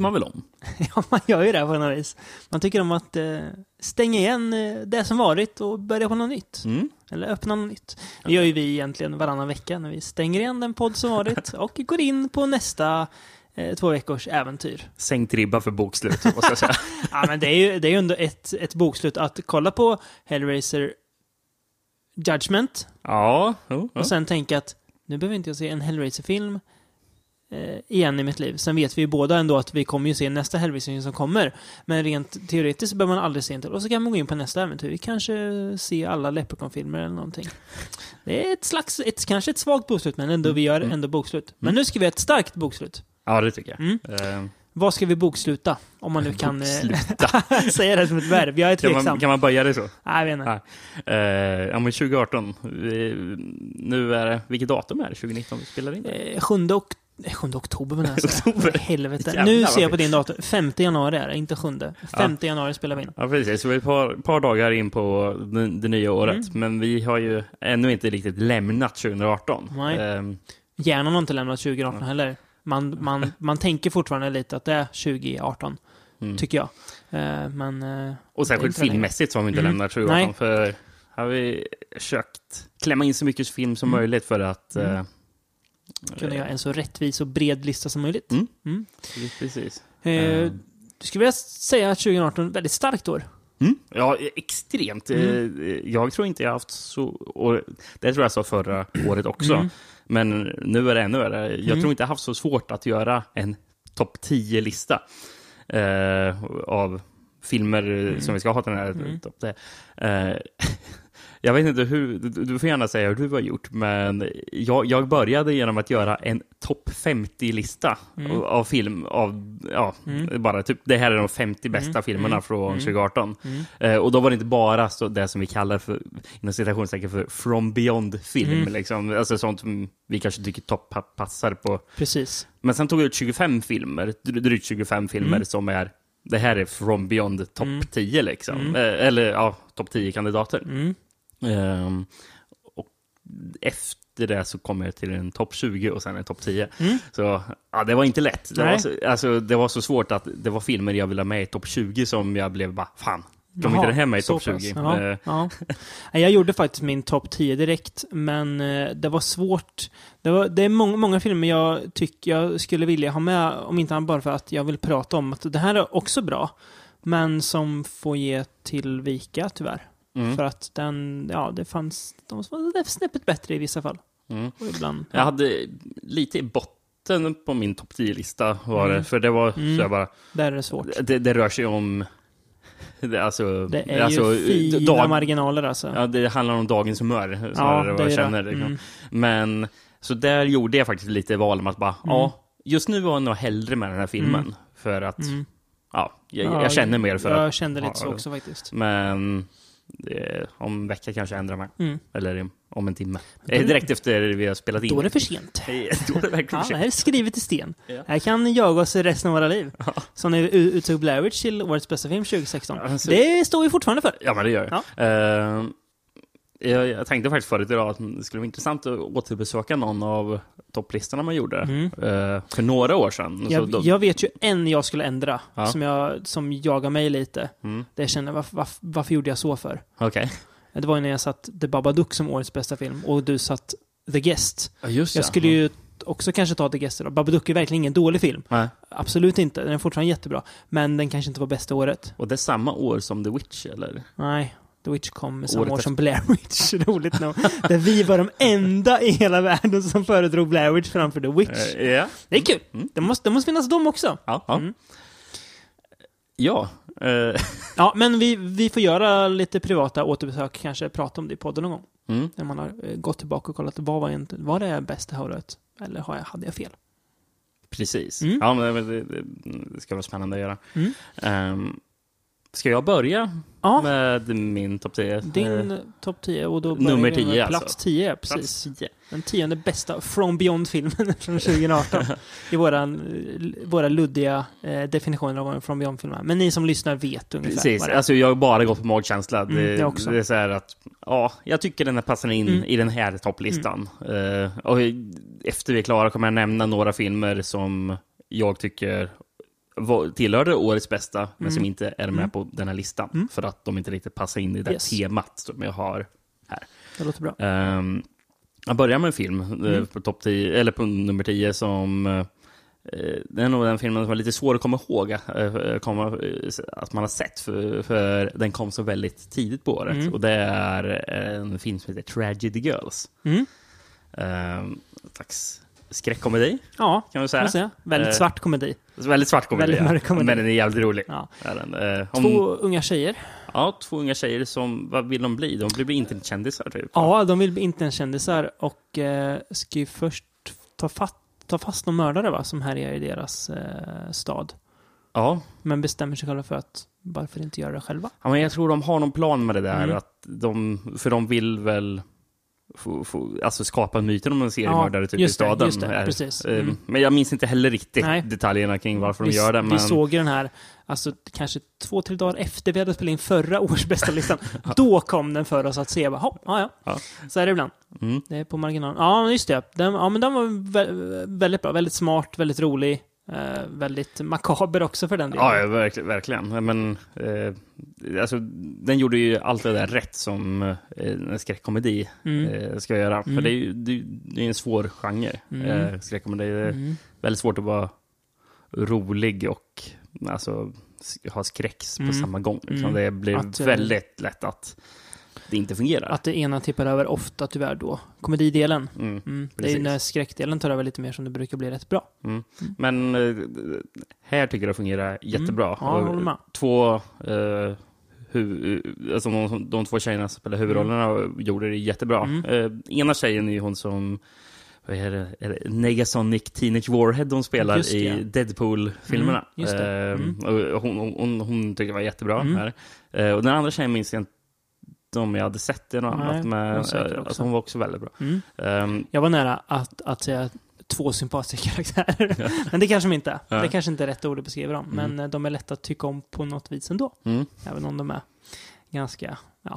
tycker man väl om? Ja, man gör ju det på något vis. Man tycker om att stänga igen det som varit och börja på något nytt. Eller öppna något nytt. Det gör ju vi egentligen varannan vecka när vi stänger igen den podd som varit och går in på nästa 2 veckors äventyr. Sänkt ribba för bokslut, vad ska jag säga. Ja, men det är ju ändå ett bokslut att kolla på Hellraiser Judgment. Ja. Och sen tänka att nu behöver inte jag se en Hellraiser-film igen i mitt liv. Sen vet vi ju båda ändå att vi kommer ju se nästa Hellraiser som kommer. Men rent teoretiskt behöver man aldrig se en till. Och så kan man gå in på nästa äventyr. Vi kanske ser alla Leprechaun-filmer eller någonting. Det är kanske ett svagt bokslut, men ändå vi gör ändå bokslut. Men nu ska vi ha ett starkt bokslut. Ja, det tycker jag. Vad ska vi boksluta? Om man nu kan säga det som ett verb. Jag är tveksam. Kan man börja det så? Nej, jag vet inte. Ja, men 2018. Nu är det... Vilket datum är det? 2019 vi spelar in? 7 oktober vill jag säga. Oktober. Helvete. Jävlar, Nu ser jag på din dator. 5 januari är det, inte 7. 5 januari spelar vi in. Ja, precis. Så vi är ett par dagar in på det nya året. Men vi har ju ännu inte riktigt lämnat 2018. Nej. Hjärnan har inte lämnat 2018 heller. Man tänker fortfarande lite att det är 2018, tycker jag. Men, och särskilt filmmässigt så har vi inte lämnat 2018. Nej. För har vi försökt klämma in så mycket film som möjligt för att... kunna göra en så rättvis och bred lista som möjligt. Precis. Du skulle vilja säga att 2018 är ett väldigt starkt år. Ja, extremt. Jag tror inte jag har haft så... Och det tror jag sa förra året också. Men nu är det ännu värre. Jag tror inte jag har haft så svårt att göra en topp 10-lista av filmer som vi ska ha den här topp 10. Jag vet inte hur... Du får gärna säga hur du har gjort, men jag började genom att göra en topp 50-lista av film. Bara typ, det här är de 50 bästa filmerna från 2018. Och då var det inte bara så det som vi kallar för, inom citationstecken, för from beyond-film. Liksom. Alltså sånt som vi kanske tycker passar på. Precis. Men sen tog jag ut 25 filmer, drygt 25 filmer som är... Det här är from beyond topp 10 liksom. Eller topp 10 kandidater. Och efter det så kom jag till en topp 20 och sen en topp 10. Så det var inte lätt. Det var så svårt att det var filmer jag ville ha med i topp 20 som jag blev bara, fan, kom inte det här med i topp 20? Ja. Jag gjorde faktiskt min topp 10 direkt, men det var svårt. Det är många filmer jag tycker jag skulle vilja ha med, om inte annat bara för att jag vill prata om att det här är också bra, men som får ge till vika tyvärr. För att det fanns, de var snäppet bättre i vissa fall. Och ibland, jag hade lite i botten på min topp 10-lista var det, för det var så jag bara... Där är det svårt. Det rör sig om... Det är ju fina marginaler alltså. Ja, det handlar om dagens humör. Vad jag känner. Liksom. Men så där gjorde jag faktiskt lite val om att bara, just nu var jag nog hellre med den här filmen. För att, jag känner mer för att... Jag kände lite så också faktiskt. Men... om en vecka kanske ändrar mig. Eller om en timme. Direkt efter vi har spelat in. Då är det för sent. Då är det verkligen för sent. Det här är skrivet i sten. Här kan jaga oss resten av våra liv. Så när vi uttog Blair Witch till årets bästa film 2016. Alltså, det står vi fortfarande för. Ja, men det gör jag. Jag tänkte faktiskt förut idag att det skulle vara intressant att återbesöka någon av topplistorna man gjorde för några år sedan. Jag vet ju en jag skulle ändra som jagar mig lite. Det jag känner, varför gjorde jag så för? Okay. Det var ju när jag satt The Babadook som årets bästa film och du satt The Guest. Jag skulle ju också kanske ta The Guest idag. Babadook är verkligen ingen dålig film. Nej. Absolut inte, den är fortfarande jättebra. Men den kanske inte var bästa året. Och det är samma år som The Witch, eller? Nej. The Witch kom samma år som Blair Witch. Roligt nog. Där vi var de enda i hela världen som föredrog Blair Witch framför The Witch. Det är kul. Det måste finnas dem också. Ja, men vi får göra lite privata återbesök. Kanske prata om det i podden någon gång. När man har gått tillbaka och kollat var det bästa året? Eller hade jag fel? Precis. Ja, men det ska vara spännande att göra. Ska jag börja med min topp 10? Din topp 10 och då nummer 10 plats alltså. 10, precis. Plats 10. Den 10:e bästa From Beyond-filmen från 2018. I våra luddiga definitioner av From Beyond-filmer. Men ni som lyssnar vet ungefär. Precis, alltså jag har bara gått på magkänsla. Det är så här att jag tycker den här passar in i den här topplistan. Och efter vi är klara kommer jag nämna några filmer som jag tycker tillhörde årets bästa, men som inte är med på den här listan. För att de inte riktigt passar in i det temat som jag har här. Det låter bra. Jag börjar med en film på topp 10, eller på nummer 10 som... det är nog den filmen som var lite svår att komma ihåg att man har sett, för den kom så väldigt tidigt på året. Och det är en film som heter Tragedy Girls. Slags skräckkomedi, ja, kan man säga. Väldigt svart komedi. Väldigt svart komedi, väldigt mörk komedi. Men den är jävligt rolig. Ja. Den, två unga tjejer. Ja, två unga tjejer som, vad vill de bli? De vill bli internetkändisar typ. Ja, de vill bli internetkändisar och ska ju först ta fast någon mördare, va, som härjar i deras stad. Ja. Men bestämmer sig själva för att varför inte göra det själva. Ja, men jag tror de har någon plan med det där. Att för de vill väl alltså skapa myten om en seriemördare typ i staden. Just det, precis. Men jag minns inte heller riktigt detaljerna kring varför de gör det. Men... Vi såg ju den här, alltså kanske 2-3 dagar efter vi hade spelat in förra års bästa listan. Då kom den för oss att se. Ja. Så är det ibland. Det är på marginalen. Ja, just det. Den var väldigt bra. Väldigt smart, väldigt rolig. Väldigt makaber också för den delen. Ja, verkligen. Men alltså, den gjorde ju allt det där rätt som en skräckkomedi ska göra. För det är en svår genre. Skräckkomedi är väldigt svårt att vara rolig och alltså, ha skräck på samma gång. Liksom. Det blir väldigt lätt att det inte fungerar. Att det ena tippar över ofta tyvärr då. Komedidelen. Det är när skräckdelen tar över lite mer som det brukar bli rätt bra. Men här tycker jag det fungerar jättebra. Ja, två alltså de två tjejerna som spelar huvudrollerna gjorde det jättebra. Ena tjejen är ju hon som Negasonic Teenage Warhead de spelar i Deadpool-filmerna. Och hon tycker det var jättebra här. Och den andra tjejen minns jag inte om jag hade sett det något annat, men alltså, hon var också väldigt bra. Jag var nära att säga 2 sympatiska karaktärer. Men det kanske de inte är. Det kanske inte är rätt ord att beskriva dem. Men de är lätta att tycka om på något vis ändå. Även om de är ganska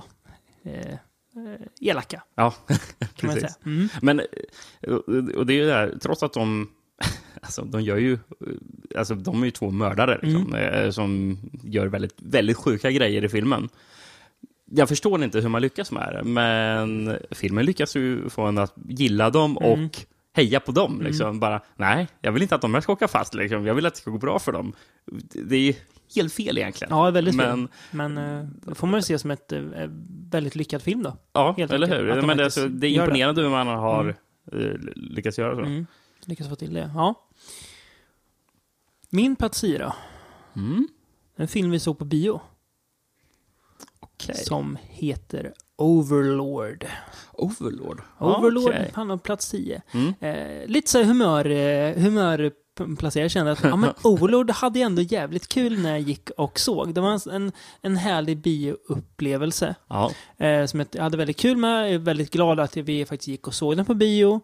elaka. Ja, kan man säga. Men och det är ju det här, trots att de alltså de gör ju, alltså de är ju 2 mördare liksom, som gör väldigt, väldigt sjuka grejer i filmen. Jag förstår inte hur man lyckas med det, men filmen lyckas ju få en att gilla dem och heja på dem. Liksom. Bara, nej, jag vill inte att de här ska åka fast. Liksom. Jag vill att det ska gå bra för dem. Det är helt fel egentligen. Ja, väldigt fel. Men det får man ju se som ett väldigt lyckad film då. Ja, helt eller hur? Men det är imponerande hur man har lyckats göra så. Lyckas få till det, ja. Min plats 4. En film vi såg på bio. Som heter Overlord. Overlord, han har plats 10. Lite så humör placerad. Jag kände att men Overlord hade jag ändå jävligt kul när jag gick och såg. Det var en härlig bioupplevelse. Som jag hade väldigt kul med. Jag är väldigt glad att vi faktiskt gick och såg den på bio.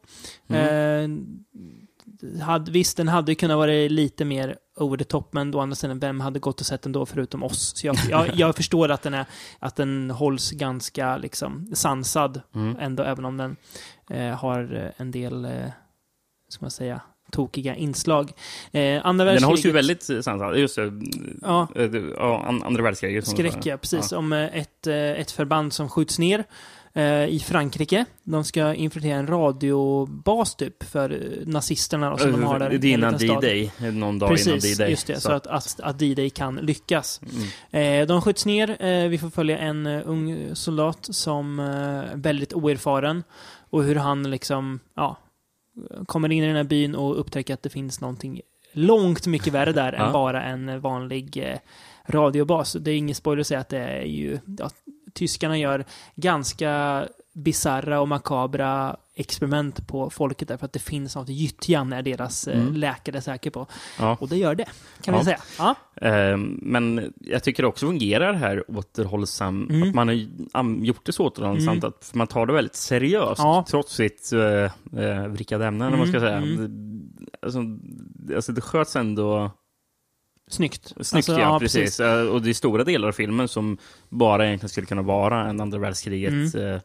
Visst, den hade kunnat vara lite mer over the top, men å andra sidan, vem hade gått och sett den då förutom oss? Så jag förstår att den hålls ganska liksom sansad ändå, även om den har en del ska man säga tokiga inslag. Den hålls ju väldigt sansad, just det. Andra världskriget. Skräck, ja, precis. Om ett förband som skjuts ner i Frankrike. De ska infiltrera en radiobas typ för nazisterna som de har där. Det är innan D-Day, någon dag innan D-Day. Just det, så att D-Day kan lyckas. De skjuts ner, vi får följa en ung soldat som är väldigt oerfaren och hur han liksom, kommer in i den här byn och upptäcker att det finns någonting långt mycket värre där än bara en vanlig radiobas. Det är ingen spoiler att säga att det är ju tyskarna gör ganska bizarra och makabra experiment på folket där för att det finns något gyttjan är deras läkare är säker på. Och det gör det, kan vi säga. Men jag tycker det också fungerar här återhållsamt. Att man har gjort det så återhållsamt att man tar det väldigt seriöst trots sitt vrickade ämnen, man ska säga. Alltså det sköts ändå Snyggt, alltså, ja, precis. Och det är stora delar av filmen som bara egentligen skulle kunna vara en andra världskriget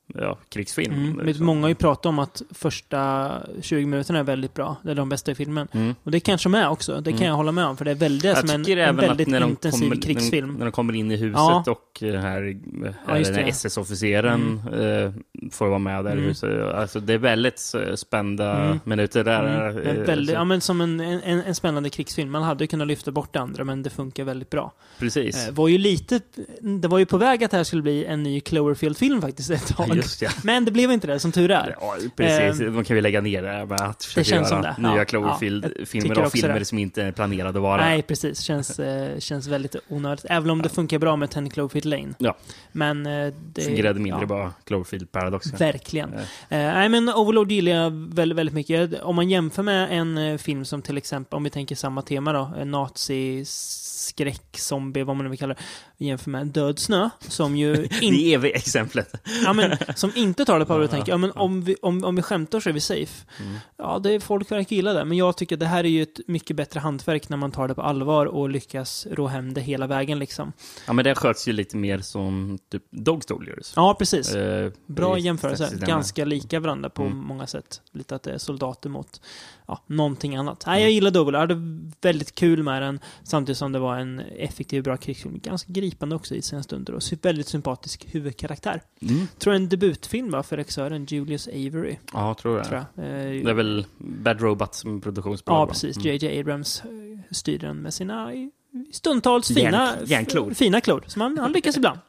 krigsfilm. Många har ju pratat om att första 20 minuterna är väldigt bra. Det är de bästa i filmen. Och det kanske med också. Det kan jag hålla med om. För det är väldigt som en väldigt intensiv krigsfilm. När de kommer in i huset och den SS-officeren får vara med där i huset. Alltså, det är väldigt spända minuter där. Men som en spännande krigsfilm. Man hade kunnat lyfta bort det andra, men det funkar väldigt bra. Precis. Det var ju på väg att det här skulle bli en ny Cloverfield-film faktiskt ett tag. Just, ja. Men det blev inte det, som tur är. Ja, precis. Man kan ju lägga ner det med att försöka göra nya Cloverfield-filmer och filmer som inte är planerade att vara. Nej, precis. Känns väldigt onödigt. Även om det funkar bra med 10 Cloverfield Lane. Ja. Men det fungerade mindre bara Cloverfield Paradox. Verkligen. Nej, men Overlord gillar jag väldigt mycket. Om man jämför med en film som till exempel, om vi tänker samma tema då, nazi-skräck, zombie, vad man nu vill kalla det, jämför med Död snö, som ju det är exemplet. Som inte tar det på och tänker, om vi skämtar så är vi safe. Ja, det är folk verkar gilla det, men jag tycker att det här är ju ett mycket bättre hantverk när man tar det på allvar och lyckas rå hem det hela vägen liksom. Ja, men det sköts ju lite mer som typ Dog Soldiers. Ja, precis. Bra jämförelse. Ganska lika varandra på många sätt. Lite att det är soldater mot någonting annat. Nej, jag gillar Double. Jag hade väldigt kul med den, samtidigt som det var en effektiv, bra krigsfilm. Ganska gripande också i sina stunder och väldigt sympatisk huvudkaraktär. Tror en debutfilm var för regissören Julius Avery. Ja, tror jag. Det är väl Bad Robot som produktionsbolag. Ja, precis. J.J. Abrams styrde den med sina stundtals fina klor. Som han lyckas ibland.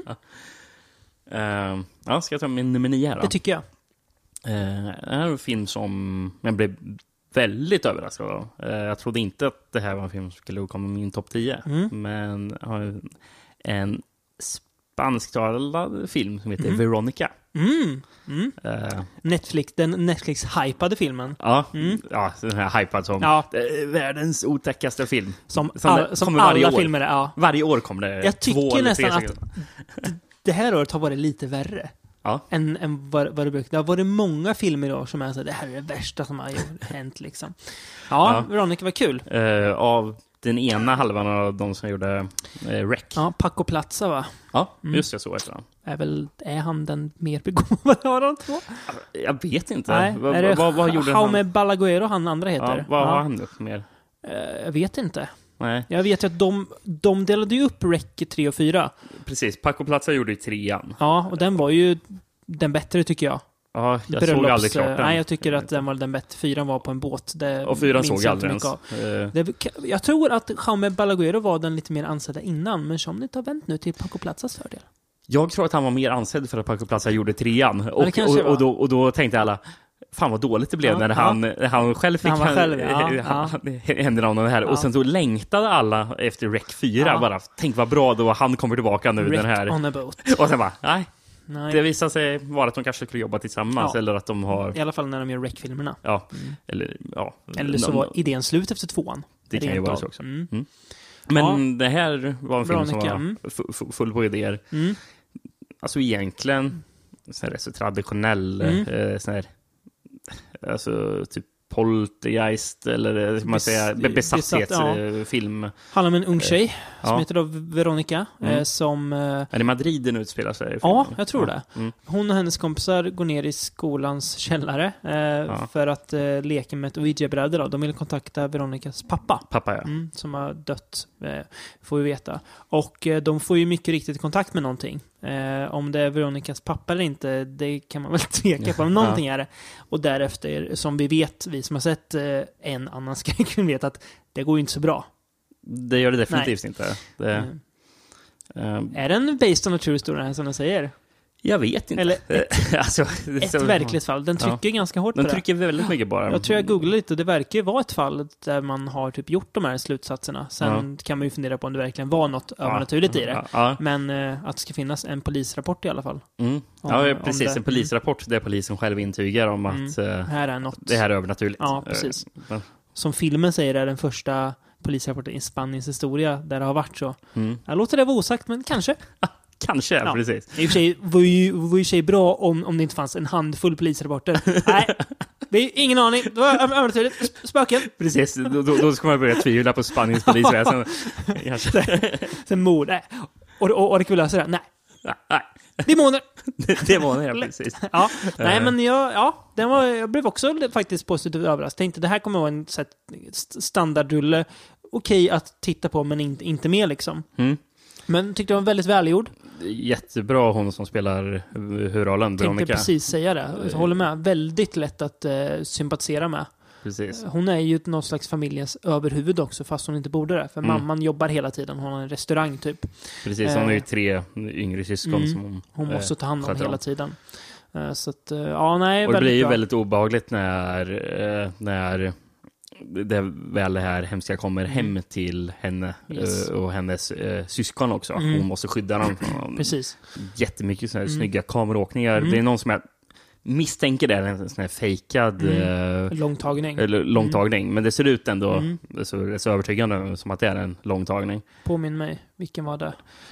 Ska jag ta min nummer 9 här då? Det tycker jag. Det här är en film som jag blev väldigt överraskad av. Jag trodde inte att det här var en film som skulle komma med min topp 10. Men har en spansktalad film som heter Veronica. Den Netflix-hypade filmen. Ja, den här hypad som världens otäckaste film. Som alla filmer är. Ja. Varje år kommer det. Jag tycker nästan att det här året har varit lite värre. Än vad det brukar. Det har varit många filmer idag som är så här, det här är det värsta som har hänt liksom. Veronica var kul. Av den ena halvan av de som gjorde Rec. Ja, Paco Plaza, va? Ja, just det, så heter han. Är han den mer begåvade av de två? Jag vet inte. Nej, vad gjorde han? Jaume Balaguero, han andra heter. Vad har han gjort mer? Jag vet inte. Nej. Jag vet ju att de delade ju upp Rec 3 och 4. Precis, Paco Plaza gjorde ju 3:an. Ja, och den var ju den bättre tycker jag. Ja, jag såg aldrig klart den. Nej, jag tycker att den var den bättre. 4:an var på en båt. Och 4:an såg jag aldrig ens. Jag tror att Jaume Balaguero var den lite mer ansedda innan, men som det har vänt nu till Paco Plazas fördel. Jag tror att han var mer ansedd för att Paco Plaza gjorde 3:an. Och då tänkte alla, fan vad dåligt det blev när han själv fick händerna av det här. Och sen så längtade alla efter Rec 4. Bara, tänk vad bra då han kommer tillbaka nu. Rec den här. On a boat. Och sen bara, nej. Det visar sig vara att de kanske skulle jobba tillsammans. Eller att de har... I alla fall när de gör Rec-filmerna. Eller så var idén slut efter 2:an. Det kan ju vara så också. Men det här var en film som var full på idéer. Alltså egentligen så här, så traditionell så här, alltså typ Poltergeist eller ska man säga besattshetsfilm. Handlar om en ung tjej som heter då Veronica som... Är det Madrid den utspelar sig? Ja, jag tror det. Hon och hennes kompisar går ner i skolans källare för att leka med ett Ouija-bräde då. De vill kontakta Veronicas pappa. Som har dött, får vi veta. Och de får ju mycket riktigt kontakt med någonting. Om det är Veronicas pappa eller inte, det kan man väl tveka på. Någonting är det. Och därefter, som vi vet, vi som har sett en annan skräckfilm vet att det går ju inte så bra. Det gör det definitivt inte. Är den based on a true story som de säger? Jag vet inte. Eller ett verkligt fall. Den trycker ganska hårt på det. Den trycker väldigt mycket bara. Jag tror jag googlade lite och det verkar ju vara ett fall där man har typ gjort de här slutsatserna. Sen kan man ju fundera på om det verkligen var något övernaturligt i det. Men att det ska finnas en polisrapport i alla fall. Precis. En polisrapport där polisen själv intygar om att här är något. Det här är övernaturligt. Ja, precis. Som filmen säger är den första polisrapporten i Spaniens historia där det har varit så. Jag låter det vara osagt, men kanske. Kanske, precis. I och för sig var ju bra om det inte fanns en handfull polisrapporter. Nej, det är ingen aning. Det var övernaturligt. Spöken. Precis, då ska man börja tvivla på Spaniens polisväsen. Sen mord. Och det kan vi lösa det. Nej. Demoner! Demoner, ja, precis. Ja, nej men jag blev också faktiskt positivt överraskad. Tänkte det här kommer vara en standardrulle. Okej att titta på, men inte mer liksom. Men tyckte det var väldigt välgjord. Jättebra hon som spelar huvudrollen, Veronica. Tänkte precis säga det. Jag håller med. Väldigt lätt att sympatisera med. Precis. Hon är ju någon slags familjens överhuvud också, fast hon inte borde det. För mamman jobbar hela tiden. Hon har en restaurang typ. Precis, hon har ju 3 yngre syskon som hon måste ta hand om hela tiden. Så att, och det blir ju väldigt obehagligt när det väl det här hemska kommer hem till henne och hennes syskon också. Hon måste skydda dem från precis. Jättemycket såna här snygga kameråkningar. Det är någon som jag misstänker det är en sån här fejkad långtagning. Men det ser ut ändå så övertygande som att det är en långtagning. Påminn mig, vilken var det?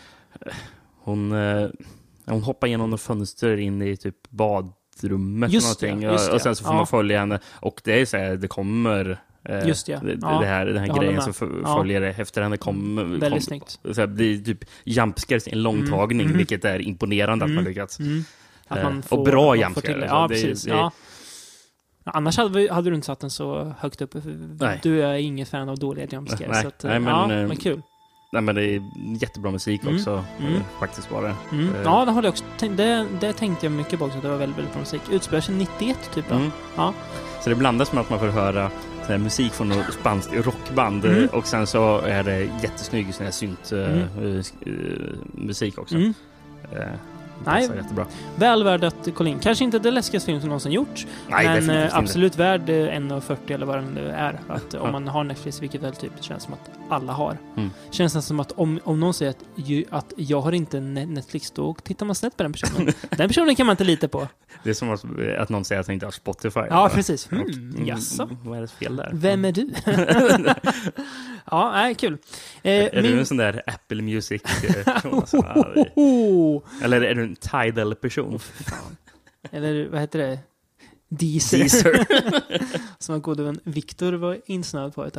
Hon hoppar genom något fönster in i typ badrummet just någonting. Det. Och sen så får man följa henne. Och det är så här, det kommer den här grejen som följer det efter henne väldigt snyggt. Så här, det är typ jumpscares i en långtagning, vilket är imponerande att man lyckats. Att man får, och bra jumpscares. Ja, precis. Annars hade du inte satt den så högt uppe. Du är ingen fan av dåliga jumpscares. Men kul. Nej, men det är jättebra musik också. Faktiskt var det. Ja, det håller jag också. Det tänkte jag mycket på också. Det var väldigt, väldigt bra musik. Utspelar sig 91 typ. Ja. Så det blandas med att man får höra musik från något spanskt rockband. Och sen så är det jättesnygg sån här synt musik också. Nej, väl värd att kolla in. Kanske inte det läskigaste film som någonsin gjorts. Nej, men absolut värd 1,40 eller vad det nu är. Att om man har Netflix, vilket väl typ känns som att alla har. Känns det som att om någon säger att jag har inte Netflix, då tittar man snett på den personen. Den personen kan man inte lita på. Det är som att någon säger att han inte har Spotify. Ja, precis. Jaså. Vad är det fel där? Vem är du? Ja, kul. Är du en sån där Apple Music? Eller är du en Tidal-person? Eller vad heter det? Deezer. Som en god vän Victor var insnöad på.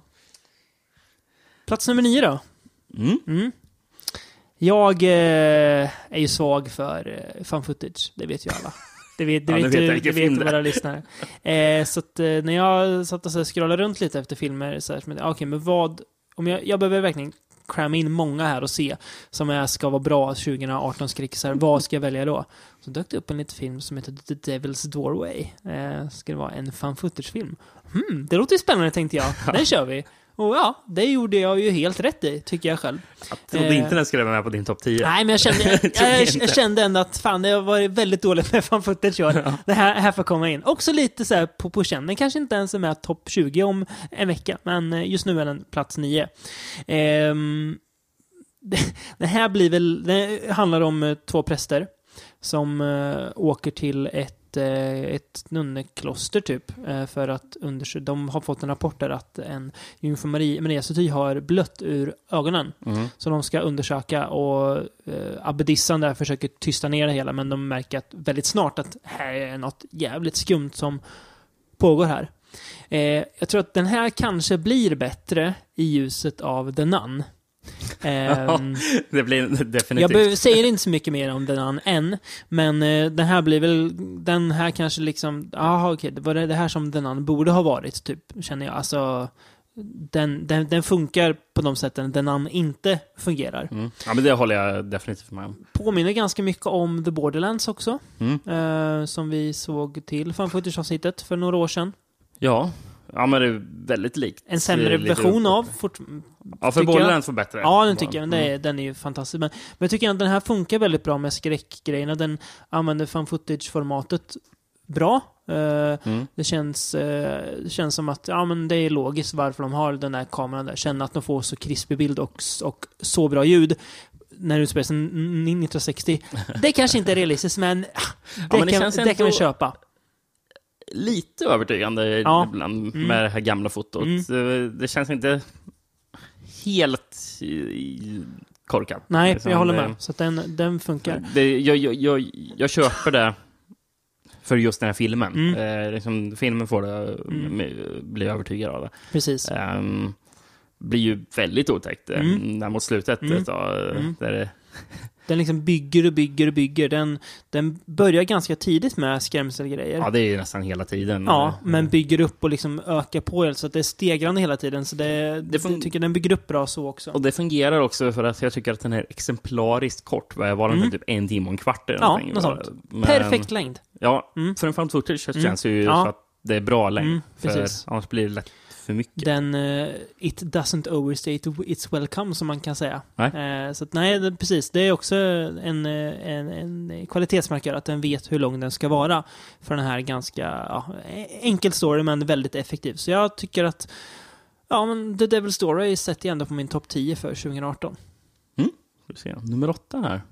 Plats nummer 9 då. Jag är ju svag för fan footage. Det vet ju alla. Det vet våra lyssnare. Så att när jag satt och scrollade runt lite efter filmer så här, men vad om jag behöver verkligen cramma in många här och se som ska vara bra 2018 skräckisar. Vad ska jag välja då? Så dök det upp en liten film som heter The Devil's Doorway. Ska det vara en fan footage-film? Det låter ju spännande, tänkte jag. Den kör vi. Och det gjorde jag ju helt rätt i, tycker jag själv. Jag trodde inte den skulle vara med på din topp 10. Nej, men jag kände ändå att fan, det har varit väldigt dåligt med fan footage. Det här får komma in. Också lite så här på känn. Den kanske inte ens är med topp 20 om en vecka, men just nu är den plats 9. Det här blir väl... Det handlar om 2 präster som åker till ett nunnekloster typ för att undersöka. De har fått en rapport där att en jungfru Maria-staty har blött ur ögonen. Så de ska undersöka och abbedissan där försöker tysta ner det hela, men de märker att väldigt snart att här är något jävligt skumt som pågår här. Jag tror att den här kanske blir bättre i ljuset av The Nun. Det blir definitivt. Jag säger inte så mycket mer om den än, men den här blir väl, den här kanske liksom, okej, det var det här som den annan borde ha varit typ, känner jag. Alltså den funkar på de sätten den annan inte fungerar. Ja, men det håller jag definitivt med om. Påminner ganska mycket om The Borderlands också, som vi såg till fan footage-avsnittet för några år sedan. Ja, men det är väldigt likt. En sämre version av... för Borderlands får bättre. Ja, den tycker jag. Den är ju fantastisk. Men jag tycker att den här funkar väldigt bra med skräckgrejerna. Den använder fan footage-formatet bra. Det känns som att men det är logiskt varför de har den där kameran där. Känner att de får så krispig bild och så bra ljud när det utspelar sig 1960. Det kanske inte är realistiskt, men det kan vi köpa. Lite övertygande ibland med det här gamla fotot. Det känns inte helt korkat. Nej, jag håller med. Så att den funkar. Jag köper det för just den här filmen. Filmen får det bli övertygad av det. Precis. Blir ju väldigt otäckt där mot slutet. Där Den liksom bygger och bygger och bygger. Den börjar ganska tidigt med skrämselgrejer. Ja, det är ju nästan hela tiden. Ja, men bygger upp och liksom ökar på, så att det är stegrande hela tiden. Så jag tycker den bygger upp bra så också. Och det fungerar också för att jag tycker att den är exemplariskt kort. Var den typ 1 timme och en kvart eller ja, någonting. Något sånt. Perfekt längd. Ja, för en found footage känns det ju så att det är bra längd. För annars blir det lätt för mycket. It doesn't overstate its welcome, som man kan säga. Så att, nej, precis. Det är också en kvalitetsmarkör att den vet hur lång den ska vara för den här ganska enkel story, men väldigt effektiv. Så jag tycker att men The Devil's Story sätter jag ändå på min topp 10 för 2018. Ska vi se. Nummer 8 här.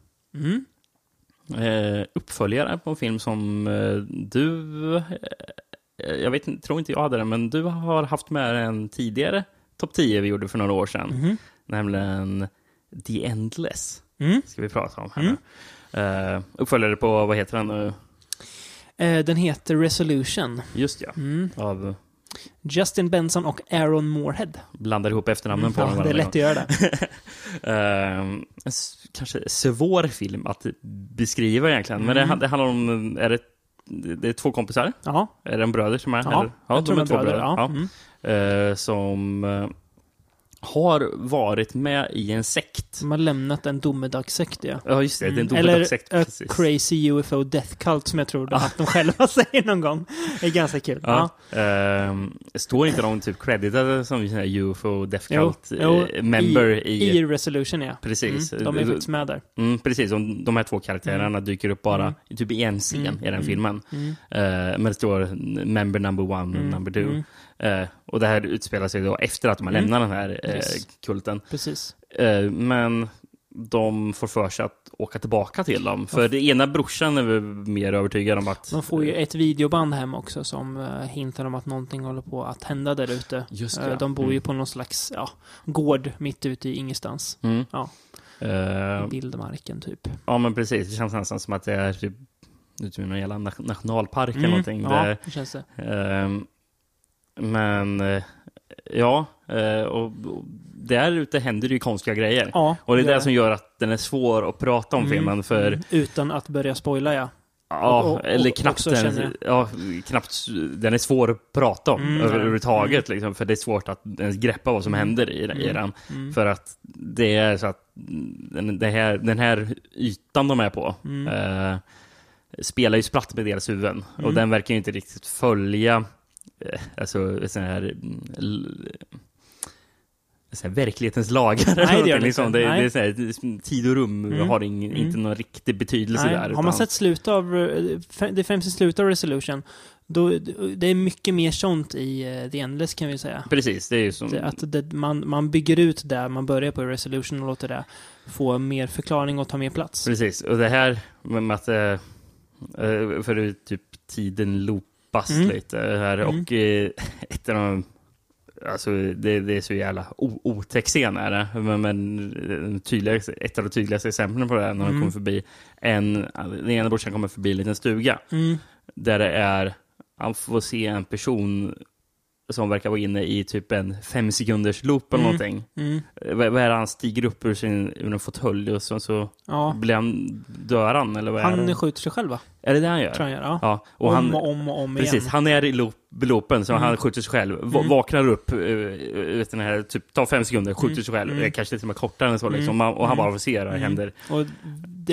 Uppföljare på en film som du... tror inte jag hade den, men du har haft med en tidigare topp 10 vi gjorde för några år sedan. Nämligen The Endless. Ska vi prata om här. Uppföljare på, vad heter den nu? Den heter Resolution. Just ja. Av Justin Benson och Aaron Moorhead. Blandar ihop efternamnen på dem. Det är lätt att göra det. Kanske svår film att beskriva egentligen. Men det handlar om... Det är 2 kompisar. Ja. Är det en bröder som är? Ja, jag tror de är 2 bröder. Som har varit med i en sekt. De har lämnat en domedagssekt, ja. Ja, just det. Det är en domedagssekt. Eller a crazy UFO death cult, som jag tror att de själva säger någon gång. Det är ganska kul. Står inte de typ creditade som UFO death cult member i Resolution, ja. Precis. De är faktiskt med där. Precis. De här 2 karaktärerna dyker upp bara typ i en scen i den filmen. Men det står member number 1 och number 2. Och det här utspelar sig då efter att de har lämnat den här kulten. Precis. Men de får för sig att åka tillbaka till dem. För det ena brorsan är väl mer övertygad om att... De får ju ett videoband hem också som hintar om att någonting håller på att hända där ute. Just det, de bor ju på någon slags gård mitt ute i ingenstans. I bildmarken typ. Ja, men precis. Det känns nästan som att det är typ någon jävla nationalpark eller någonting. Ja, det känns det. Men och där ute händer det ju konstiga grejer. Ja, och det är det som gör att den är svår att prata om filmen. För... Utan att börja spoila, eller knappt knappt den är svår att prata om överhuvudtaget liksom, för det är svårt att ens greppa vad som händer i den. För att det är så att den här ytan de är på spelar ju spratt med deras huvuden. Och den verkar ju inte riktigt följa sån här verklighetens lagar. Nej, det liksom. Det är så här, tid och rum har inte någon riktig betydelse där. Har man sett det främsta slutet av Resolution, då det är mycket mer sånt i The Endless, kan vi säga. Precis, det är ju som... man bygger ut där man börjar på Resolution och låter det få mer förklaring och ta mer plats. Precis, och det här med att för typ tiden loopas lite här och ett av de... Alltså det är så jävla otäck scen är det. Men ett av de tydligaste exemplen på det här när de kommer förbi den ena brorsan kommer förbi en liten stuga där det är, han får se en person som verkar vara inne i typ en 5 sekunders loop eller någonting. Vad är det, han stiger upp ur en fåtölj och så blir han döran eller vad är det? Han skjuter sig själv, va? Är det han gör? Tror jag, ja. Ja. Och om och om igen. Precis, han är i loopen så han skjuter sig själv. Vaknar upp den här, typ, tar 5 sekunder, skjuter sig själv. Kanske lite mer kortare än så liksom. Och han bara får se det händer. Och det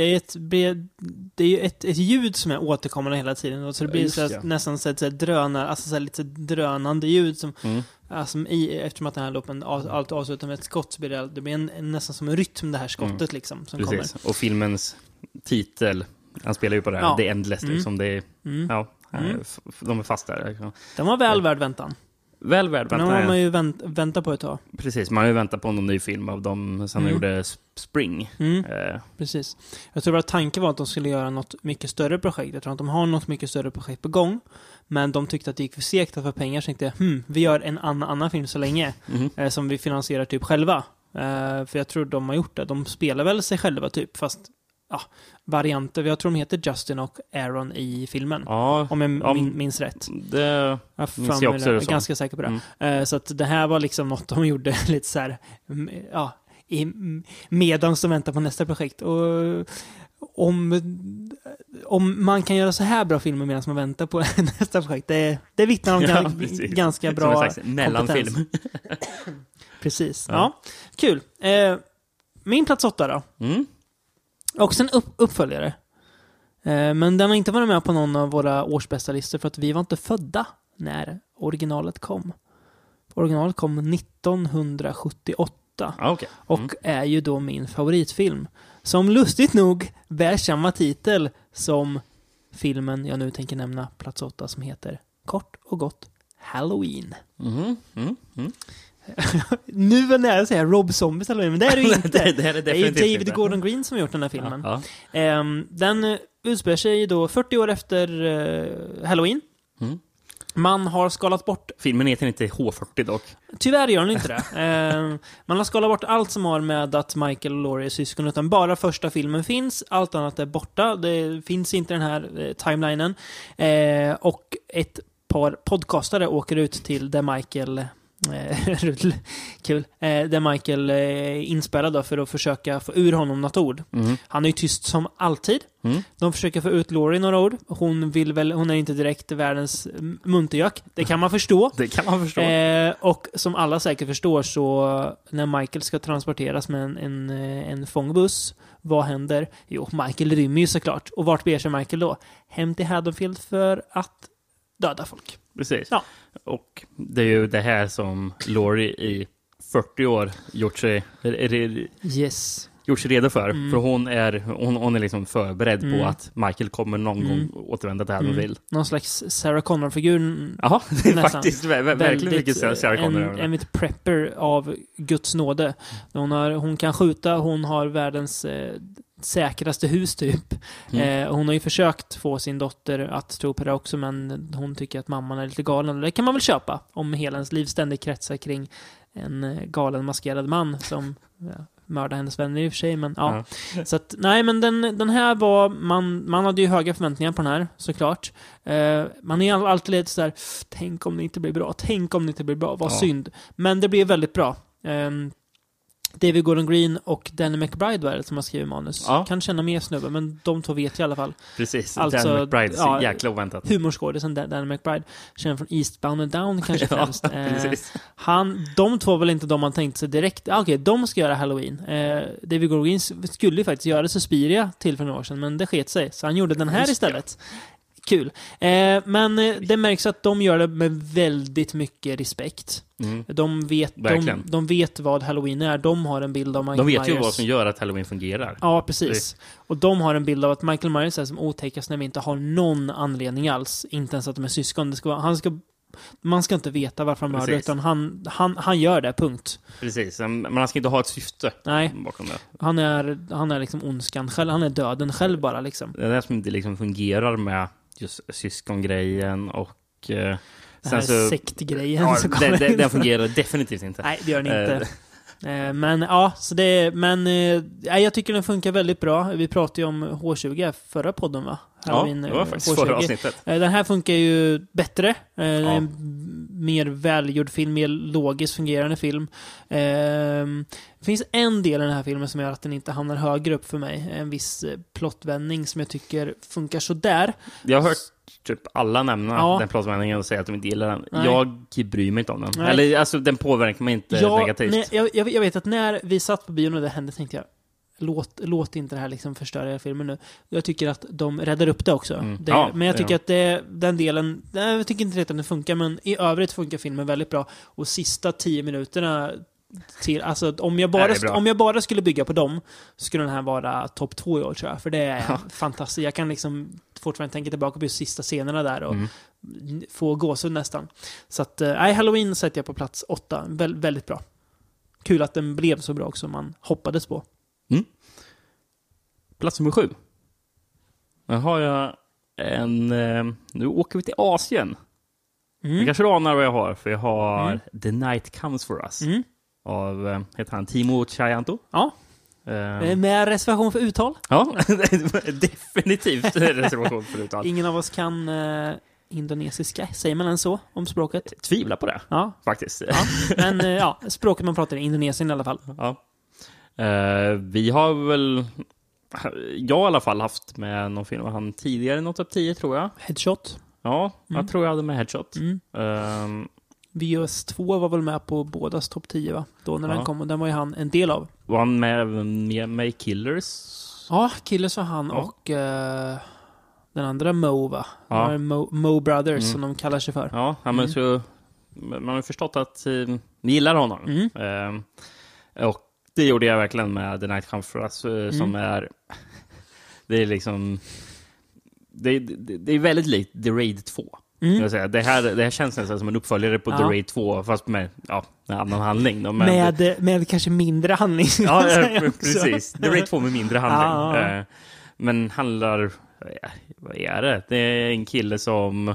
är ett ljud som är återkommande hela tiden. Och så det blir så nästan så drönar, alltså så lite drönande ljud som eftersom att den här loopen allt avslutar med ett skott, så blir det blir nästan som en rytm, det här skottet liksom som kommer. Och filmens titel, han spelar ju på det här, The Endless liksom, det är de är fast där liksom. Den var väl värd väntan. Väl värd väntan. Den har man ju väntat på ett tag. Precis, man har ju väntat på någon ny film av dem sen de gjorde Spring. Precis. Jag tror att tanken var att de skulle göra något mycket större projekt. Jag tror att de har något mycket större projekt på gång. Men de tyckte att det gick för segt att få pengar. Så tänkte vi gör en annan film så länge som vi finansierar typ själva. För jag tror de har gjort det. De spelar väl sig själva typ, fast varianter. Jag tror de heter Justin och Aaron i filmen. Om jag minns rätt. Det minns jag också. Jag är ganska säker på det. Så att det här var liksom något de gjorde lite så här medan de väntar på nästa projekt. Och om man kan göra så här bra filmer medan man väntar på nästa projekt, det vittnar om ganska bra som en slags mellanfilm. Precis. Ja. Kul. Min plats 8 då. Och sen uppföljare. Men den har inte varit med på någon av våra årsbästa listor för att vi var inte födda när originalet kom. Originalet kom 1978. Okay. Och är ju då min favoritfilm. Som lustigt nog bär samma titel som filmen jag nu tänker nämna, plats 8, som heter kort och gott Halloween. Nu är nära att säga Rob Zombies Halloween, men det är det ju inte. det är ju David inte. Gordon Green som har gjort den här filmen. Den utspelar sig då 40 år efter Halloween. Man har skalat bort... Filmen heter inte H40 dock. Tyvärr gör den inte det. Man har skalat bort allt som har med att Michael och Laurie är syskon, utan bara första filmen finns. Allt annat är borta. Det finns inte den här timelinen. Och ett par podcastare åker ut till där Michael... kul. Där Michael är inspärrad då för att försöka få ur honom något ord. Han är ju tyst som alltid. De försöker få ut Laurie några ord. Hon är inte direkt världens muntergök. Det kan man förstå. Det kan man förstå. Och som alla säkert förstår, så när Michael ska transporteras med en fångbuss, vad händer? Jo, Michael rymmer ju såklart. Och vart beger sig Michael då? Hem till Haddonfield för att döda folk. Precis. Ja. Och det är ju det här som Laurie i 40 år gjort sig redo för. För hon är liksom förberedd på att Michael kommer någon gång återvända till Haddonfield. Någon slags Sarah Connor-figur. Ja, det är faktiskt verkligen mycket Sarah Connor. En prepper av Guds nåde. Hon kan skjuta, hon har världens säkraste hus typ. Hon har ju försökt få sin dotter att tro på det också, men hon tycker att mamman är lite galen. Det kan man väl köpa om hela ens liv ständigt kretsar kring en galen maskerad man som mördar hennes vänner i och för sig, men ja. Så att, nej, men den här var man hade ju höga förväntningar på den här, såklart. Man är alltid lite så där, tänk om det inte blir bra, vad synd. Men det blir väldigt bra. David Gordon Green och Danny McBride var det som har skrivit manus. Kan känna mer snubbe, men de två vet jag i alla fall. Precis, alltså, Danny McBride, jäkla oväntat. Humorskådisen Danny McBride, känner från Eastbound and Down kanske främst. De två väl inte de man tänkte sig direkt. Okej, de ska göra Halloween. David Gordon Green skulle ju faktiskt göra Suspiria till för några år sedan, men det sket sig. Så han gjorde den här istället. Kul. Men det märks att de gör det med väldigt mycket respekt. De vet vad Halloween är. De har en bild av Michael Myers. De vet ju vad som gör att Halloween fungerar. Ja, precis. Och de har en bild av att Michael Myers är som otäckast när vi inte har någon anledning alls. Inte ens att de är syskon. Man ska inte veta varför han mördar, utan han gör det, punkt. Precis, men han ska inte ha ett syfte. Nej, bakom det. Han är liksom ondskan själv. Han är döden själv bara liksom. Det är det som inte liksom fungerar med just syskongrejen och sen så sektgrejen. Ja, den fungerar definitivt inte. Nej, det gör den inte. Men ja, jag tycker den funkar väldigt bra. Vi pratade ju om H20 förra podden, va? Halloween, det var faktiskt förra avsnittet. Den här funkar ju bättre. En mer välgjord film, mer logiskt fungerande film. Det finns en del i den här filmen som gör att den inte hamnar högre upp för mig. En viss plottvändning som jag tycker funkar så där. Jag har hört typ alla nämna den plottvändningen och säga att de inte gillar den. Nej. Jag bryr mig inte om den. Nej. Eller alltså, den påverkar mig inte negativt. Jag vet att när vi satt på bion och det hände, tänkte jag, låt inte det här liksom förstöra filmen nu. Jag tycker att de räddar upp det också. Men jag tycker att den delen, jag tycker inte att den funkar, men i övrigt funkar filmen väldigt bra. Och sista 10 minuterna till, alltså om jag bara skulle bygga på dem, skulle den här vara topp 2 i år, tror jag. För det är fantastiskt. Jag kan liksom fortfarande tänka tillbaka på sista scenerna där och få gåshud nästan. Så att Halloween sätter jag på plats 8. Väldigt bra. Kul att den blev så bra också, man hoppades på. Plats nummer 7. Där har jag nu åker vi till Asien. Jag kanske anar vad jag har, för jag har The Night Comes For Us av, heter han Timo Tjahjanto? Ja. Med reservation för uttal? Ja, definitivt reservation för uttal. Ingen av oss kan indonesiska, säger man än så om språket? Tvivla på det, faktiskt. Ja. Men språket man pratar i Indonesien i alla fall. Ja. Vi har väl... Jag har i alla fall haft med någon film av han tidigare, något topp 10 tror jag. Headshot. Ja, jag tror jag hade med Headshot. VOS 2 var väl med på bådas topp 10 va? Då när den kom, och den var ju han en del av. Var han med i Killers? Ja, Killers var han och den andra Mo va? Ja. Mo Brothers som de kallar sig för. Ja, men så man har förstått att ni gillar honom. Och det gjorde jag verkligen med The Night Comes For Us som är... Det är liksom... Det är väldigt likt The Raid 2. Jag säga. Det här känns nästan som en uppföljare på The Raid 2 fast med en annan handling. Då, med kanske mindre handling. Ja, precis. The Raid 2 med mindre handling. Men handlar... Vad är det? Det är en kille som...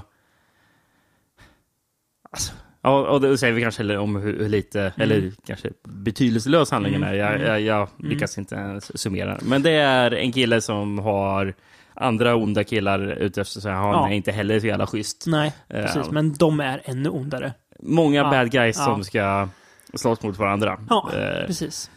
Alltså, och det säger vi kanske om hur lite, eller kanske betydelselös handlingen är. Jag lyckas inte ens summera. Men det är en kille som har andra onda killar ute efter sig. Han är inte heller så jävla schysst. Nej, precis. Men de är ännu ondare. Många bad guys som ska slåss mot varandra. Ja, precis.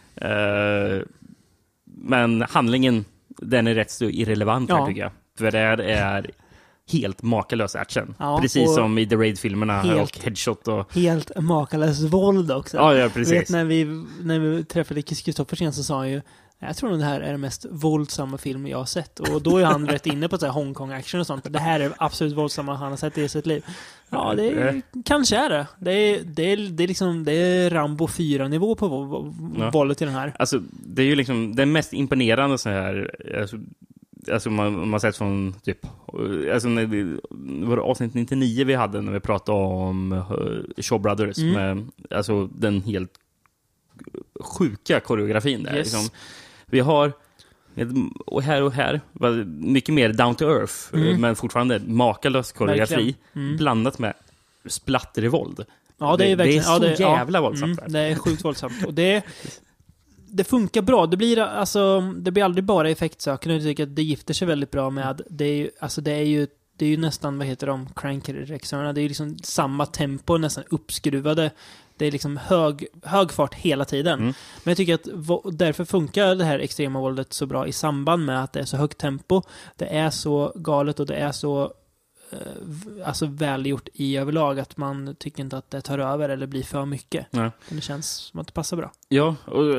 Men handlingen, den är rätt så irrelevant här, tycker jag. För det är helt makalös action. Precis som i The Raid-filmerna och Headshot. Och... Helt makalös våld också. Ja, precis. Vet, när vi träffade Kristoffersen så sa han ju, jag tror att det här är den mest våldsamma film jag har sett. Och då är han rätt inne på så här Hongkong-action och sånt. Det här är absolut våldsamma han har sett i sitt liv. Ja, kanske är det. Det är Rambo 4-nivå på våldet i den här. Alltså, det är ju liksom den mest imponerande så här... Alltså man har sett från typ... Alltså var det avsnitt 99 vi hade när vi pratade om Shaw Brothers med alltså den helt sjuka koreografin där. Yes. Liksom. Vi har och här mycket mer down to earth men fortfarande makalös koreografi blandat med splatter i våld. Ja, det är verkligen det är så jävla våldsamt. Det är sjukt våldsamt. Och det funkar bra. Det blir aldrig bara effektsökande. Jag tycker att det gifter sig väldigt bra med det är ju nästan, vad heter de, crank-reaktionerna. Det är ju liksom samma tempo, nästan uppskruvade. Det är liksom hög fart hela tiden. Men jag tycker att därför funkar det här extrema våldet så bra i samband med att det är så högt tempo. Det är så galet och det är så alltså välgjort i överlag att man tycker inte att det tar över eller blir för mycket. Nej. Det känns som att det passar bra. Ja, och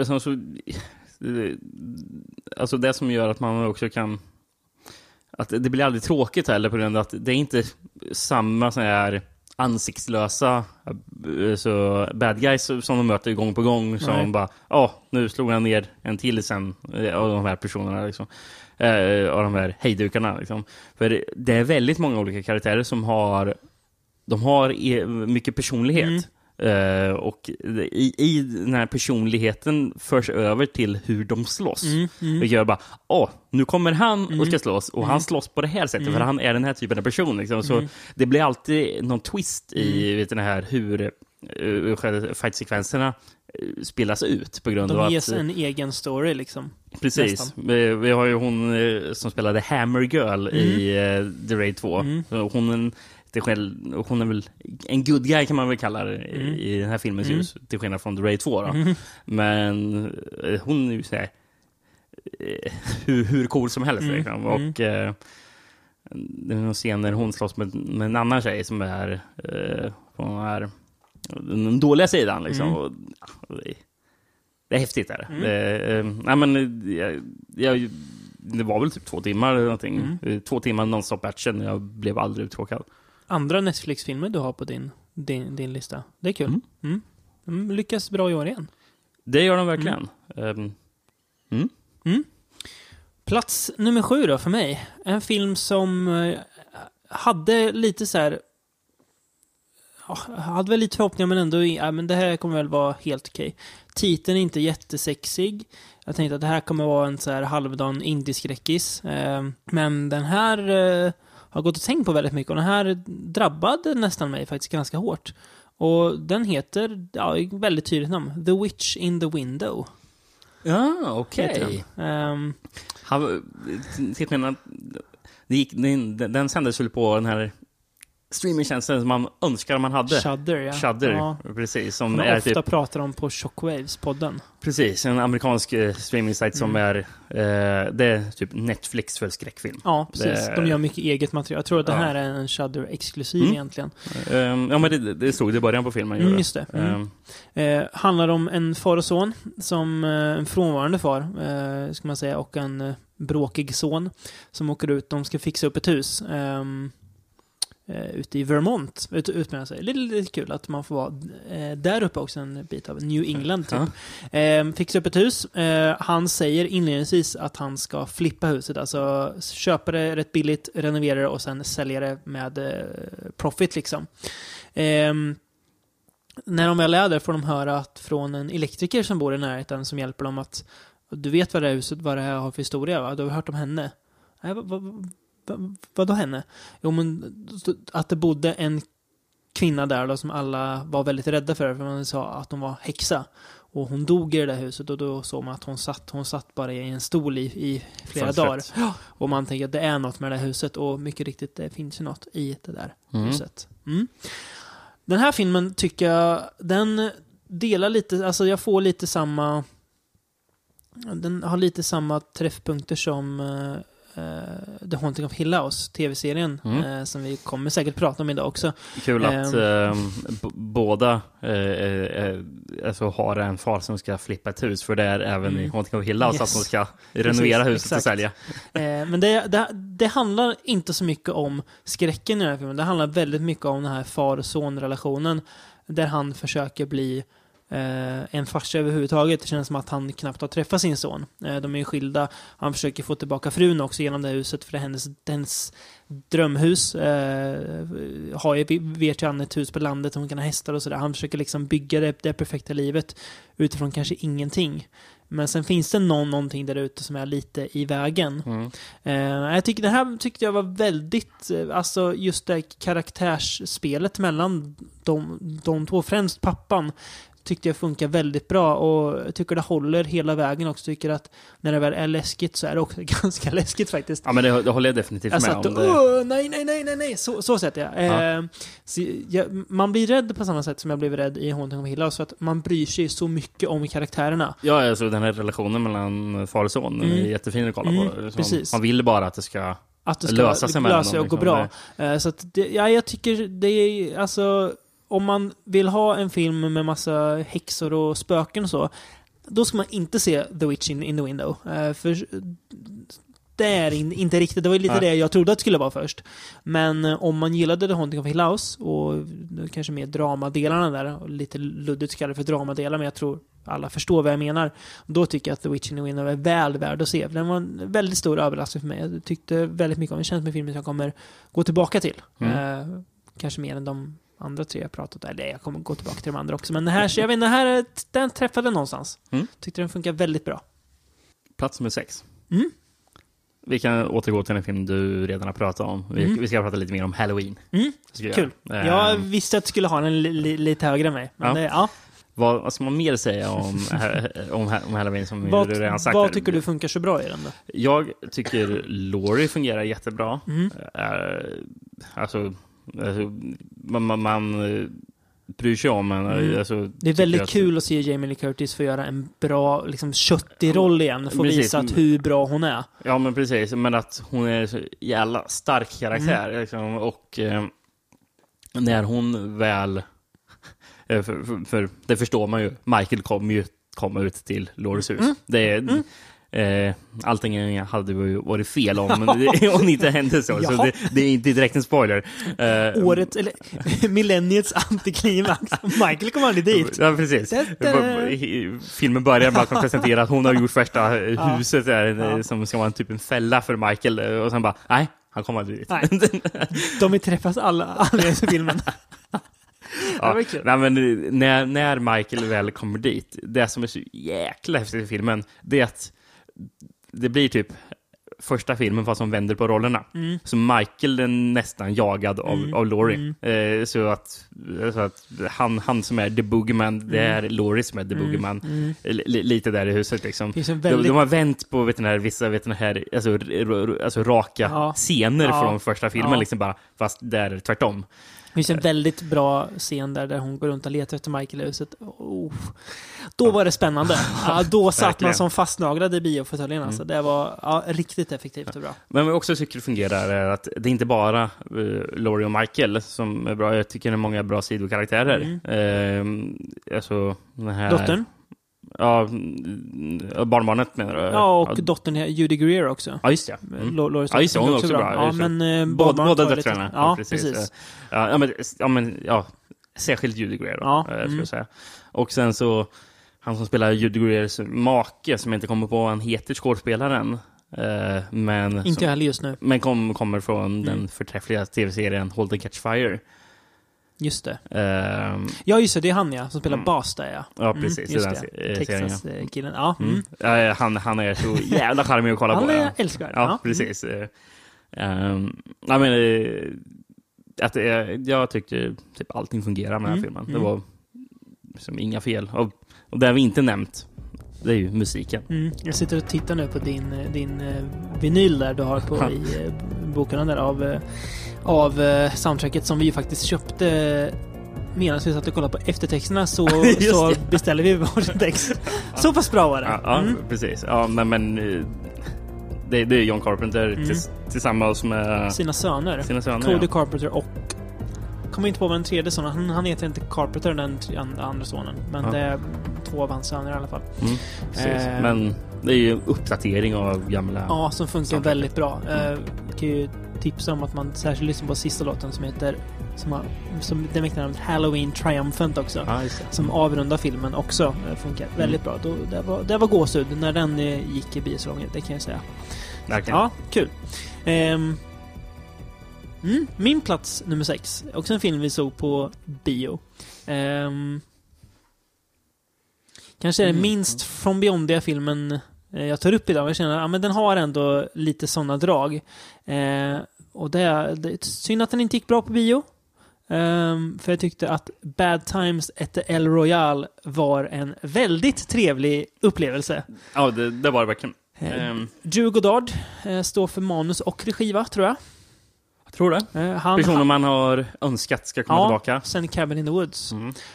alltså det som gör att man också kan att det blir aldrig tråkigt heller på grund av att det är inte samma sån här ansiktslösa så bad guys som de möter gång på gång som bara, nu slog han ner en till sen av de här personerna liksom. Av de här hejdukarna liksom. För det är väldigt många olika karaktärer som har mycket personlighet. Och i den här personligheten förs över till hur de slåss. Vi gör bara, nu kommer han och ska slåss och han slåss på det här sättet för han är den här typen av person liksom. Så det blir alltid någon twist i den här hur fight-sekvenserna spelas ut på grund av att... De ges en egen story liksom. Precis. Vi har ju hon som spelade Hammer Girl i The Raid 2. Hon är väl en good guy kan man väl kalla det i den här filmens ljus, till skillnad från The Raid 2 då. Men hon är ju så här, hur cool som helst liksom. Och det är någon scen när hon slåss med en annan tjej som är på den dåliga sidan liksom. Och det är häftigt där. Det var väl typ 2 timmar eller någonting. 2 timmar non-stop action. Jag blev aldrig uttråkad. Andra Netflix-filmer du har på din lista. Det är kul. De lyckas bra i år igen. Det gör de verkligen. Plats nummer 7 då för mig. En film som hade lite så här... hade väl lite förhoppningar men ändå... men det här kommer väl vara helt okej. Titeln är inte jättesexig. Jag tänkte att det här kommer vara en så här halvdan indieskräckis. Men den här har gått och tänkt på väldigt mycket. Och den här drabbade nästan mig faktiskt ganska hårt. Och den heter, väldigt tydligt namn, The Witch in the Window. Ja, okej. Den sändes väl på den här streamingtjänsten som man önskar man hade. Shudder, ja. Shudder, ja. precis. Som Man är ofta typ, pratar om på Shockwaves-podden. precis, en amerikansk streaming-sajt som är det är typ Netflix för skräckfilm. Ja, precis. De gör mycket eget material. Jag tror att det här är en Shudder-exklusiv egentligen. Ja, men det stod det i början på filmen. Just det. Handlar om en far och son, som en frånvarande far, ska man säga, och en bråkig son som åker ut. De ska fixa upp ett hus ute i Vermont, utmenar sig. Lite kul att man får vara där uppe också, en bit av New England typ. Fixa upp ett hus. Han säger inledningsvis att han ska flippa huset, alltså köpa det rätt billigt, renovera det och sen sälja det med profit liksom. När de väl är där får de höra att från en elektriker som bor i närheten som hjälper dem att du vet vad det här huset, vad det här har för historia, va? Du har hört om henne. Nej, vad då henne? Jo, men att det bodde en kvinna där då, som alla var väldigt rädda för man sa att hon var häxa. Och hon dog i det där huset och då såg man att hon satt bara i en stol i flera dagar. Och man tänker att det är något med det här huset, och mycket riktigt, det finns ju något i det där huset. Den här filmen tycker jag, den delar lite, alltså jag får lite samma, den har lite samma träffpunkter som The Haunting of Hill House, tv-serien, som vi kommer säkert prata om idag också. Kul att båda alltså har en far som ska flippa ett hus, för det är även i Haunting of Hill House att de ska renovera huset och sälja. Men det handlar inte så mycket om skräcken i den här filmen. Det handlar väldigt mycket om den här far- och son-relationen, där han försöker bli en farsa överhuvudtaget. Det känns som att han knappt har träffat sin son. De är ju skilda. Han försöker få tillbaka frun också genom det här huset, för det är hennes drömhus. Vet ju han ett hus på landet, hon kan ha hästar och sådär. Han försöker liksom bygga det perfekta livet utifrån kanske ingenting. Men sen finns det någonting där ute som är lite i vägen. Det här tyckte jag var väldigt, alltså just det karaktärsspelet mellan de två, främst pappan, tyckte jag funkar väldigt bra, och tycker det håller hela vägen också. Tycker att när det väl är läskigt så är det också ganska läskigt faktiskt. Ja, men det håller jag definitivt med om. Nej. Så sätter jag. Man blir rädd på samma sätt som jag blev rädd i Haunting of Hill House, så att man bryr sig så mycket om karaktärerna. Ja, alltså den här relationen mellan far och son är jättefin att kolla på. Precis. Man vill bara att det ska lösa sig mellan dem. Och gå bra. Så att jag tycker det är, alltså, om man vill ha en film med massa häxor och spöken och så, då ska man inte se The Witch in the Window. För det är inte riktigt, det var lite det jag trodde att det skulle vara först. Men om man gillade The Haunting of Hill House och kanske mer dramadelarna där, och lite luddigt kallar det för dramadelar, men jag tror alla förstår vad jag menar, då tycker jag att The Witch in the Window är väl värd att se. Den var en väldigt stor överraskning för mig. Jag tyckte väldigt mycket om den. Det känns som en film som jag kommer gå tillbaka till. Kanske mer än de andra tre jag pratat om. Eller jag kommer gå tillbaka till de andra också. Men det här, jag vet inte, den träffade någonstans. Tyckte den funkar väldigt bra. Plats nummer 6. Vi kan återgå till en film du redan har pratat om. Vi ska prata lite mer om Halloween. Kul. Jag visste att du skulle ha den lite högre än mig. Men vad ska man mer säga om Halloween som du redan sagt? Vad tycker du funkar så bra i den då? Jag tycker Laurie fungerar jättebra. Alltså man bryr sig om alltså, det är väldigt kul att se Jamie Lee Curtis få göra en bra, liksom, köttig roll igen, få visa att hur bra hon är. Ja, men precis, men att hon är så jävla stark karaktär liksom, och när hon väl för det förstår man ju, Michael kommer ju komma ut till Laures hus. Det är allting hade ju varit fel om det inte hände så. Så det är inte direkt en spoiler. Året, eller millenniets antiklimax. Michael kommer aldrig dit. Ja, precis. Filmen börjar med att man presenterar att hon har gjort första huset där, som ska vara en typ en fälla för Michael. Och sen bara, nej, han kommer aldrig dit. Nej. De vill träffas alla i filmen. Nej, men när Michael väl kommer dit, det som är så jäkla häftigt i filmen, det är att det blir typ första filmen fast som vänder på rollerna. Så Michael är nästan jagad av Laurie. Så att han som är The Boogeyman, det är Laurie som är The Boogeyman. Lite där i huset liksom. De har vänt på vissa alltså raka scener från första filmen liksom bara, fast där tvärtom. Det finns en väldigt bra scen där hon går runt och letar efter Michael i huset. Då var det spännande. Då satt man som fastnaglad i biofåtöljen. Alltså. Det var riktigt effektivt och bra. Men vad jag också tycker det fungerar är att det är inte bara Laurie och Michael som är bra. Jag tycker det är många bra sidokaraktärer. Alltså den här... Dottern? Ja, barnbarnet menar du? Ja, och dottern Judy Greer också. Ja, just det. Ja, just det, hon är också bra. Ja, men båda döttrarna. Ja, precis. Särskilt Judy Greer då, ska jag säga. Och sen så, han som spelar Judy Greers make, som inte kommer på vad han heter, skådespelaren. Men inte heller just nu. Men kommer från den förträffliga tv-serien Halt and Catch Fire. Just det. Ja, just det. Det är han, som spelar Bas där, Ja, precis. Just det. Texas-killen. Ja. Han är så jävla charmig att kolla på. Han är älskvärd. Ja, precis. Jag tyckte typ allting fungerar med den här filmen. Det var liksom inga fel. Och det har vi inte nämnt, det är ju musiken. Jag sitter och tittar nu på din vinyl där du har på i boken där av soundtracket som vi ju faktiskt köpte medan vi satt och kollade på eftertexterna så beställde vi varsin text. Så pass bra var det. Ja, precis. Ja, men det är John Carpenter tillsammans med sina söner. Cody Carpenter och kommer inte på vad den tredje sonen. Han heter inte Carpenter, den andra sonen. Men det är 2 av hans söner i alla fall. Precis. Men det är ju uppdatering av gamla... Ja, som funkar väldigt bra. Kan ju tipsa om att man särskilt lyssnar på sista låten som heter som den mäktiga namnet Halloween Triumphant också. Som avrundar filmen också. Funkar väldigt bra. Det var gåshud när den gick i biosalongen, det kan jag säga. Verkligen. Ja, kul. Min plats nummer 6. Också en film vi såg på bio. Kanske är det minst från Beyondia filmen jag tar upp idag. Jag känner att den har ändå lite sådana drag. Och det är synd att den inte gick bra på bio. För jag tyckte att Bad Times at the El Royale var en väldigt trevlig upplevelse. Ja, det var det verkligen. Drew Goddard står för manus och regi, tror jag. Jag tror det. Personer man har önskat ska komma tillbaka. Sen Cabin in the Woods.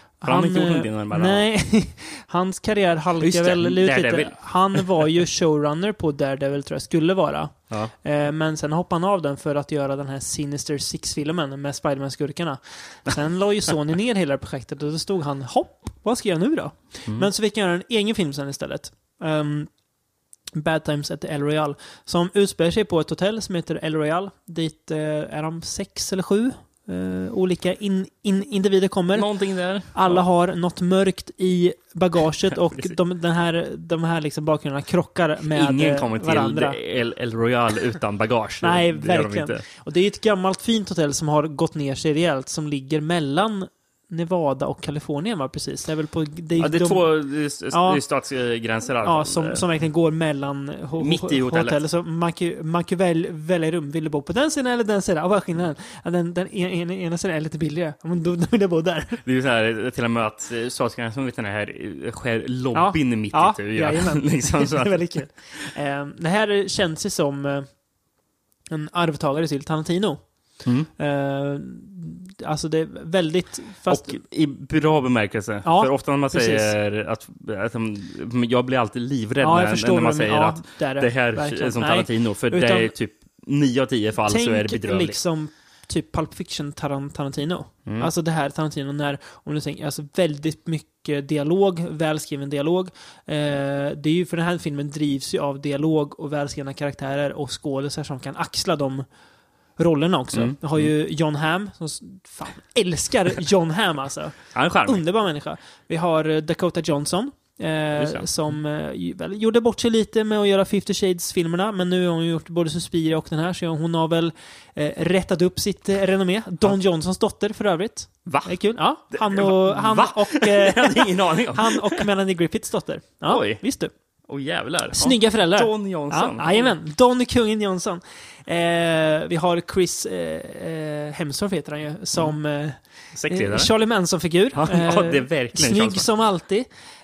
Nej, hans karriär halkar väl ut lite. Han var ju showrunner på Daredevil, tror jag skulle vara. Men sen hoppade han av den för att göra den här Sinister Six-filmen med Spider-Man-skurkarna. Sen la ju Sony ner hela projektet och då stod han, vad ska jag nu då? Men så fick han göra en egen film sen istället. Bad Times at the El Royale, som utspelar sig på ett hotell som heter El Royale. Dit är de 6 eller 7 olika individer kommer. Någonting där. Alla har något mörkt i bagaget och de här liksom bakgrunderna krockar med varandra. Ingen kommer till El Royale utan bagage. Nej, verkligen. Och det är ett gammalt fint hotell som har gått ner sig rejält, som ligger mellan Nevada och Kalifornien, var precis. Det är väl på det är två statsgränser alltså. Ja, som verkligen går mellan mitt i hotellet. Så man kan välja rum. Vill du bo på den sidan eller den sidan? Vad är skillnaden? Den ena sidan är lite billigare. Men då vill jag bo där. Det är ju så här till och med att statsgränsen vet den här skär lobbyn mitt i tur. Liksom, så. Det är väldigt kul. Det här känns ju som en arvtagare till Tarantino. Alltså det är väldigt fast... Och i bra bemärkelse. För ofta när man säger att jag blir alltid livrädd när man säger att det här är som Tarantino. För det är typ 9 av 10 fall så är det bedrövligt. Liksom typ Pulp Fiction Tarantino. Alltså det här Tarantino när, om du tänker, alltså väldigt mycket dialog, välskriven dialog. Det är ju, för den här filmen drivs ju av dialog och välskrivna karaktärer och skådespelare som kan axla de rollerna också. Jag har ju John Hamm som älskar John Hamm alltså. Underbar människa. Vi har Dakota Johnson som väl gjorde bort sig lite med att göra 50 Shades-filmerna, men nu har hon gjort både Suspiria och den här, så hon har väl rättat upp sitt renommé. Don Johnsons dotter för övrigt. Va? Det är kul. Ja, han och Melanie Griffiths dotter. Ja, visst du. Jävlar. Snygga föräldrar. Don Johnson. Ja, jajamän. Don Kungen Johnson. Vi har Chris Hemsworth heter han ju, som Charlie Manson-figur. Ja, det är verkligen snygg som alltid.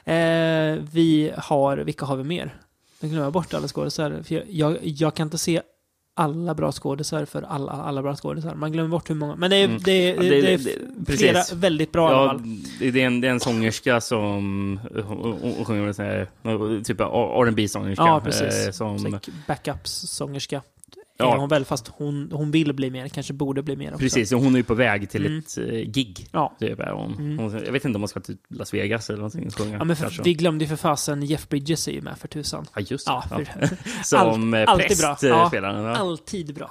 Vilka har vi mer? Jag glömmer bort alla skådespelare. För jag kan inte se alla bra skådespelare för alla bra skådespelare. Man glömmer bort hur många. Men det är flera väldigt bra i alla fall. Det är en sångerska som sjunger så här, typ R&B-sångerska. Ja, precis. Som backup-sångerska. Hon väl, fast hon vill bli mer, kanske borde bli mer också. Precis, hon är ju på väg till ett gig. Ja. Typ. Jag vet inte om man ska till Las Vegas eller någonting. Ja, men vi glömde ju för fasen Jeff Bridges är ju med för tusan. Ja, just det. Som alltid bra. Prästspelaren. Alltid bra.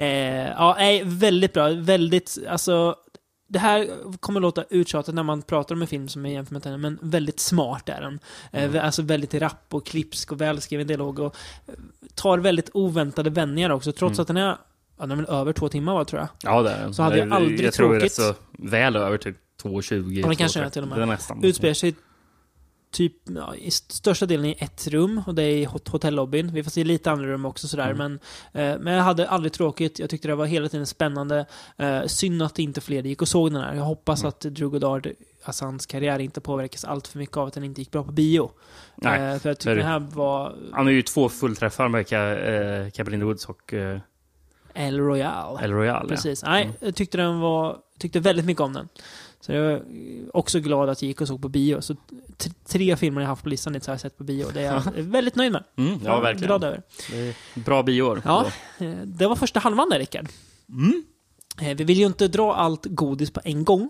Väldigt bra. Väldigt, alltså... Det här kommer låta uttjatat när man pratar om en film som är jämfört med den, men väldigt smart är den. Alltså väldigt rapp och klipsk och välskriven dialog och tar väldigt oväntade vändningar också, trots att den är över 2 timmar, tror jag. Ja, det är. Så hade jag aldrig jag tror det är så väl över typ 2:20. Ja, det kanske är till och med. Det är nästan. Utspelar sig typ i största delen i ett rum, och det är i hotellobbyn. Vi får se lite andra rum också sådär, men jag hade aldrig tråkigt. Jag tyckte det var hela tiden spännande. Synd att inte fler gick och såg den här. Jag hoppas att Drew Goddard, alltså hans karriär, inte påverkas allt för mycket av att den inte gick bra på bio. Nej, för jag tyckte det här var... Han har ju 2 fullträffar med Cabin in the Woods och El Royale. Precis. Ja. Nej, jag tyckte väldigt mycket om den. Så jag är också glad att jag gick och såg på bio. Så 3 filmer jag haft på listan har jag sett på bio. Det är jag väldigt nöjd med. Ja, verkligen. Glad över. Bra bioår. Ja, det var första halvan där, Rickard. Vi vill ju inte dra allt godis på en gång.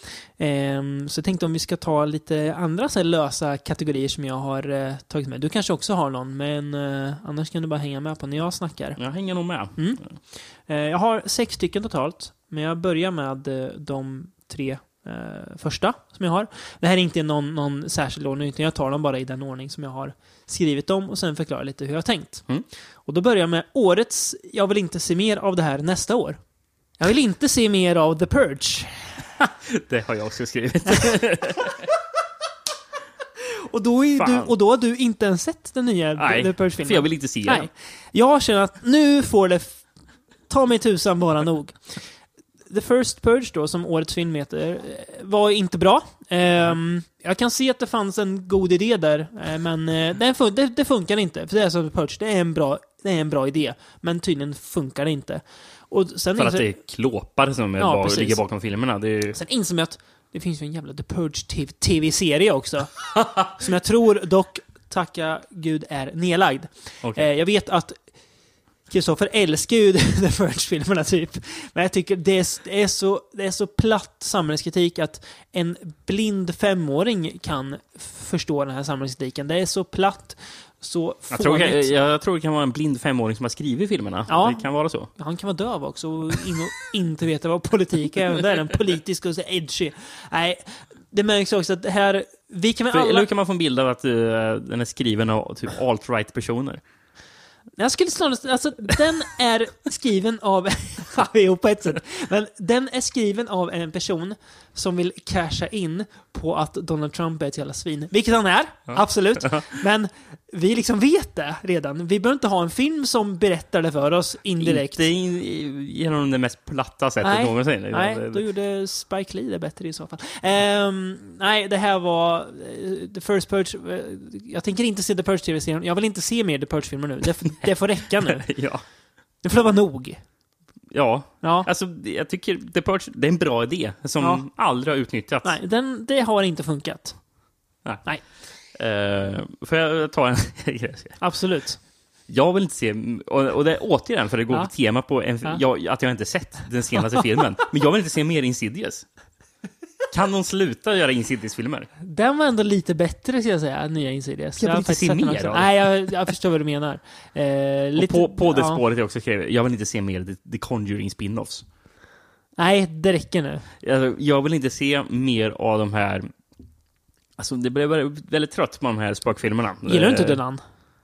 Så jag tänkte om vi ska ta lite andra så här lösa kategorier som jag har tagit med. Du kanske också har någon, men annars kan du bara hänga med på när jag snackar. Jag hänger nog med. Jag har 6 stycken totalt, men jag börjar med de 3 första som jag har. Det här är inte någon särskild ordning, utan jag tar dem bara i den ordning som jag har skrivit dem och sen förklarar lite hur jag har tänkt. Och då börjar jag med årets. Jag vill inte se mer av det här nästa år. Jag vill inte se mer av The Purge. Det har jag också skrivit. Och då har du inte ens sett den nya The Purge-filmen. För jag vill inte se den. Jag känner att nu får det ta mig tusan bara nog. The First Purge då, som årets film heter, var inte bra. Jag kan se att det fanns en god idé där, men det funkar inte. För det är så Purge, det är en bra idé, men tydligen funkar det inte. Och sen för att det är klåpar som ligger bakom filmerna. Sen insåg jag att det finns ju en jävla The Purge TV-serie också. Som jag tror dock, tacka Gud, är nedlagd. Okay. Jag vet att Kristoffer älskar ju The Purge-filmerna typ. Men jag tycker det är så platt samhällskritik att en blind 5-åring kan förstå den här samhällskritiken. Det är så platt, så fånigt. Jag tror det kan vara en blind 5-åring som har skrivit filmerna. Ja, det kan vara så. Han kan vara döv också och inte veta vad politik är. Det är den politiska och så edgy. Nej, det märks också att det här... Eller kan man få en bild av att den är skriven av typ alt-right-personer? Jag skulle snarare, alltså den är skriven av på ett sätt, men den är skriven av en person som vill casha in på att Donald Trump är ett jävla svin, vilket han är, absolut, men vi liksom vet det redan. Vi behöver inte ha en film som berättar det för oss indirekt. Det är genom det mest platta sättet någonsin. Nej, då gjorde Spike Lee det bättre i så fall. Nej, det här var The First Purge. Jag tänker inte se The Purge TV-serien. Jag vill inte se mer The Purge-filmer nu. Det får räcka nu. Ja. Det får vara nog. Ja. Alltså, jag tycker The Purge, det är en bra idé som aldrig har utnyttjats. Nej, det har inte funkat. Nej. Får jag ta en grej? Absolut. Jag vill inte se, och det är återigen för det går på tema på att jag inte sett den senaste filmen, men jag vill inte se mer Insidious. Kan de sluta göra Insidious-filmer? Den var ändå lite bättre, ska jag säga, nya Insidious. Jag vill inte se mer av det. Nej, jag förstår vad du menar. Och på det spåret jag också skrev, jag vill inte se mer The Conjuring spin-offs. Nej, det räcker nu. Jag vill inte se mer av de här... Alltså, det blev väldigt trött på de här spökfilmerna. Gillar du inte den namn?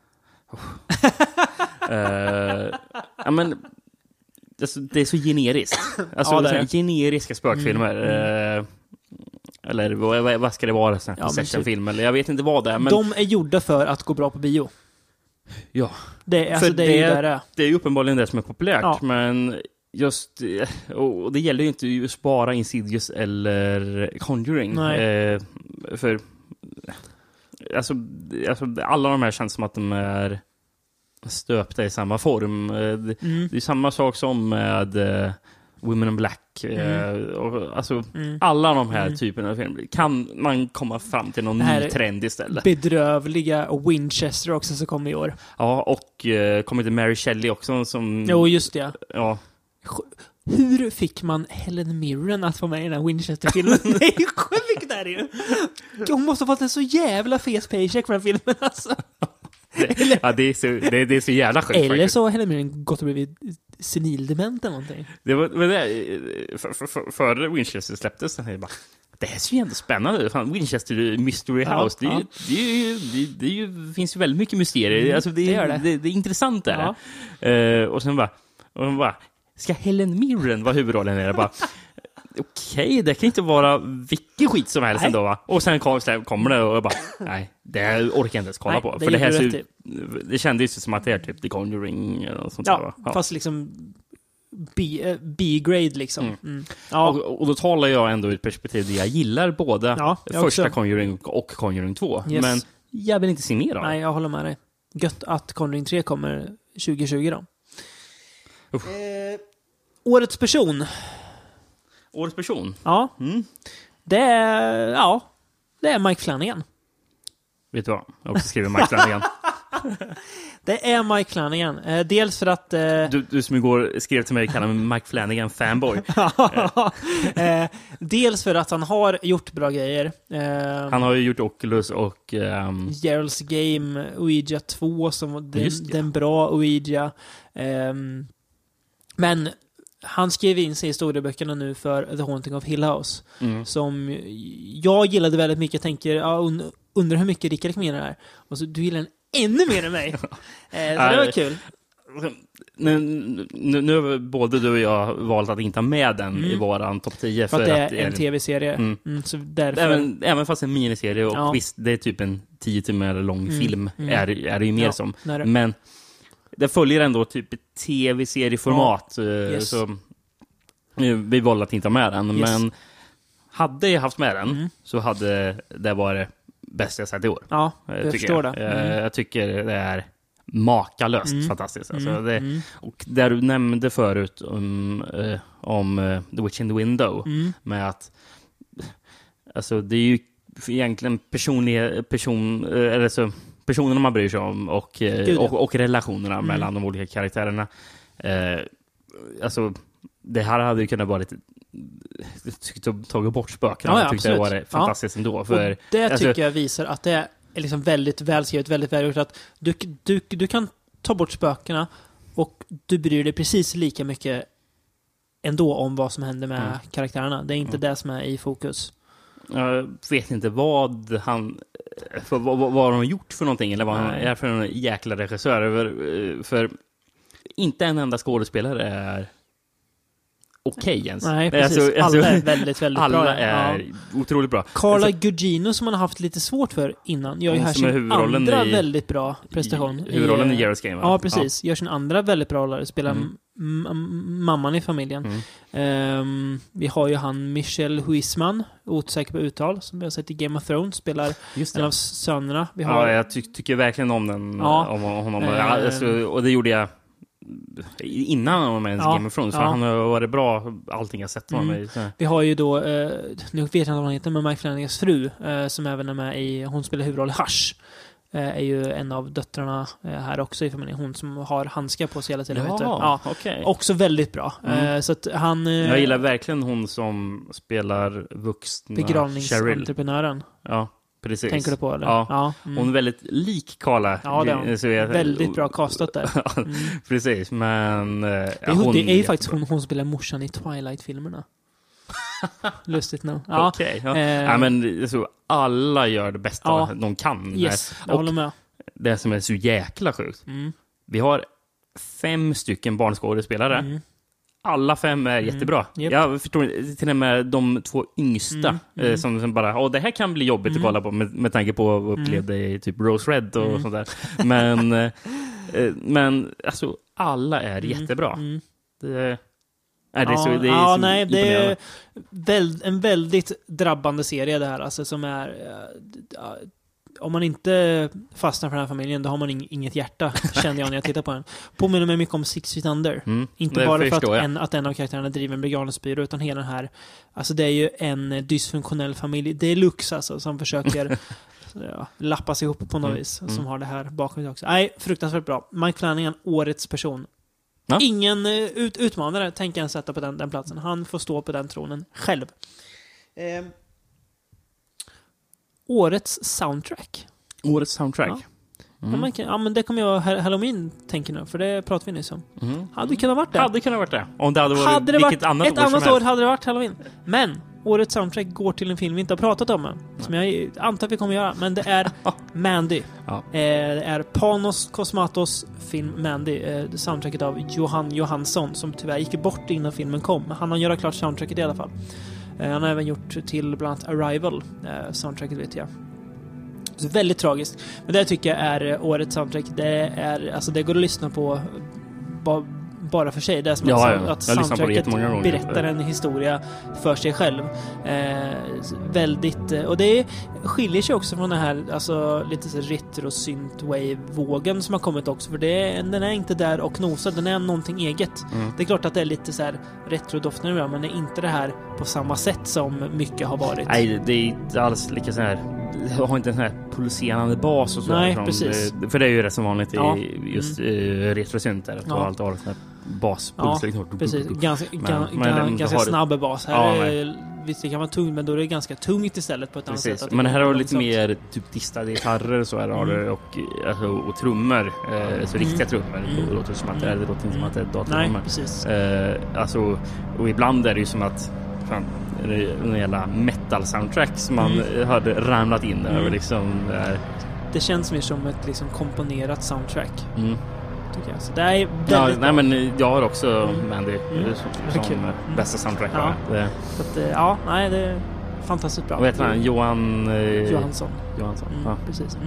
Ja, men... Alltså, det är så generiskt. Alltså, generiska spökfilmer. Eller vad ska det vara? En possession-film? Eller jag vet inte vad det är. Men... De är gjorda för att gå bra på bio. Ja. Det är ju uppenbarligen det som är populärt. Ja. Men just... Och det gäller ju inte just bara Insidious eller Conjuring. Nej. För... Alltså, alla de här känns som att de är stöpta i samma form. Det är samma sak som med Women in Black. Alla de här typerna av filmer. Kan man komma fram till någon ny trend istället? Bedrövliga Winchester också som kommer i år. Ja, och kommer till Mary Shelley också. Som, jo, just det. Ja. Hur fick man Helen Mirren att vara med i den här Winchester-filmen? Det är ju sjukt där ju. Hon måste ha fått en så jävla fet paycheck för den filmen alltså. Det är så jävla sjukt. Eller faktiskt. så har Helen Mirren gått och blivit senildement eller någonting. Det var för Winchester släpptes den här bara. Det här ser ju ändå spännande. Fan, Winchester Mystery House. Det finns ju väldigt mycket mysterier. Alltså det är intressant där. Ja. Och sen bara ska Helen Mirren vara huvudrollen i det? Bara, okej, det kan inte vara vilken skit som helst ändå, va? Och sen kommer det och bara, nej, det orkar jag inte ens kolla på. För det kändes ju som att det är typ The Conjuring och sånt där, va? Ja. Fast liksom B-grade liksom. Ja. Och då talar jag ändå ur ett perspektiv där jag gillar båda första också. Conjuring och Conjuring 2. Yes. Men jag vill inte se mer av. Nej, jag håller med dig. Gött att Conjuring 3 kommer 2020 då. Årets person. Årets person? Ja. Det är Mike Flanagan. Vet du vad? Jag har också skrivit Mike Flanagan. Det är Mike Flanagan. Dels för att... Du som igår skrev till mig och kallade mig Mike Flanagan fanboy. Dels för att han har gjort bra grejer. Han har ju gjort Oculus och... Gerald's Game, Ouija 2 som den bra Ouija. Men han skrev in sig i historieböckerna nu för The Haunting of Hill House. Som jag gillade väldigt mycket. Jag tänker, undrar hur mycket Rickard rekommenderar det här. Och så, du gillar den ännu mer än mig. Så det var kul. Nu har både du och jag valt att inte ha med den i våran topp 10. För att det är en tv-serie. Så därför... även fast en miniserie. Och visst, det är typ en 10 timmar lång film. Är det ju mer som. Men det följer ändå typ ett tv-serieformat. Yes. Så vi valde att inte ha med den. Yes. Men hade jag haft med den så hade det varit bäst jag sett i år. Ja, jag förstår det. Jag tycker det är makalöst fantastiskt. Alltså och där du nämnde förut om The Witch in the Window med att alltså det är ju egentligen personerna man bryr sig om och relationerna mellan de olika karaktärerna. Alltså det här hade ju kunnat vara lite tagit bort spöken. Jag tyckte det var fantastiskt ändå. För, och det tycker jag visar att det är liksom väldigt välskrivet, väldigt välgjort. Att du kan ta bort spökena och du bryr dig precis lika mycket ändå om vad som händer med karaktärerna. Det är inte det som är i fokus. Jag vet inte vad de har gjort för någonting eller vad han är för en jäkla regissör. För inte en enda skådespelare är okej ens. Nej, precis. Alla är väldigt, väldigt alla bra. Alla är otroligt bra. Carla Gugino som man har haft lite svårt för innan gör ju här sin andra väldigt bra prestation. Huvudrollen i Gerald's Game. Ja, precis. Gör sin andra väldigt bra roll. Spelar mamman i familjen. Vi har ju han Michel Huisman, osäker på uttal, som vi har sett i Game of Thrones, spelar en av sönerna. Vi har... Ja, jag tycker verkligen om den. Om honom. Och det gjorde jag innan han var med i Game of Thrones. För han har varit bra allting jag sett honom i. Vi har ju då, nu vet jag inte vad han heter, men Mike Flanagans fru, som även är med i, hon spelar huvudroll i Hush. Är ju en av döttrarna här också i familjen. Hon som har handskar på sig hela tiden. Okay. Också väldigt bra. Så att han... jag gillar verkligen hon som spelar vuxna begravningsentreprenören. Ja, precis. Tänker du på eller? Ja. Hon är väldigt lik Carla. Ja, det är väldigt bra castat där. Precis, men... det är ju faktiskt hon spelar morsan i Twilight-filmerna. Lustigt nog. Okej. Men så alla gör det bästa de kan. Yes, jag håller med. Det som är så jäkla sjukt. Vi har 5 stycken barnskådespelare. alla 5 är jättebra. Yep. Jag förstår till och med de 2 yngsta som bara, det här kan bli jobbigt att kolla på med tanke på vad upplevde i typ Rose Red och sånt där. Men alltså, alla är jättebra. Det är en väldigt drabbande serie det här, alltså, som är om man inte fastnar för den här familjen, då har man inget hjärta, kände jag när jag tittar på den. Påminner mig mycket om Six Feet Under. Inte bara för att en av karaktärerna driver en begravningsbyrå, utan hela den här, alltså det är ju en dysfunktionell familj. Det är Lux alltså, som försöker lappas ihop på något vis, som har det här bakom också. Nej, fruktansvärt bra. Mike Flanagan, årets person. Ja. Ingen utmanare tänker jag sätta på den platsen. Han får stå på den tronen själv. Årets soundtrack. Årets soundtrack? Ja, men det kommer jag Halloween tänker nu, för det pratar vi nyss om. Hade kunnat varit det. Hade kunnat varit det. Om det hade varit vilket annat ett annat år hade det varit Halloween. Men årets soundtrack går till en film vi inte har pratat om än, som jag antar att vi kommer göra, men det är Mandy. Det är Panos Cosmatos film Mandy, soundtracket av Johan Johansson, som tyvärr gick bort innan filmen kom. Han har gjort klart soundtracket i alla fall. Han har även gjort till bland annat Arrival, soundtracket vet jag. Så väldigt tragiskt. Men det tycker jag är årets soundtrack. Det går att lyssna på bara för sig. Det är som att soundtracket berättar en historia för sig själv. Väldigt, och det skiljer sig också från den här, alltså, lite så retro-synthwave-vågen som har kommit också, för den är inte där och nosar, den är någonting eget. Det är klart att det är lite så här retro-doftande, men det är inte det här på samma sätt som mycket har varit. Nej, det är inte alls lika så här. Jag har inte en sån här pulserande bas och så. Nej, precis. För det är ju rätt som vanligt i just retrosynter och allt har sån här baspuls. Precis. Ganska snabb bas. Visst, det kan vara tungt, men då är det ganska tungt istället på ett annat sätt. Men här har du lite mer typ distade gitarrer och så här har du, och trummor, så riktiga trummor. Det låter som att det låter inte som att det är datortrummor. Nej, precis. Alltså, och ibland är det ju som att en jävla metal-soundtrack som man hade ramlat in över liksom. Det känns mer som ett liksom komponerat soundtrack. Tycker jag. Så det är väldigt nej, men jag har också Mandy som bästa soundtrack. Det är fantastiskt bra. Vad heter han? Johansson. Precis.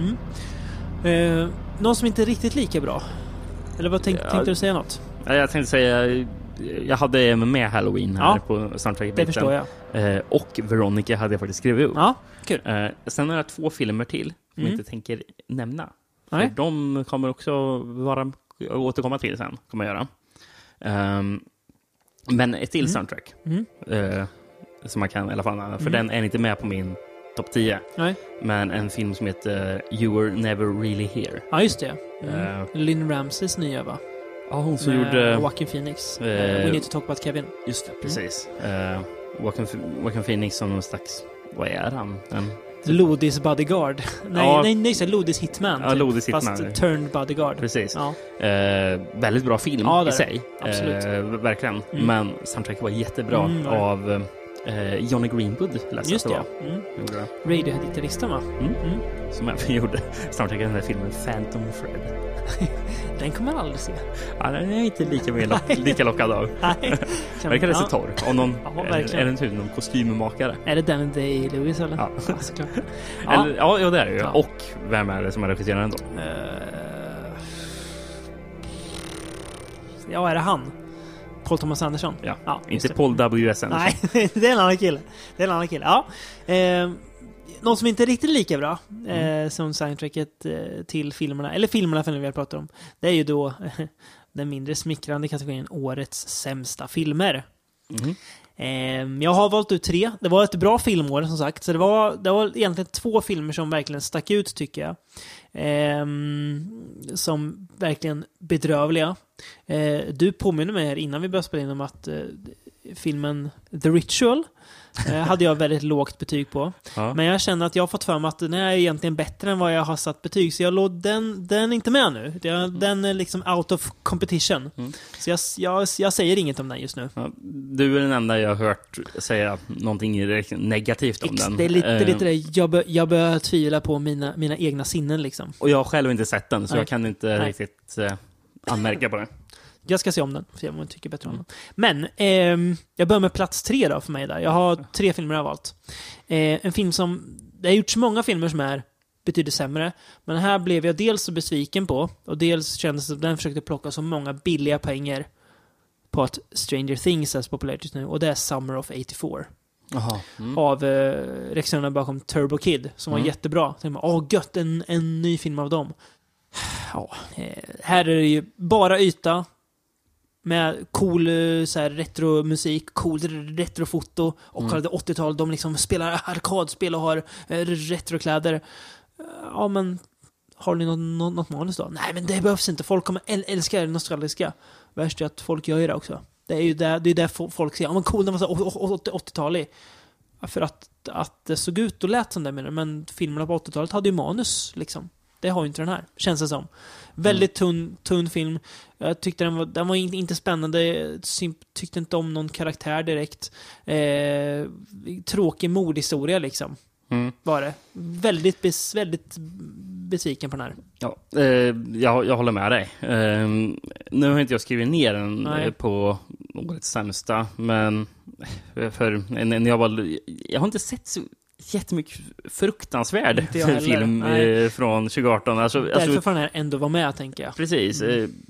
Någon som inte är riktigt lika bra. Eller vad tänkte du säga något? Jag tänkte säga, jag hade med Halloween här på soundtracket. Det förstår jag. Och Veronica hade jag faktiskt skrivit upp. Ja, kul. Sen har jag 2 filmer till som jag inte tänker nämna. För de kommer också återkomma till sen, kommer jag göra. Men ett till soundtrack. Som man kan i alla fall, för den är inte med på min topp 10. Nej. Men en film som heter You Were Never Really Here. Ja, just det. Lynn Ramseys nya, va? Ja, hon som gjorde Joaquin Phoenix. We Need to Talk About Kevin. Just det, precis. Joaquin Phoenix som någon slags, vad är han? Lodis bodyguard. Nej, så Lodis hitman. Ja, Lodis hitman. Fast turned bodyguard. Precis. Ja. Väldigt bra film i sig. Absolut. Verkligen. Men soundtracket var jättebra av Johnny Greenwood. Just det. Radiohead-gitarristen, va? Som även gjorde soundtracket i den här filmen Phantom Fred. Den kommer man aldrig se. Ja, den är inte lika lockad av. Nej. Verkar det så torr. Och är det någon kostymmakare? Är det Danny Day-Lewis eller? Ja, såklart. Ja, det är det ju. Ja. Och vem är det som är regisseraren då? Är det han? Paul Thomas Anderson? Ja, inte Paul W.S. Anderson. Nej, det är en annan kille. Ja. Något som inte är riktigt lika bra som soundtracket till filmerna, eller filmerna för nu vi har pratat om, det är ju då den mindre smickrande kategorin årets sämsta filmer. Jag har valt ut 3. Det var ett bra filmår som sagt, så det var egentligen 2 filmer som verkligen stack ut, tycker jag. Som verkligen bedrövliga. Du påminner mig här innan vi började spela in om att filmen The Ritual hade jag väldigt lågt betyg på. Ja. Men jag känner att jag har fått för mig att den är egentligen bättre än vad jag har satt betyg. Så jag låt den inte med nu. Den är liksom out of competition. Så jag säger inget om den just nu. Ja, du är den enda jag har hört säga någonting negativt om den. Det är lite det. Jag börjar tvivla på mina egna sinnen liksom. Och jag har själv inte sett den, så jag kan inte riktigt anmärka på det. Jag ska se om den, se om jag tycker bättre om den. Men jag börjar med plats 3 då för mig där. Jag har 3 filmer jag har valt. En film som, det har gjorts många filmer som är betydligt sämre, men här blev jag dels så besviken på, och dels kändes det att den försökte plocka så många billiga pengar på att Stranger Things är så populärt just nu, och det är Summer of 84. Aha. Av regissörerna bakom Turbo Kid, som var jättebra. Gött, en ny film av dem. Ja, här är det ju bara yta med cool så här, retromusik, cool retrofoto och kallade 80-tal. De liksom spelar arkadspel och har retrokläder. Ja, men har ni något manus då? Nej, men det behövs inte. Folk kommer älska det nostalgiska. Värst är att folk gör det också. Det är ju där folk säger, ja men cool, den var så 80-talig. För att det såg ut och lät som det, men filmerna på 80-talet hade ju manus liksom. Det har ju inte den här, känns det som. Väldigt tunn film. Jag tyckte den var inte spännande. Tyckte inte om någon karaktär direkt. Tråkig mordhistoria liksom. Var det. Väldigt besviken på den här. Ja, jag håller med dig. Nu har inte jag skrivit ner den på årets sämsta, men när jag har inte sett så jättemycket fruktansvärd film från 2018. Därför får den här ändå vara med, tänker jag. Precis.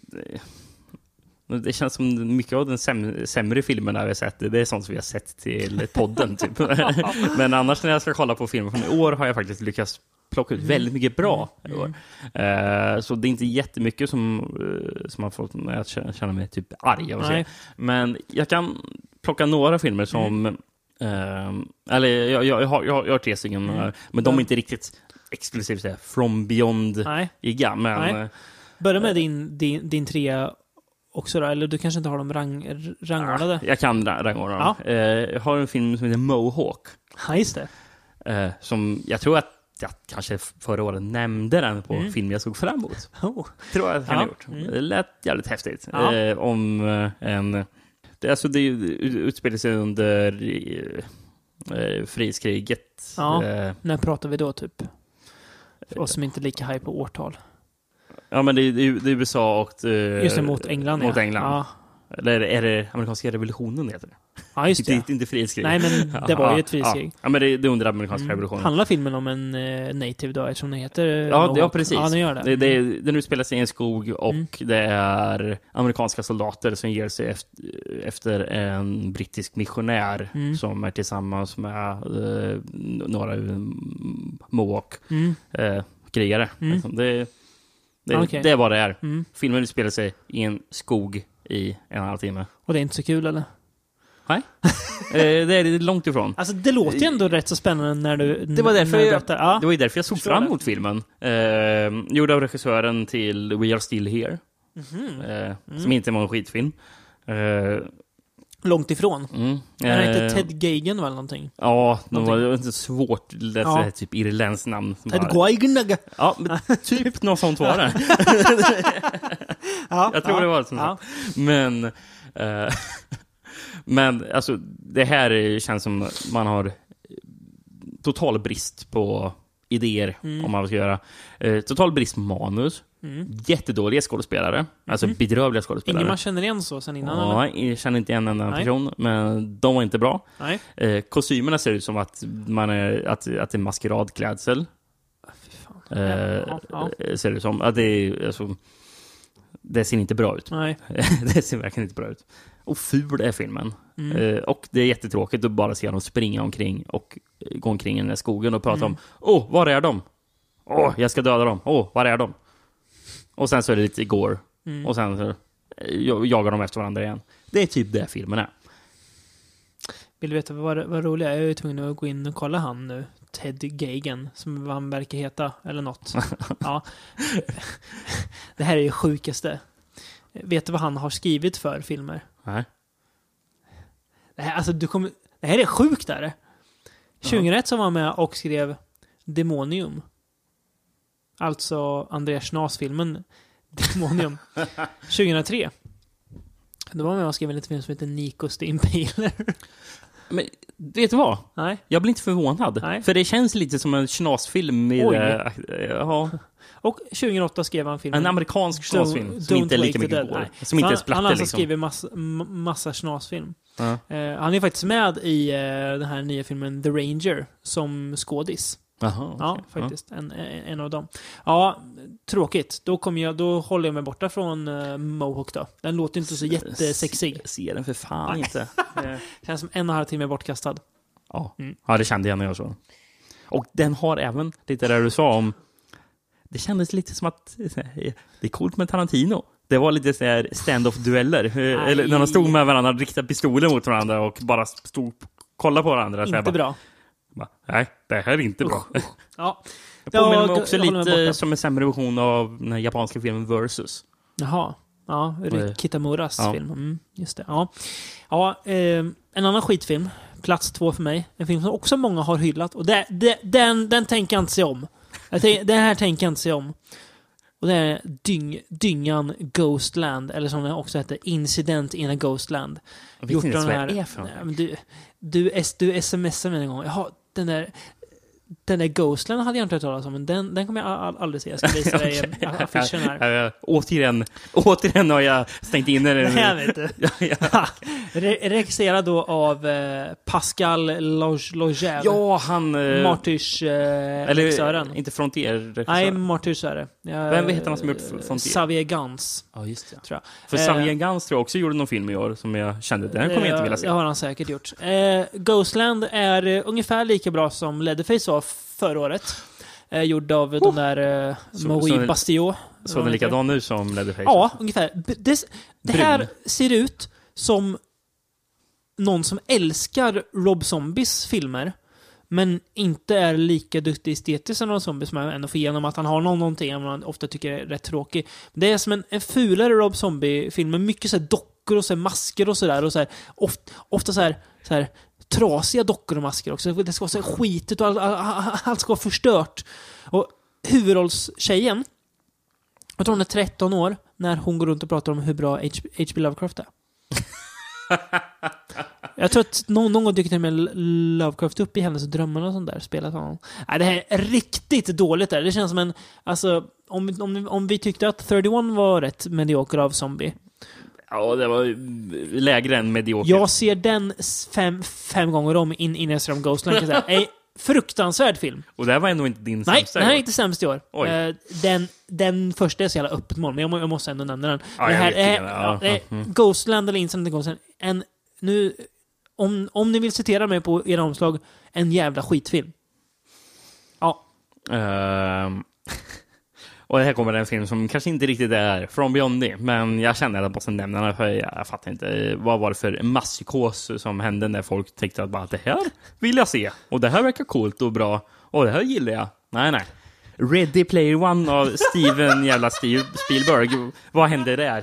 Det känns som mycket av den sämre filmerna vi har sett. Det är sånt som vi har sett till podden typ. Men annars när jag ska kolla på filmer från i år har jag faktiskt lyckats plocka ut väldigt mycket bra i år. Så det är inte jättemycket som har fått mig att känna mig typ arg av att se. Men jag kan plocka några filmer som eller jag har 3 stycken, men de är inte riktigt exklusivt from beyond-iga. Men börja med din 3 också då, eller du kanske inte har dem rangordnade? Jag kan rangordna dem. Jag har en film som heter Mohawk. Ja, just det. Som jag tror att jag kanske förra året nämnde den på film jag såg fram emot. Tror jag att jag har gjort. Det lät jävligt häftigt. Om en... Det utspelar sig under frihetskriget. När pratar vi då typ? För oss som inte är lika high på årtal. Ja, men det är USA och... just det, mot England. Mot England. Ja. Eller är det amerikanska revolutionen heter det? Ja, just det. Inte frihetskrig. Nej, men det var ju ett frihetskrig. Ja, men det är under amerikanska revolutionen. Handlar filmen om en native då, eftersom den heter... Ja, precis. Ja, den gör det. Den utspelar sig i en skog och det är amerikanska soldater som ger sig efter en brittisk missionär som är tillsammans med några Mohawk-krigare. Det är vad det är. Filmen utspelar sig i en skog i 1,5 timme. Och det är inte så kul, eller? Nej. Det är långt ifrån. Alltså, det låter ju ändå rätt så spännande när du... Det var därför jag såg fram emot filmen. Gjord av regissören till We Are Still Here. Som inte var en skitfilm. Långt ifrån. Är det inte Ted Gagan eller någonting? Ja, det var inte svårt. Det är typ irländskt namn. Ted Gagan. Ja, men typ något sånt var det. Jag tror det var sånt. Men alltså, det här känns som man har total brist på idéer om man ska göra. Total brist på manus. Jättedåliga skådespelare. Alltså bedrövliga skådespelare. Ingen man känner igen så sen innan? Ja, jag känner inte igen en person. Men de var inte bra. Kostymerna ser ut som att att det är maskeradklädsel. Ser det som. Att det är, alltså, det ser inte bra ut. Nej. Det ser verkligen inte bra ut. Och ful är filmen. Och det är jättetråkigt att bara se dem springa omkring och gå omkring i den här skogen och prata om var är de? Jag ska döda dem. Var är de? Och sen så är det lite gore. Och sen så jagar de efter varandra igen. Det är typ det filmen är. Vill du veta vad roligt är? Jag är ju tvungen att gå in och kolla han nu. Ted Gagan, som han verkar heta. Eller något. Ja. Det här är det sjukaste. Vet du vad han har skrivit för filmer? Nej. Det här är sjukt där. 2001 som var med och skrev Demonium. Alltså Andreas Schnaas-filmen Demonium. 2003. Då var med och skrev en liten film som heter Nikos the Impaler. Men vet du vad? Nej. Jag blir inte förvånad. Nej. För det känns lite som en Schnaas-film. Och 2008 skrev han filmen... En amerikansk snasfilm som inte är lika mycket går. Som inte är splatter, han alltså liksom. skriver massa snasfilm. Ja. Han är faktiskt med i den här nya filmen The Ranger som skådis. Jaha, ja, okay. faktiskt. En av dem. Ja, tråkigt. Då håller jag mig borta från Mohawk då. Den låter inte så jättesexig. Ser den för fan inte. Känns som 1,5 timme bortkastad. Ja. Ja, det kände jag när jag såg. Och den har även lite där du sa om... Det kändes lite som att det är coolt med Tarantino. Det var lite så här stand-off-dueller. Eller när de stod med varandra, riktade pistoler mot varandra och bara stod och kollade på varandra. Inte så bra. Nej, det här är inte bra. Ja. Jag påminner mig också lite som en sämre version av den här japanska filmen Versus. Jaha. Ja, Kitamuras film. Just det. Ja, en annan skitfilm. Plats 2 för mig. En film som också många har hyllat. Och den tänker jag inte se om. Den här tänker jag inte se om. Och det är dyngan Ghostland. Eller som den också heter, Incident in a Ghostland. Jag vet inte vad det är för något. Du smsade mig en gång. Jaha, den där Ghostland hade jag inte hört talas om, men den kommer jag aldrig se. Jag ska visa dig affischen här. Återigen har jag stängt in den. Nej, vet du. Regisserad då av Pascal Laugier. Ja, han... Martyrs-regissören. Inte Frontier-regissören. Nej, Martyrs är det. Vem vet han som gjort Frontier? Xavier Gans. Ja, just det. Tror jag. För Xavier Gans tror jag också gjorde någon film i år som jag kände. Den kommer jag inte vilja se. Det har han säkert gjort. Ghostland är ungefär lika bra som Leatherface var förra året. Gjord av de där Maurice Bastillot. Så den likadan nu som Leatherface? Ja, ungefär. Det här ser ut som någon som älskar Rob Zombies filmer, men inte är lika duktig estetiskt som Rob Zombies, men ändå får igenom att han har någonting man ofta tycker är rätt tråkig. Det är som en fulare Rob Zombie-film med mycket så här dockor och så här masker och sådär. Och så här, ofta så här trasiga dockor och masker också. Det ska vara så skitigt och allt ska vara förstört. Och huvudrollstjejen, jag tror hon är 13 år när hon går runt och pratar om hur bra H.P. Lovecraft är. Jag tror att någon gång dyker med Lovecraft upp i hennes drömmar och sånt där, spelat honom. Nej, det här är riktigt dåligt där. Det känns som en, alltså, om vi tyckte att 31 var rätt medioker av zombie. Ja, det var lägre än medioker. Jag ser den fem gånger om innan jag ser om Ghostland. Fruktansvärd film. Och det här var ändå inte din sämsta. Nej, den här är inte sämst i år. Den första är så jävla öppet mål, men jag måste ändå nämna den. Ja, det här är Ghostland eller Incident in Ghostland. Nu, om ni vill citera mig på era omslag, en jävla skitfilm. Ja. Och det här kommer en film som kanske inte riktigt är From Beyond det, men jag känner att jag måste nämna den, för jag fattar inte vad var det för masspsykos som hände när folk tänkte att bara, det här vill jag se, och det här verkar coolt och bra, och det här gillar jag. Nej. Ready Player One av Steve Spielberg. Vad hände där?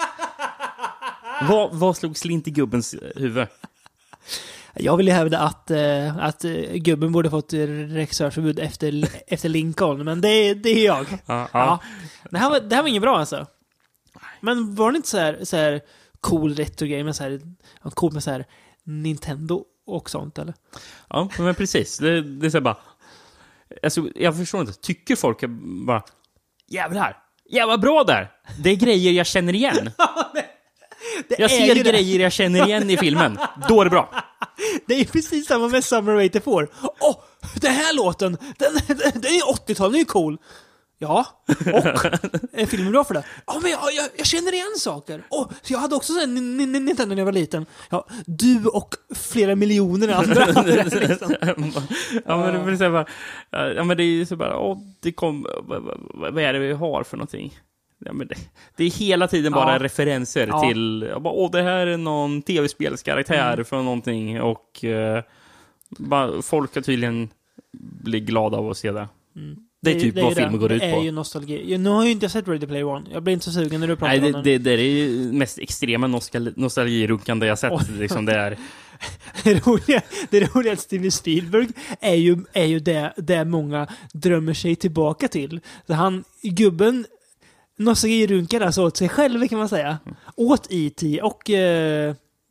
Vad slog slint i gubbens huvud? Jag vill ju hävda att gubben borde fått regissörsförbud efter Lincoln, men det är jag. Ja. Det här var inget bra alltså. Men var det inte så här cool retro-game med så här cool med så här Nintendo och sånt, eller? Ja, men precis. Det är så bara, alltså, jag förstår inte. Tycker folk bara, jävla bra där. Det är grejer jag känner igen. Jag ser grejer jag känner igen i filmen. Då är det bra. Det är precis samma med Summer 84. Den här låten, den är 80-tal, den är cool. Ja, och är filmen bra för det? Ja, men jag känner igen saker. Så jag hade också en Nintendo när jag var liten. Ja, du och flera miljoner andra. Liksom. Ja, men det är så bara, ja, men det är så bara, det kom, vad är det vi har för någonting? Ja, men det är hela tiden bara referenser till, det här är någon tv-spelskaraktär från någonting, och folk har tydligen blir glada av att se det. Det är typ vad filmen går ut på. Det är ju nostalgi. Nu har ju inte sett Ready Player One. Jag blir inte så sugen när du pratar om den. Det är ju mest extrema nostalgirunkande jag sett. Liksom det är. Det roliga att Steven Spielberg är ju det många drömmer sig tillbaka till. Så gubben nostalgirunkar alltså åt sig själv, kan man säga. Åt E.T. och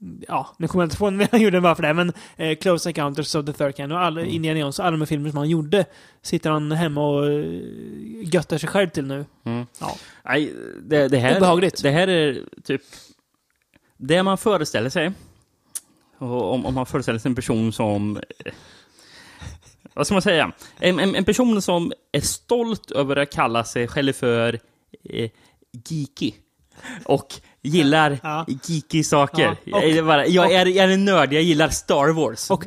ja, nu kommer jag inte på när han gjorde den bara för det, men Close Encounters of the Third Kind och alla Indiana Jones och alla de filmer som han gjorde sitter han hemma och göttar sig själv till nu. Ja. Nej, det här, obehagligt. Det här är typ det man föreställer sig. Och om man föreställer sig en person som vad ska man säga? En person som är stolt över att kalla sig själv för geeky och gillar geeky saker. Jag är en nörd, jag gillar Star Wars. Och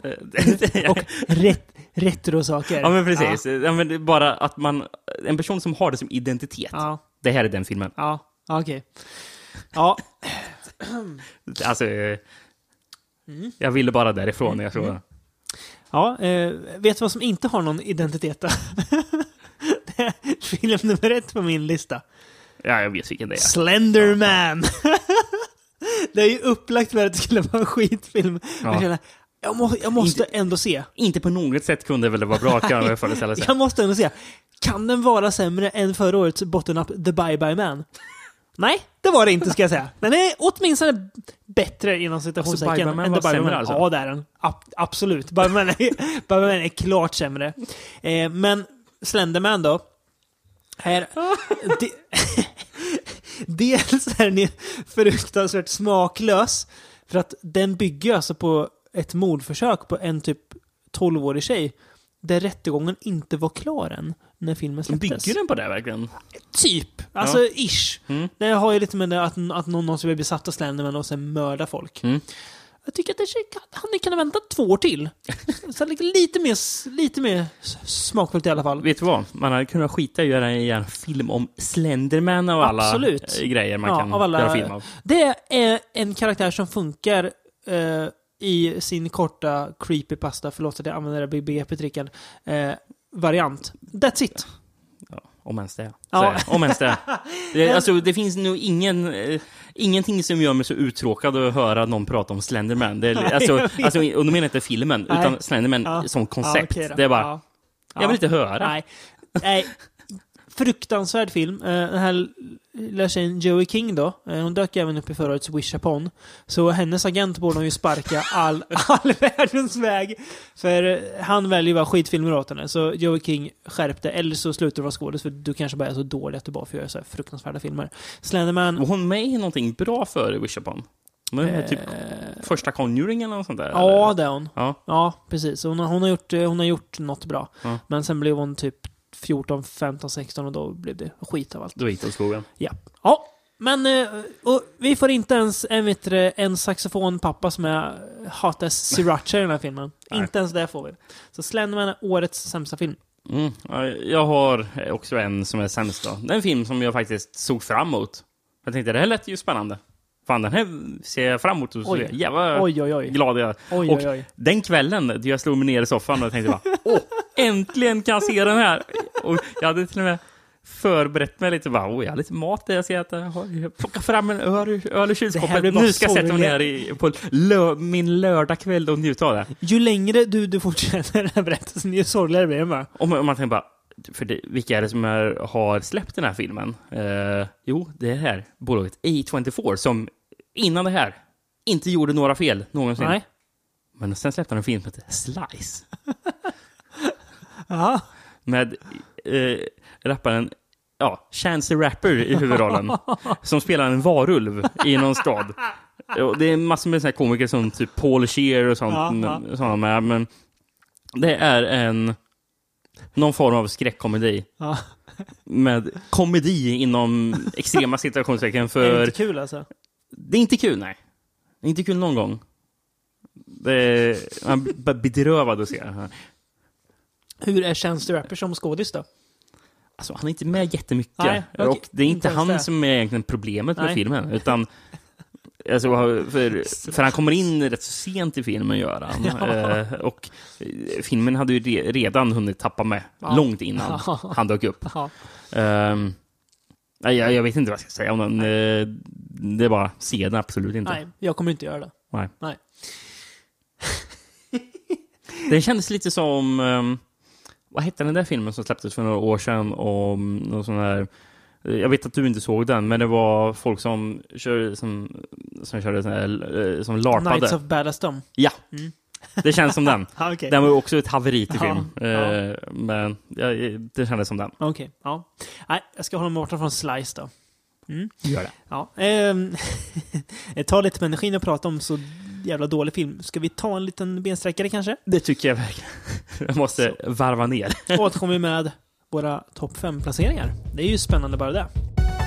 retro-saker. Ja, men precis. Ja, men bara att en person som har det som identitet. Ja. Det här är den filmen. Ja, okej. Ja. Alltså, jag ville bara därifrån när jag såg. Ja, vet du vad som inte har någon identitet då? Det är film nummer 1 på min lista. Ja, jag vet vilken det är. Slenderman! Det är ju upplagt för att det skulle vara en skitfilm. Ja. Jag måste ändå se. Inte på något sätt kunde väl det vara bra, kan jag föreställa sig. Jag måste ändå se. Kan den vara sämre än förra årets Bottom-Up The Bye-Bye Man? Nej, det var det inte, ska jag säga. Den är åtminstone bättre inom citationstecken än The Bye-Bye Man. Alltså. Ja, det är den. Absolut. Bye-Bye Man är klart sämre. Men Slenderman då. Här... Dels är den fruktansvärt smaklös. För att den bygger alltså på ett mordförsök på en typ 12-årig tjej. Där rättegången inte var klar än när filmen släpptes. Bygger den på det verkligen? Typ. Alltså ish. Det har ju lite med det att någon som blir besatt av Slenderman och sen mördar folk. Jag tycker att han kan vänta 2 år till. Så lite mer smakfullt i alla fall. Vet du vad? Man hade kunnat skita i att göra en film om Slenderman och alla grejer man kan göra film av. Det är en karaktär som funkar i sin korta creepypasta, förlåt att jag använder det begreppet, Rickard, variant. That's it. Ja, om ens det. Ja. Om ens det. Alltså, det finns nog ingenting som gör mig så uttråkad att höra någon prata om Slenderman. Det är, alltså, och då menar inte filmen, utan Slenderman som koncept. Okay, det är bara, jag vill inte höra. Nej. Fruktansvärd film. Den här lilla tjejen Joey King då. Hon dök även upp i förra årets Wish Upon. Så hennes agent borde hon ju sparka all världens väg. För han väljer ju bara skitfilmer åt henne. Så Joey King skärpte. Eller så slutar du vara skådis. För du kanske bara är så dålig att du bara får göra så här fruktansvärda filmer. Slenderman... Var hon med i någonting bra för Wish Upon? Typ första Conjuring eller något sånt där? Ja, det är hon. Ja, precis. Hon har gjort något bra. Ja. Men sen blev hon typ 14, 15, 16 och då blev det skit av allt. Då gick det åt skogen. Ja, men och vi får inte ens en saxofonpappa som hatar sriracha i den här filmen. Nej. Inte ens det får vi. Så Slenderman är årets sämsta film. Jag har också en som är sämst då. Det är en film som jag faktiskt såg fram emot. Jag tänkte, det här lät ju spännande. Fan, den här ser jag fram emot och så jävla glad jag är. Och den kvällen jag slog mig ner i soffan och tänkte bara, äntligen kan jag se den här. Och jag hade till och med förberett mig lite. Jag har lite mat där jag ser att jag plockar fram en öl i kylskåpet. Nu ska jag sätta mig ner på min lördagkväll och njuta av det. Ju längre du fortsätter den här berättelsen, ju sorgligare blir det bara. Om man tänker bara, vilka är det som har släppt den här filmen? Jo, det är här bolaget A24 som innan det här inte gjorde några fel någonsin. Nej. Men sen släppte han en film som heter Slice. Ja. Med rapparen Chance the Rapper i huvudrollen som spelar en varulv i någon stad. Det är massor med såna här komiker som typ Paul Scheer och sånt med, men det är någon form av skräckkomedi. Ja. Med komedi inom extrema situationstecken för... Det är inte kul alltså? Det är inte kul, nej. Det är inte kul någon gång. Man är bedrövad att se. Hur är Chance the Rapper som skådis då? Alltså, han är inte med jättemycket. Nej, okay. Och det är inte han som är egentligen problemet med filmen. Utan... Alltså, för han kommer in rätt så sent i filmen, gör han. Och filmen hade ju redan hunnit tappa med långt innan han dök upp. Jag vet inte vad jag ska säga om den. Det är bara se den absolut inte. Nej, jag kommer inte göra det. Nej. Den kändes lite som... vad hette den där filmen som släpptes för några år sedan om någon sån här Jag vet att du inte såg den, men det var folk som körde som körde sån här, som larpade. Knights of Badass Dom. Ja. Det känns som den. Okay. Den var också ett haveri till film. Ja. Men det kändes som den. Okej, ja. Nej, jag ska hålla mig borta från Slice då. Gör det. Ja. Det tar lite med energin att prata om så jävla dålig film. Ska vi ta en liten bensträckare kanske? Det tycker jag verkligen. Jag måste varva ner. Återkommer vi med våra topp 5-placeringar. Det är ju spännande bara det.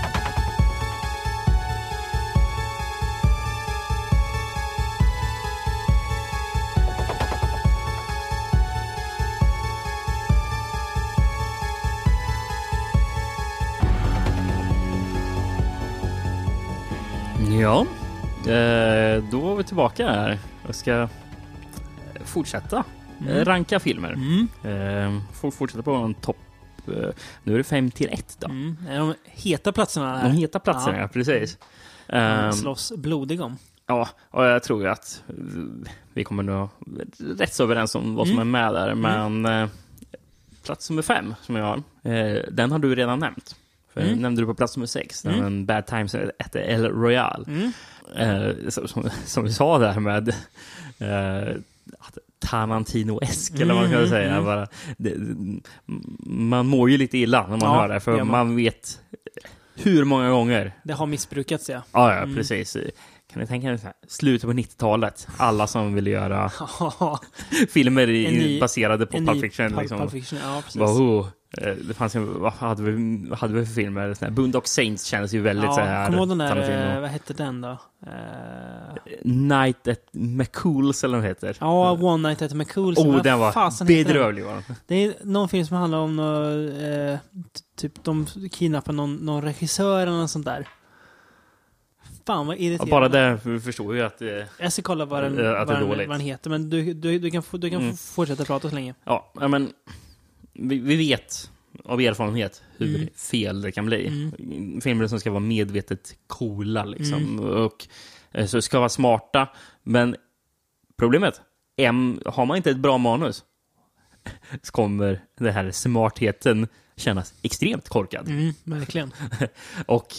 Ja, då var vi tillbaka här. Jag ska fortsätta ranka filmer. Får fortsätta på en topp. Nu är det 5-1 då. De heta platserna här. De heta platserna, ja, precis. Slåss blodig om. Ja, och jag tror att vi kommer nog rätt så överens om vad som är med där. Men plats nummer 5 som jag har, den har du redan nämnt. För nämnde du på plats nummer 6, en Bad Times at El Royale. Som vi sa där med Tarantino-esk eller vad man kan säga. Bara, man mår ju lite illa när man hör det, för man vet hur många gånger det har missbrukats, ja. Ja, precis. Kan ni tänka er slutet på 90-talet? Alla som ville göra filmer baserade på Pulp Fiction. Pulp Fiction, ja, precis. Det fanns ju, vad hade vi för filmer? Sån här Boondock Saints känns ju väldigt så här. Kommer den där, vad hette den då? Night at McCool's eller vad det heter. Ja, One Night at McCool's. Den var bedrövlig. Det är någon film som handlar om typ de kidnappar någon regissör eller något sånt där. Fan vad irriterande. Bara det förstår ju att jag ska kolla vad den heter, men du kan fortsätta prata så länge. Ja, men vi vet av erfarenhet hur fel det kan bli. Filmer som ska vara medvetet coola liksom, och så ska vara smarta, men problemet har man inte ett bra manus så kommer den här smartheten kännas extremt korkad. Verkligen. Och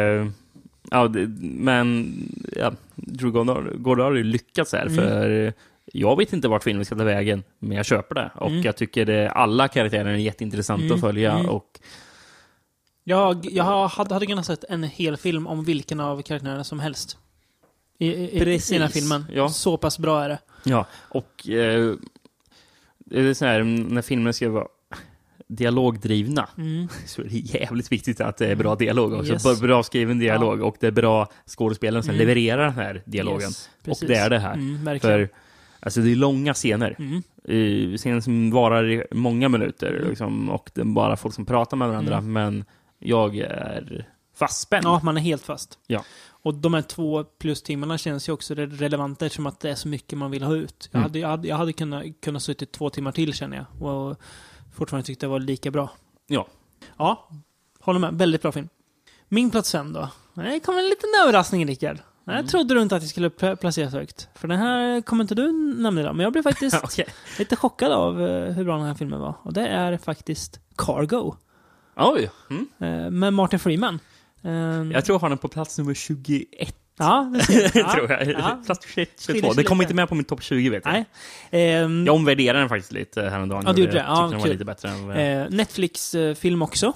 Drew Goddard har ju lyckats här, för jag vet inte vart filmen ska ta vägen, men jag köper det. Och jag tycker alla karaktärer är jätteintressanta att följa. Och jag hade kunnat sett en hel film om vilken av karaktärerna som helst. I den här filmen. Ja. Så pass bra är det. Ja, och det är så här, när filmen ska vara dialogdrivna så är det jävligt viktigt att det är bra dialog också. Yes. Bra skriven dialog, och det är bra skådespelaren som levererar den här dialogen. Yes, och det är det här. För alltså det är långa scener. Scener som varar i många minuter liksom, och det är bara folk som pratar med varandra, men jag är fastspänd. Ja, man är helt fast. Ja. Och de här 2+ timmarna känns ju också relevanta, eftersom att det är så mycket man vill ha ut. Jag hade kunnat suttit 2 timmar till, känner jag. Och fortfarande tyckte det var lika bra. Ja, håller med. Väldigt bra film. Min plats 5 då. Det kom en liten överraskning, Rickard. Jag trodde du inte att jag skulle placeras högt. För den här kommer inte du nämna idag. Men jag blev faktiskt lite chockad av hur bra den här filmen var. Och det är faktiskt Cargo. Oj! Med Martin Freeman. Jag tror jag har den på plats nummer 21. Ja, det tror jag. Ja. Plats 22. Det kommer inte med på min topp 20, vet jag. Nej. Jag omvärderar den faktiskt lite häromdagen. Ja, du gjorde det. Jag tyckte den var lite bättre än... Netflix-film också.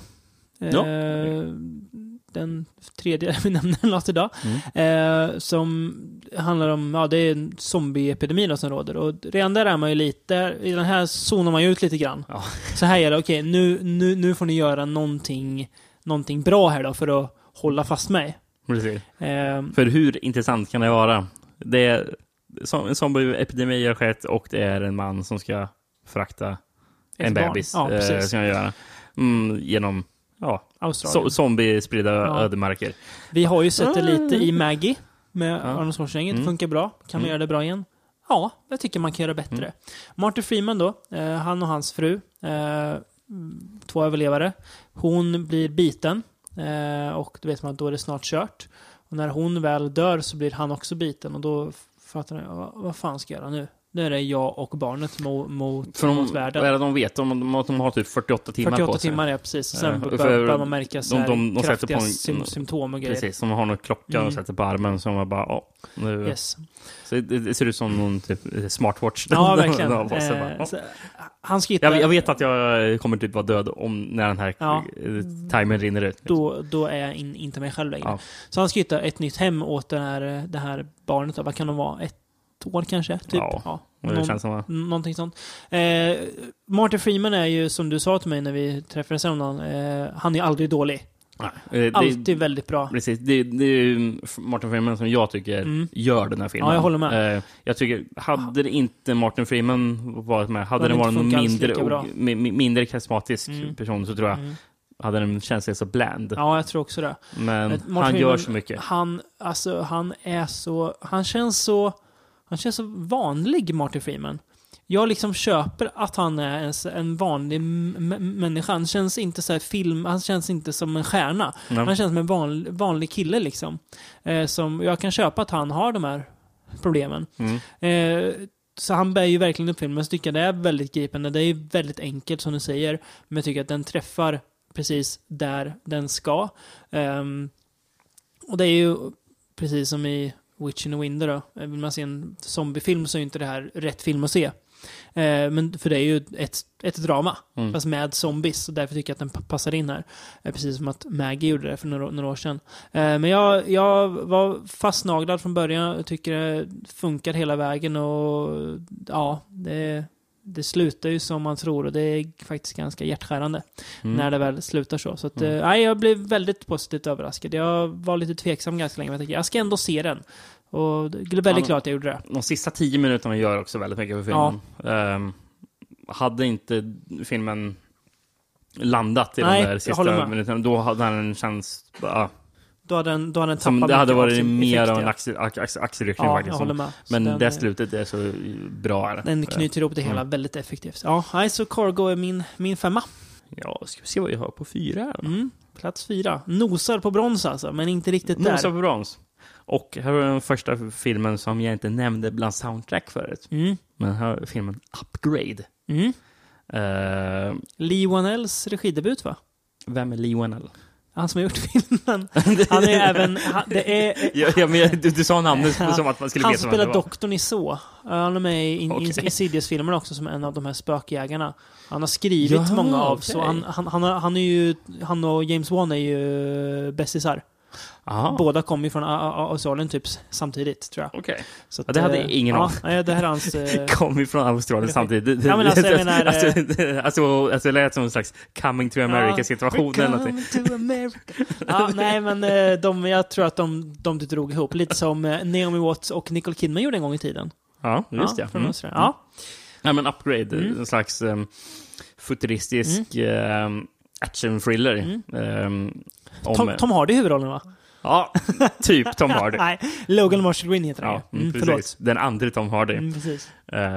Den tredje vi nämnde idag. Som handlar om, det är en zombieepidemi då som råder. Och redan där är man ju lite, i den här zonar man ju ut lite grann. Ja. Så här är det, okej, nu får ni göra någonting bra här då för att hålla fast mig. Precis. För hur intressant kan det vara? Det är en zombieepidemi har skett, och det är en man som ska frakta en bebis. Ja, ska jag göra. Genom zombie-spridda ödemarker. Vi har ju sett det lite i Maggie med Arnold Schwarzenegger. Det funkar bra. Kan man göra det bra igen? Ja, jag tycker man kan göra bättre. Martin Freeman då, han och hans fru, 2 överlevare. Hon blir biten, och då vet man att då är det snart kört. Och när hon väl dör så blir han också biten, och då fattar jag, vad fan ska jag göra nu? Då är det jag och barnet mot världen. Vad är det de vet? De har typ 48 timmar på sig. 48 timmar, ja, precis. Och sen börjar man märka så här de kraftiga på symptom och grejer. Precis, som har någon klocka och sätter på armen som var bara, nu. Yes. Så det ser ut som någon typ smartwatch. Ja, verkligen. Han jag vet att jag kommer typ vara död när den här timern rinner ut. Då är jag inte mig själv längre. Ja. Så han ska hitta ett nytt hem åt det här barnet. Vad kan de vara? 1 år kanske? Typ. Ja. Det känns som någonting sånt. Martin Freeman är ju, som du sa till mig när vi träffades honom, han är aldrig dålig. Alltid väldigt bra. Precis. Det är Martin Freeman som jag tycker gör den här filmen. Ja, jag håller med. Jag tycker, hade det inte Martin Freeman varit med, hade det varit någon mindre karismatisk person, så tror jag hade den känts så bland. Ja, jag tror också det. Men han gör så mycket. Han känns så vanlig, Martin Freeman. Jag liksom köper att han är en vanlig människa. Han känns inte så här han känns inte som en stjärna. Han känns som en vanlig kille liksom. Som jag kan köpa att han har de här problemen. Så han bär ju verkligen upp filmen. Jag tycker det är väldigt gripande. Det är väldigt enkelt som du säger. Men jag tycker att den träffar precis där den ska. Och det är ju precis som i Witch in the Window då. Vill man se en zombiefilm så är inte det här rätt film att se. Men för det är ju ett drama fast med zombies, och därför tycker jag att den passar in här. Precis som att Maggie gjorde det för några år sedan. Men jag var fastnaglad från början. Jag tycker det funkar hela vägen, och ja, det slutar ju som man tror, och det är faktiskt ganska hjärtskärande när det väl slutar så. Så att, jag blev väldigt positivt överraskad. Jag var lite tveksam ganska länge, men jag tänkte, jag ska ändå se den. Och det är väldigt klart att jag gjorde det. De sista 10 minuterna gör också väldigt mycket för filmen. Ja. Hade inte filmen landat i de där sista minuterna, då hade den känts... Då hade den tappat som det hade varit mer effekt, av en axelryckning faktiskt. Men det slutet är så bra. Den knyter ihop det hela väldigt effektivt. Ja, så Cargo är min 5. Ja, ska vi se vad jag har på 4 här. Plats 4. Nosar på brons alltså, men inte riktigt där. Nosar på brons. Och här var den första filmen som jag inte nämnde bland soundtrack förut. Men här är filmen Upgrade. Lee Whannells regidebut, va? Vem är Lee Whannell? Han som har gjort filmen. Han är även... Du sa namnet som att man skulle veta. Han spelar doktorn i så. Han är med i Insidious-filmerna också som en av de här spökjägarna. Han har skrivit många av så. Han är ju... Han och James Wan är ju bästisar. Aha. Båda kom ju från Australien typ samtidigt, tror jag. Okej. Så det hade ingen aning. Ja, det här är hans... kom ju från Australien samtidigt. Ja, men alltså, jag menar... alltså det lät som en slags coming to America-situation eller någonting. Coming to America. Ja, nej, men jag tror att de drog ihop. Lite som Naomi Watts och Nicole Kidman gjorde en gång i tiden. Ja, just det. Från ja. Ja, men Upgrade, en slags futuristisk action-thriller. Tom Hardy i huvudrollen, va? Ja, typ Tom Hardy. Nej, Logan Marshall Green heter han. Ja, precis. Den andra Tom Hardy. Precis.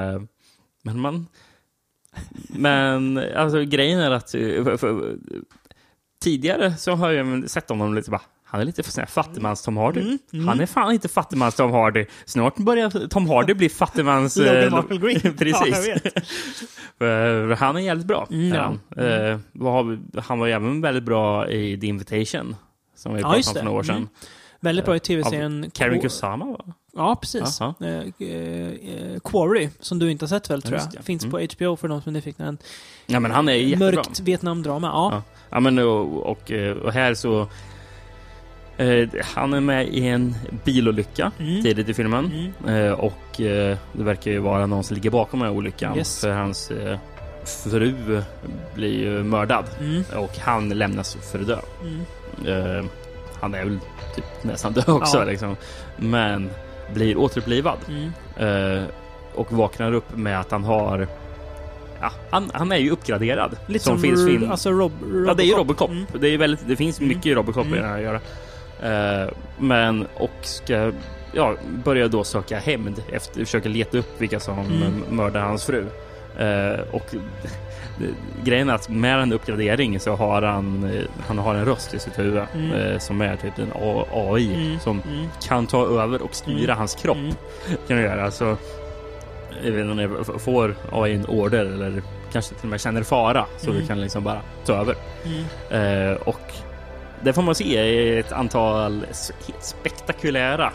Men alltså grejen är att tidigare så har jag sett honom lite bara, han är lite fattigmans Tom Hardy. Han är fan inte fattigmans Tom Hardy. Snart börjar Tom Hardy bli fattigmans Logan Marshall Green. Precis. Ja, jag vet. Han är jävligt bra. Han var även väldigt bra i The Invitation, som vi pratade om för några år sedan. Väldigt bra i tv-serien Karen Kusama, va? Ja, precis. Quarry, som du inte har sett väl, tror jag. Finns på HBO för de som är nyfikna. Ja, men han är jättebra. Mörkt Vietnamdrama, ja men och här så han är med i en bilolycka tidigt i filmen. Och det verkar ju vara någon som ligger bakom den här olyckan. Yes. För hans fru blir ju mördad. Och han lämnas för död. Han är väl typ nästan död också liksom. Men blir återupplivad. Och vaknar upp med att han har... Ja, han är ju uppgraderad. Lite som finns alltså ja, det är ju Robocop. Det är väldigt, det finns mycket i Robocop i den här att göra. Men ska börja då söka hämnd efter, försöka leta upp vilka som mördar hans fru. Och grejen är att med en uppgradering så har han har en röst i sitt huvud som är typ en AI som kan ta över och styra hans kropp. Kan jag göra. Så får en order eller kanske till och med känner fara så du kan liksom bara ta över. Och det får man se i ett antal spektakulära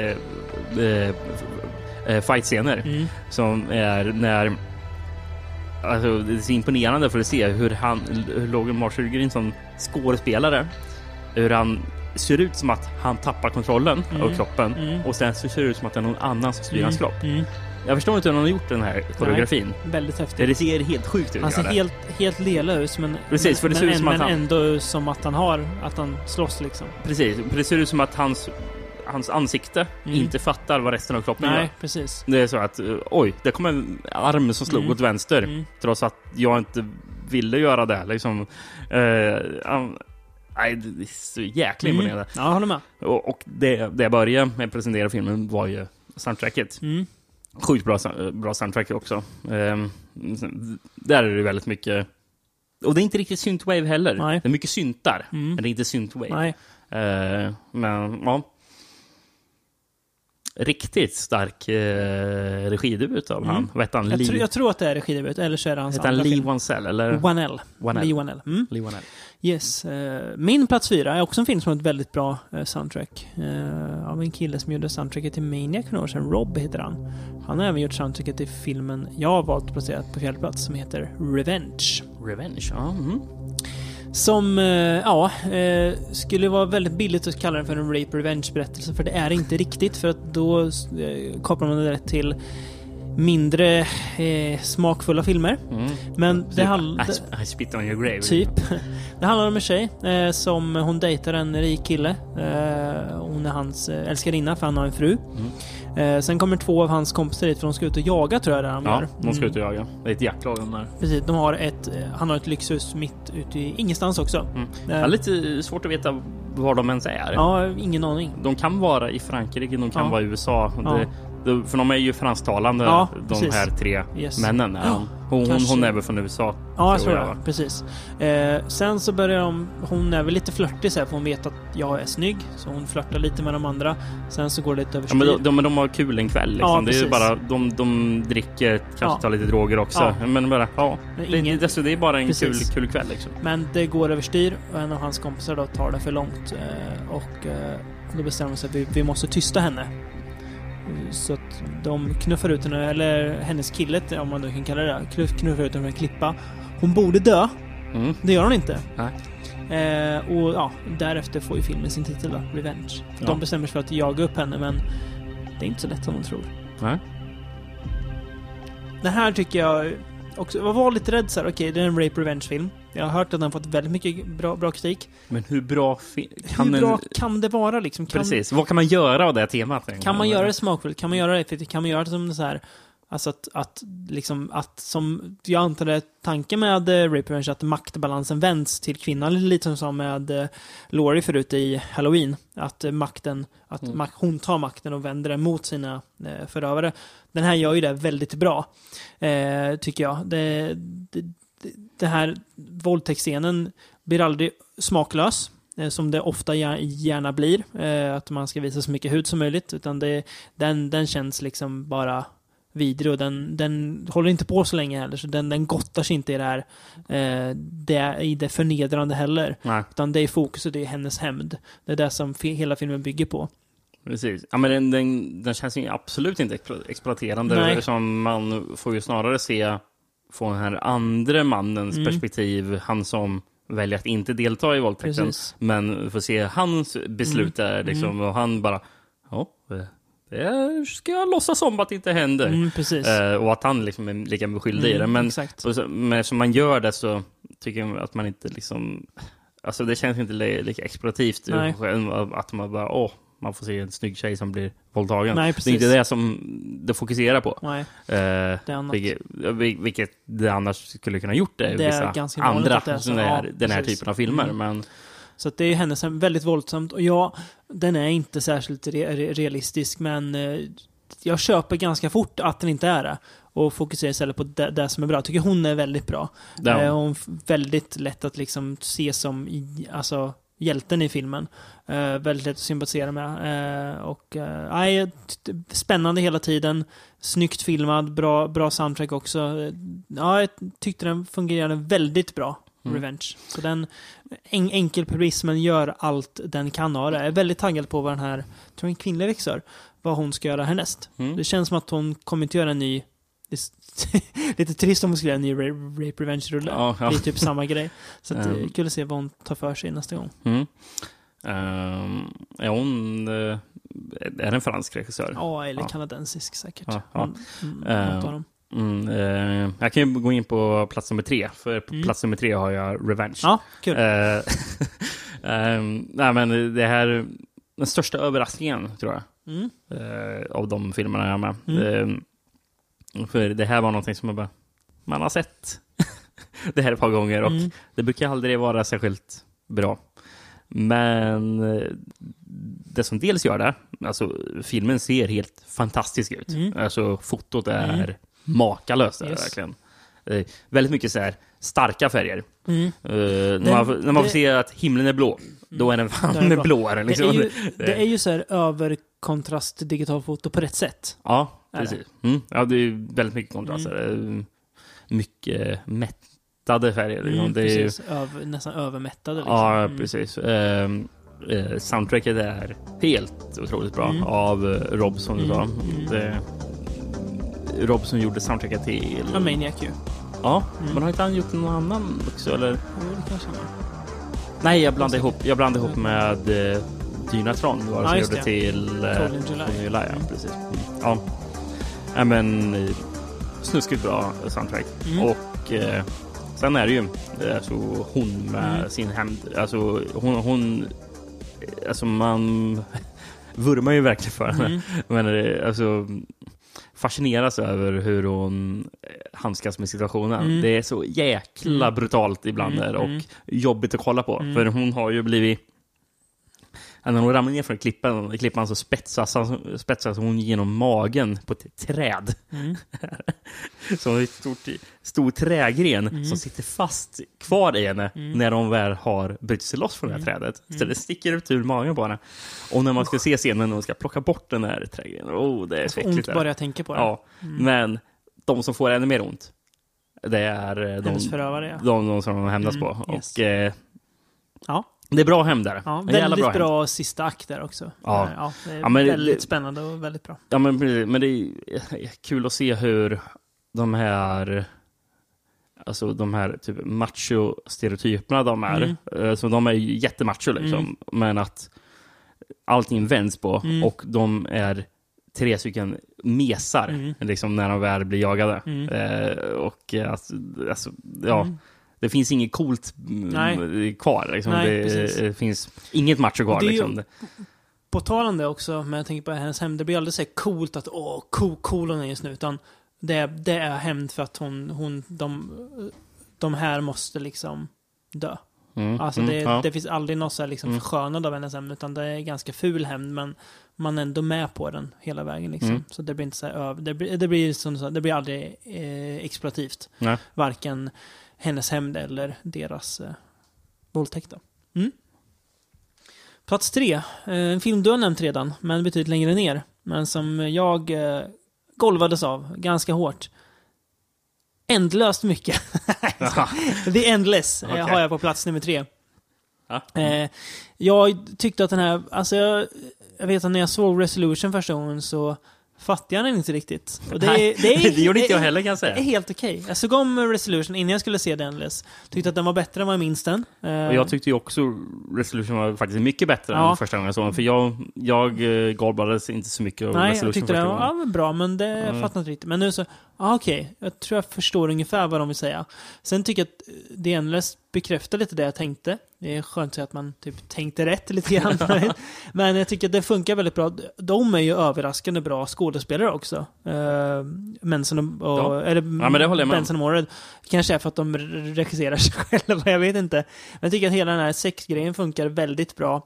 fightscener som är när alltså, det är så imponerande för att se hur Logan Marshall Green som skådespelare, hur han ser ut som att han tappar kontrollen av kroppen och sen så ser det ut som att det är någon annan som styr hans kropp. Jag förstår inte hur han har gjort den här koreografin. Nej, väldigt häftigt. Det ser helt sjukt ut. Han ser helt lela ut, men, precis, för det ser ut som att han ändå som att han slåss liksom. Precis, för det ser ut som att hans ansikte inte fattar vad resten av kroppen gör. Nej, precis. Det är så att, oj, det kom en arm som slog åt vänster. Trots att jag inte ville göra det. Liksom. Nej, det är så jäkla imponerande. Ja, jag håller med. Och det jag började med att presentera filmen var ju soundtracket. Sjukt bra soundtrack också. Där är det väldigt mycket. Och det är inte riktigt synthwave heller. Nej. Det är mycket syntar, men det är inte synthwave. Nej. Men ja. Riktigt stark regidebut av han. Vet han jag tror att det är regidebut, eller så är det hans andra film. Lee Wanell eller Wanell. Lee Wanell. Lee Wanell. Yes. Min plats 4 är också en film som har ett väldigt bra soundtrack. Av en kille som gjorde soundtracket till Maniac för några år sedan. Rob heter han. Han har även gjort soundtracket till filmen jag har valt att placera på fjärde plats som heter Revenge. Ja. Som, skulle vara väldigt billigt att kalla den för en rape-revenge-berättelse, för det är inte riktigt, för att då kopplar man det rätt till mindre smakfulla filmer. Men det I spit on your grave. Typ. Det handlar om en tjej som hon dejtar en rik kille. Hon är hans älskarinna för han har en fru. Sen kommer 2 av hans kompisar dit för de ska ut och jaga, tror jag det är. Ja, de ska ut och jaga. Det är ett jaktlag där. Precis, han har ett lyxhus mitt ute i ingenstans också. Det är lite svårt att veta var de ens är. Ja, ingen aning. De kan vara i Frankrike, de kan vara i USA. Ja. För de är ju fransktalande, de här 3 männen. Hon är väl från USA. Ja, jag tror det. Precis. Sen så börjar hon är väl lite flörtig så här, för hon vet att jag är snygg, så hon flörtar lite med de andra. Sen så går det lite överstyr. Ja, men de har kul en kväll liksom. Ja, det är ju bara de dricker, kanske tar lite droger också. Men bara det är bara en kul kväll liksom. Men det går överstyr och en av hans kompisar då tar det för långt och då bestämmer de sig att vi måste tysta henne. Så att de knuffar ut henne, eller hennes killet, om man då kan kalla det, knuffar ut henne från en klippa. Hon borde dö. Det gör hon inte. Och därefter får ju filmen sin titel då, Revenge. De bestämmer sig för att jaga upp henne, men det är inte så lätt som de tror. Den här tycker jag också, jag var lite rädd så här, okej, det är en rape revenge film. Jag har hört att den har fått väldigt mycket bra kritik. Men hur bra kan det vara liksom? Precis, vad kan man göra av det temat? Kan man göra det smakfullt? Kan man göra det effektivt? Kan man göra det som så här, alltså att som jag antar det tanken med Rape Revenge, att maktbalansen vänds till kvinnan, lite som med Laurie förut i Halloween, att hon tar makten och vänder den mot sina förövare. Den här gör ju det väldigt bra, tycker jag. Det här våldtäktsscenen blir aldrig smaklös, som det ofta gärna blir, att man ska visa så mycket hud som möjligt, utan den känns liksom bara vidrig, och den håller inte på så länge heller, så den gottar sig inte i i det förnedrande heller. Nej. Utan det är fokus och det är hennes hämnd. Det är det som hela filmen bygger på. Precis. Ja, men den känns ju absolut inte exploaterande. Som man får ju snarare se från den här andra mannens perspektiv, han som väljer att inte delta i våldtäkten. Precis. Men får se hans beslut där liksom, och han bara det ska jag låtsas som att det inte händer. Precis. Och att han liksom är lika skyldig i det. Men som man gör det, så tycker jag att man inte liksom, alltså det känns inte lika exploativt att man bara man får se en snygg tjej som blir våldtagen. Nej, det är inte det som det fokuserar på. Nej, det är annat. Vilket det annars skulle kunna gjort det. Det är ganska andra den här typen av filmer. Men så att det är hennes väldigt våldsamt. Och den är inte särskilt realistisk, men jag köper ganska fort att den inte är det. Och fokuserar istället på det som är bra. Jag tycker hon är väldigt bra. Hon är väldigt lätt att liksom se som hjälten i filmen. Väldigt lätt att sympatisera med. Spännande hela tiden. Snyggt filmad, bra soundtrack också. Jag tyckte den fungerade väldigt bra. Revenge. Så den enkel precis, men gör allt den kan ha. Jag är väldigt taggad på vad den här, tror jag, en kvinnlig regissör, vad hon ska göra härnäst. Det känns som att hon kommer inte göra en ny, lite trist om hon skulle göra en ny Rape Revenge-rulle. Ja. Det är typ samma grej. Så det är kul att se vad hon tar för sig nästa gång. Är hon är en fransk regissör? Ja, eller kanadensisk säkert. Jag kan ju gå in på plats nummer 3. För på plats nummer 3 har jag Revenge. Ja, kul. Nej, men det här den största överraskningen, tror jag. Av de filmerna jag är med. För det här var någonting som man har sett det här ett par gånger. Och det brukar aldrig vara särskilt bra. Men det som dels gör det, alltså filmen ser helt fantastisk ut. Alltså fotot är makalöst där, verkligen. Väldigt mycket så här starka färger. När man får se att himlen är blå, då är den fan blå. Liksom. Det är ju så här överkontrast digitalfoto på rätt sätt. Ja, precis. Ja, det är väldigt mycket kontrast. Mycket mättade färger. Liksom. Precis, nästan övermättade. Liksom. Ja, precis. Soundtracket är helt otroligt bra av Rob, som du sa. Rob som gjorde soundtracket till Maniac ju. Ja, men har inte han gjort någon annan också, eller? Jo, det kanske han. Nej, jag blandade ihop med Dynatron, som gjorde till July, precis. Ja, men snuskigt bra soundtrack. Och sen är det ju alltså, hon med sin hämnd, alltså hon alltså man vurmar ju verkligen för henne. Men alltså fascineras över hur hon handskas med situationen. Det är så jäkla brutalt ibland och jobbigt att kolla på. För hon har ju blivit, när hon ramlar ner från klippan så spetsas hon genom magen på ett träd. Så hon är en stor trägren som sitter fast kvar i henne när hon väl har brutit sig loss från det här trädet. Så det sticker ut ur magen på henne. Och när man ska se scenen när hon ska plocka bort den här trädgrenen, det är så äckligt. Ont bara jag tänker på det. Ja, men de som får ännu mer ont, det är de som de hämnas på. Yes. Och det är bra hem där. Ja, väldigt bra sista akt där också. Ja, det är väldigt spännande och väldigt bra. Ja, men det är kul att se hur de här typ macho-stereotyperna så de är ju jättemacho liksom. Men att allting vänds på och de är 3 stycken mesar liksom, när de väl blir jagade. Och alltså det finns inget coolt kvar. Liksom. Det finns inget macho kvar. Liksom. På talande också, men jag tänker på hennes hem. Det blir aldrig så coolt att cool hon är just nu. Utan det är hämnd för att de här måste liksom dö. Alltså det finns aldrig något så här liksom förskönad av hennes hämnd, utan det är ganska ful hämnd, men man är ändå med på den hela vägen liksom. Så det blir inte så här det blir aldrig exploativt. Varken hennes hämnd eller deras våldtäkt då. Plats 3. En film du har nämnt redan, men betydligt längre ner. Men som jag golvades av ganska hårt. Ändlöst mycket. The Endless har jag på plats nummer 3. Jag tyckte att den här, alltså jag vet att när jag såg Resolution första gången så fattade jag den inte riktigt. Och det gjorde inte jag heller, kan jag säga. Det är helt okej. Jag såg om Resolution innan jag skulle se The Endless. Tyckte att den var bättre än vad jag minns den. Och jag tyckte ju också Resolution var faktiskt mycket bättre än första gången jag såg den. För jag golvades inte så mycket av Resolution. Jag tyckte den var bra, men det fattade inte riktigt. Men nu så, okej. Jag tror jag förstår ungefär vad de vill säga. Sen tycker jag att The Endless bekräftar lite det jag tänkte. Det är skönt att säga att man typ tänkte rätt lite grann. Men jag tycker att det funkar väldigt bra. De är ju överraskande bra skådespelare också. Benson och Moorhead. Kanske är för att de regisserar sig själva, jag vet inte. Men jag tycker att hela den här sexgrejen funkar väldigt bra.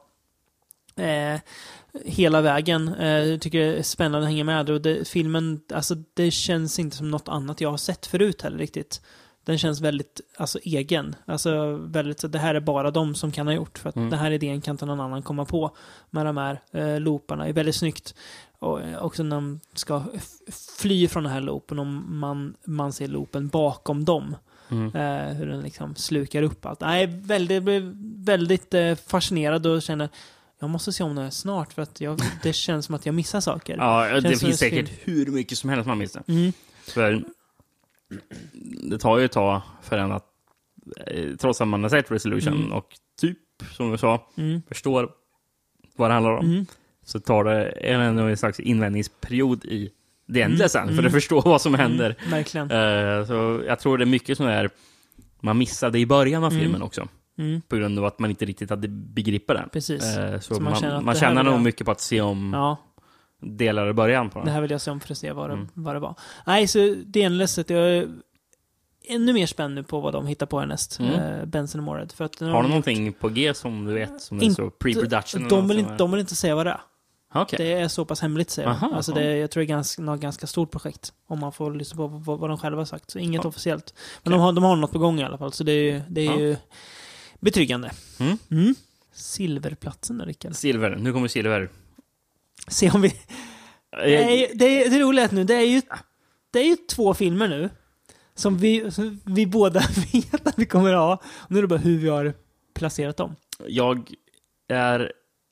Hela vägen. Jag tycker det är spännande att hänga med. Och filmen, alltså det känns inte som något annat jag har sett förut heller riktigt. Den känns väldigt alltså, egen. Alltså väldigt så det här är bara de som kan ha gjort. För att den här idén kan inte någon annan komma på. Med de här looparna. Det är väldigt snyggt. Och också när de ska fly från den här loopen. Och man ser loopen bakom dem. Hur den liksom slukar upp allt. Jag blev väldigt fascinerad och känner jag måste se om det här snart för att det känns som att jag missar saker. Ja, det finns säkert hur mycket som helst man missar. För det tar ju ett tag för en att trots att man har sett Resolution och typ, som vi sa, förstår vad det handlar om, så tar det en slags invändningsperiod i det ändliga sen, för att förstå vad som händer. Verkligen. Så jag tror det är mycket som är man missade i början av filmen också. På grund av att man inte riktigt hade begripit den. Precis. Så man känner nog mycket på att se om delar i början på den. Det här vill jag se om för att se vad det var. Nej, så det är enlässet. Jag är ännu mer spänd nu på vad de hittar på härnäst. Benson och Moorhead. För att har de någonting på G som du vet? Som är så pre-production? De vill inte säga vad det är. Okay. Det är så pass hemligt, säger jag. Alltså jag tror det är något ganska stort projekt. Om man får lyssna på vad de själva har sagt. Så inget officiellt. Men de har något på gång i alla fall. Så det är ju betryggande. Silverplatsen då, Rickard. Silver, nu kommer Silver. Se om vi... Det är roligt nu. Det är ju 2 filmer nu. Som vi båda vet att vi kommer att ha. Och nu är det bara hur vi har placerat dem. Jag är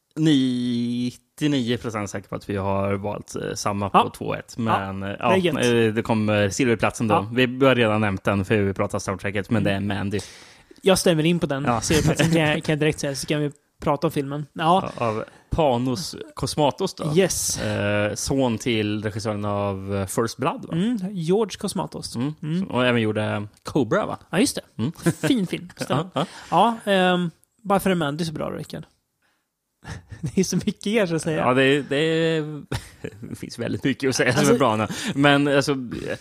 99% säker på att vi har valt samma på 2-1. Men det kommer Silverplatsen då. Vi har redan nämnt den för vi pratar soundtracket, men det är Mandy. Jag stämmer in på den Silverplatsen kan jag direkt säga, så kan vi prata om filmen. Av Panos Cosmatos då. Yes. Son till regissören av First Blood, va? George Cosmatos. Och även gjorde Cobra, va? Ja, just det. Fin film. Bara för en Mandy så bra, Rickard. Det är så mycket er så att säga. Ja, det finns väldigt mycket att säga som är bra nu. Men alltså,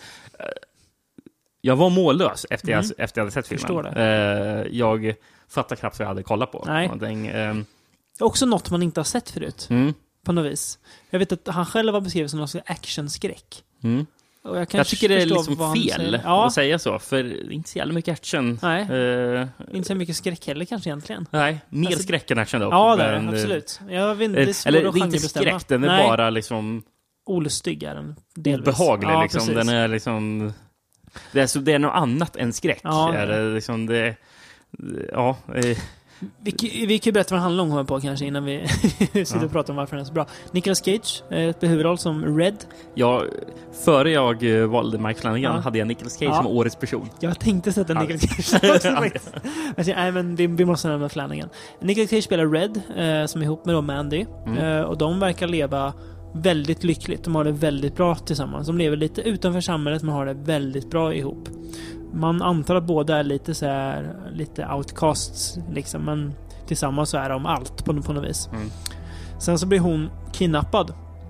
jag var mållös efter jag hade sett filmen. Jag fattar knappt vad jag hade kollat på. Nej. Också något man inte har sett förut. På något vis. Jag vet att han själv har beskrivit som någon slags actionskräck. Och jag tycker det är liksom fel att säga så. För det är inte så jävla mycket action. Nej. Inte så mycket skräck heller kanske egentligen. Nej, mer skräck än action då. Ja, det är absolut. Jag vet inte, det är svårt eller att det är inte skräck, den är bara liksom... Olustig är den delvis. Behaglig liksom. Den är liksom... Det är något annat än skräck. Är det liksom det... Ja... Vi kan ju berätta vad det handlar om här på kanske innan vi sitter och pratar om varför den är så bra. Nicolas Cage, huvudroll som Red. Ja, före jag valde Mike Flanagan hade jag Nicolas Cage som årets person. Jag tänkte sätta Nicolas Cage också. Nej, men vi måste nämna Flanagan. Nicolas Cage spelar Red som är ihop med då Mandy. Och de verkar leva väldigt lyckligt. De har det väldigt bra tillsammans. De lever lite utanför samhället men har det väldigt bra ihop. Man antar att båda är lite outcasts liksom, men tillsammans så är de allt på något vis. Sen så blir hon kidnappad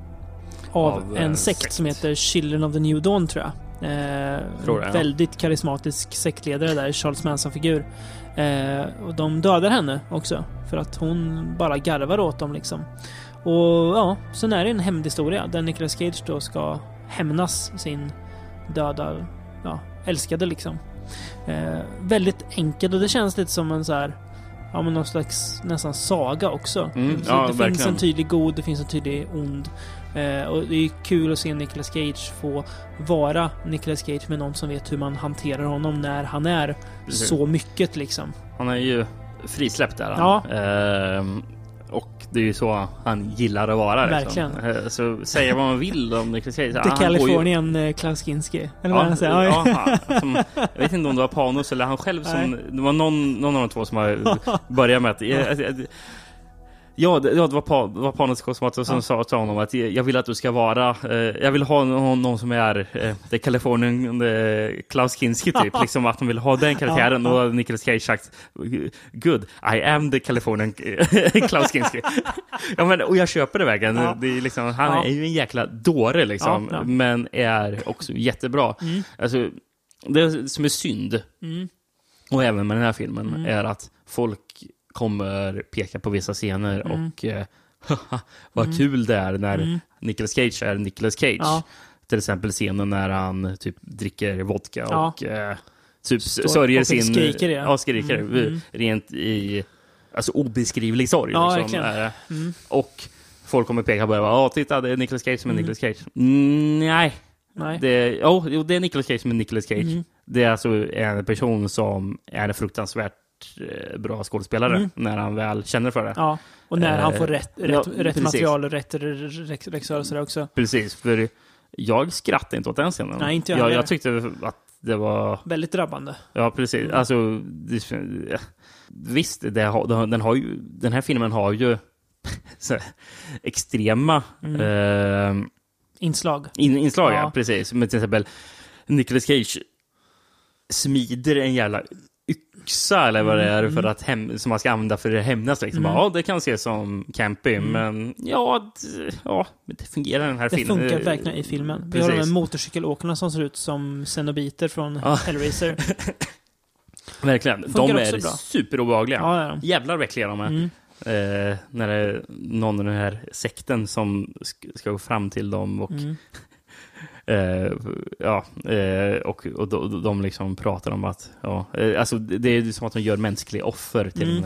av en sekt som heter Children of the New Dawn, tror jag. Väldigt karismatisk sektledare där, Charles Manson-figur. Och de dödar henne också för att hon bara garvar åt dem liksom. Och sen är det en hämndhistoria där Nicolas Cage då ska hämnas sin döda älskade liksom. Väldigt enkelt, och det känns lite som en så här någon slags nästan saga också. Det finns en tydlig god, det finns en tydlig ond. Och det är kul att se Nicolas Cage få vara Nicolas Cage med någon som vet hur man hanterar honom när han är så mycket liksom. Han är ju frisläppt där. Och det är ju så han gillar att vara. Verkligen. Liksom. Så säga vad man vill om Nicolas Cage. The Californian Klaus Kinski. Eller vad han säger. Jag vet inte om det var Panos eller han själv som... Det var någon av de två som har börjat med att... det var Panos Cosmatos som sa till honom att jag vill att du ska vara... jag vill ha någon som är The Californian Klaus Kinski typ. Liksom att de vill ha den karaktären. Och Nicolas Cage sagt good, I am the Californian Klaus Kinski. Och jag köper det vägen. Det är liksom, han är ju en jäkla dåre liksom. Men är också jättebra. Alltså, det som är synd och även med den här filmen är att folk kommer peka på vissa scener och vad kul det är när Nicolas Cage är Nicolas Cage. Till exempel scenen när han typ dricker vodka och typ sörjer sin... Skriker det. Ja, skriker. Rent i... Alltså obeskrivlig sorg. Ja, liksom. Och folk kommer peka på titta, det är Nicolas Cage som är Nicolas Cage. Nej. Det är Nicolas Cage som är Nicolas Cage. Det är alltså en person som är en fruktansvärt bra skådespelare när han väl känner för det. Ja, och när han får rätt material och rätt rexörelser också. Precis, för jag skrattade inte åt den scenen. Nej, inte jag tyckte att det var... väldigt drabbande. Ja, precis. Alltså, visst, den här filmen har ju så extrema inslag. Inslag, ja, precis. Men till exempel Nicolas Cage smider en jävla yxa eller vad det är för att som man ska använda för att hämnas liksom. Ja, det kan ses som campy, men det fungerar den här filmen. Det funkar verkligen i filmen. Vi har de här motorcykelåkarna som ser ut som cenobiter från Hellraiser. Verkligen. De är superobehagliga. Ja. Jävlar verkligen de är. När det är någon av den här sekten som ska gå fram till dem och och de liksom pratar om att alltså det är som att de gör mänskliga offer till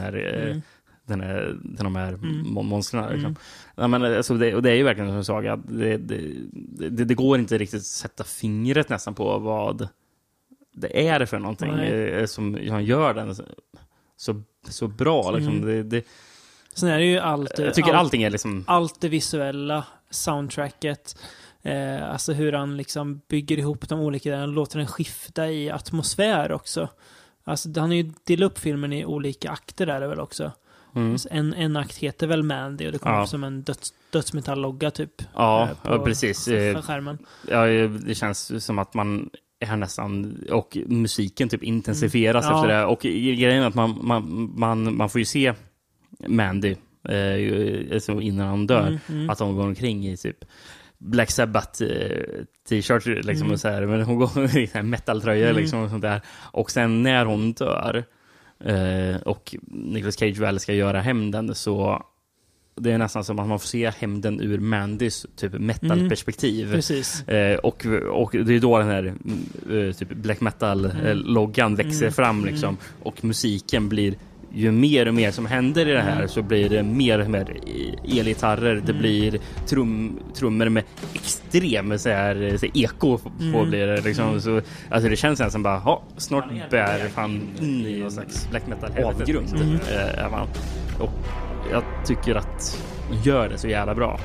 de här monstren liksom. Ja, men alltså det är ju verkligen som jag sa att det går inte riktigt att sätta fingret nästan på vad det är för någonting som gör den så bra liksom. Sen är det ju allt. Jag tycker allting är liksom allt det visuella, soundtracket, alltså hur han liksom bygger ihop de olika där, låter den skifta i atmosfär också. Alltså han har ju delat upp filmen i olika akter där väl också. En akt heter väl Mandy och det kommer upp som en dödsmetall-logga typ. Ja, precis. Skärmen. Ja, det känns som att man är nästan, och musiken typ intensifieras efter det, och grejen är att man får ju se Mandy innan han dör, att hon går omkring i typ Black Sabbath t-shirt liksom, och så här, men hon går i en metaltröja liksom, och sånt där. Och sen när hon dör och Nicolas Cage väl ska göra hämnden, så det är nästan som att man får se hämnden ur Mandys typ metal-perspektiv. Precis. Och det är då den här typ black metal-loggan växer fram liksom, och musiken blir, ju mer och mer som händer i det här, så blir det mer och mer elgitarrer, det blir trummor med extrem så eko på blir det liksom. Så alltså det känns nästan bara snart bär fan in i någon slags black metal avgrund och jag tycker att man gör det så jävla bra.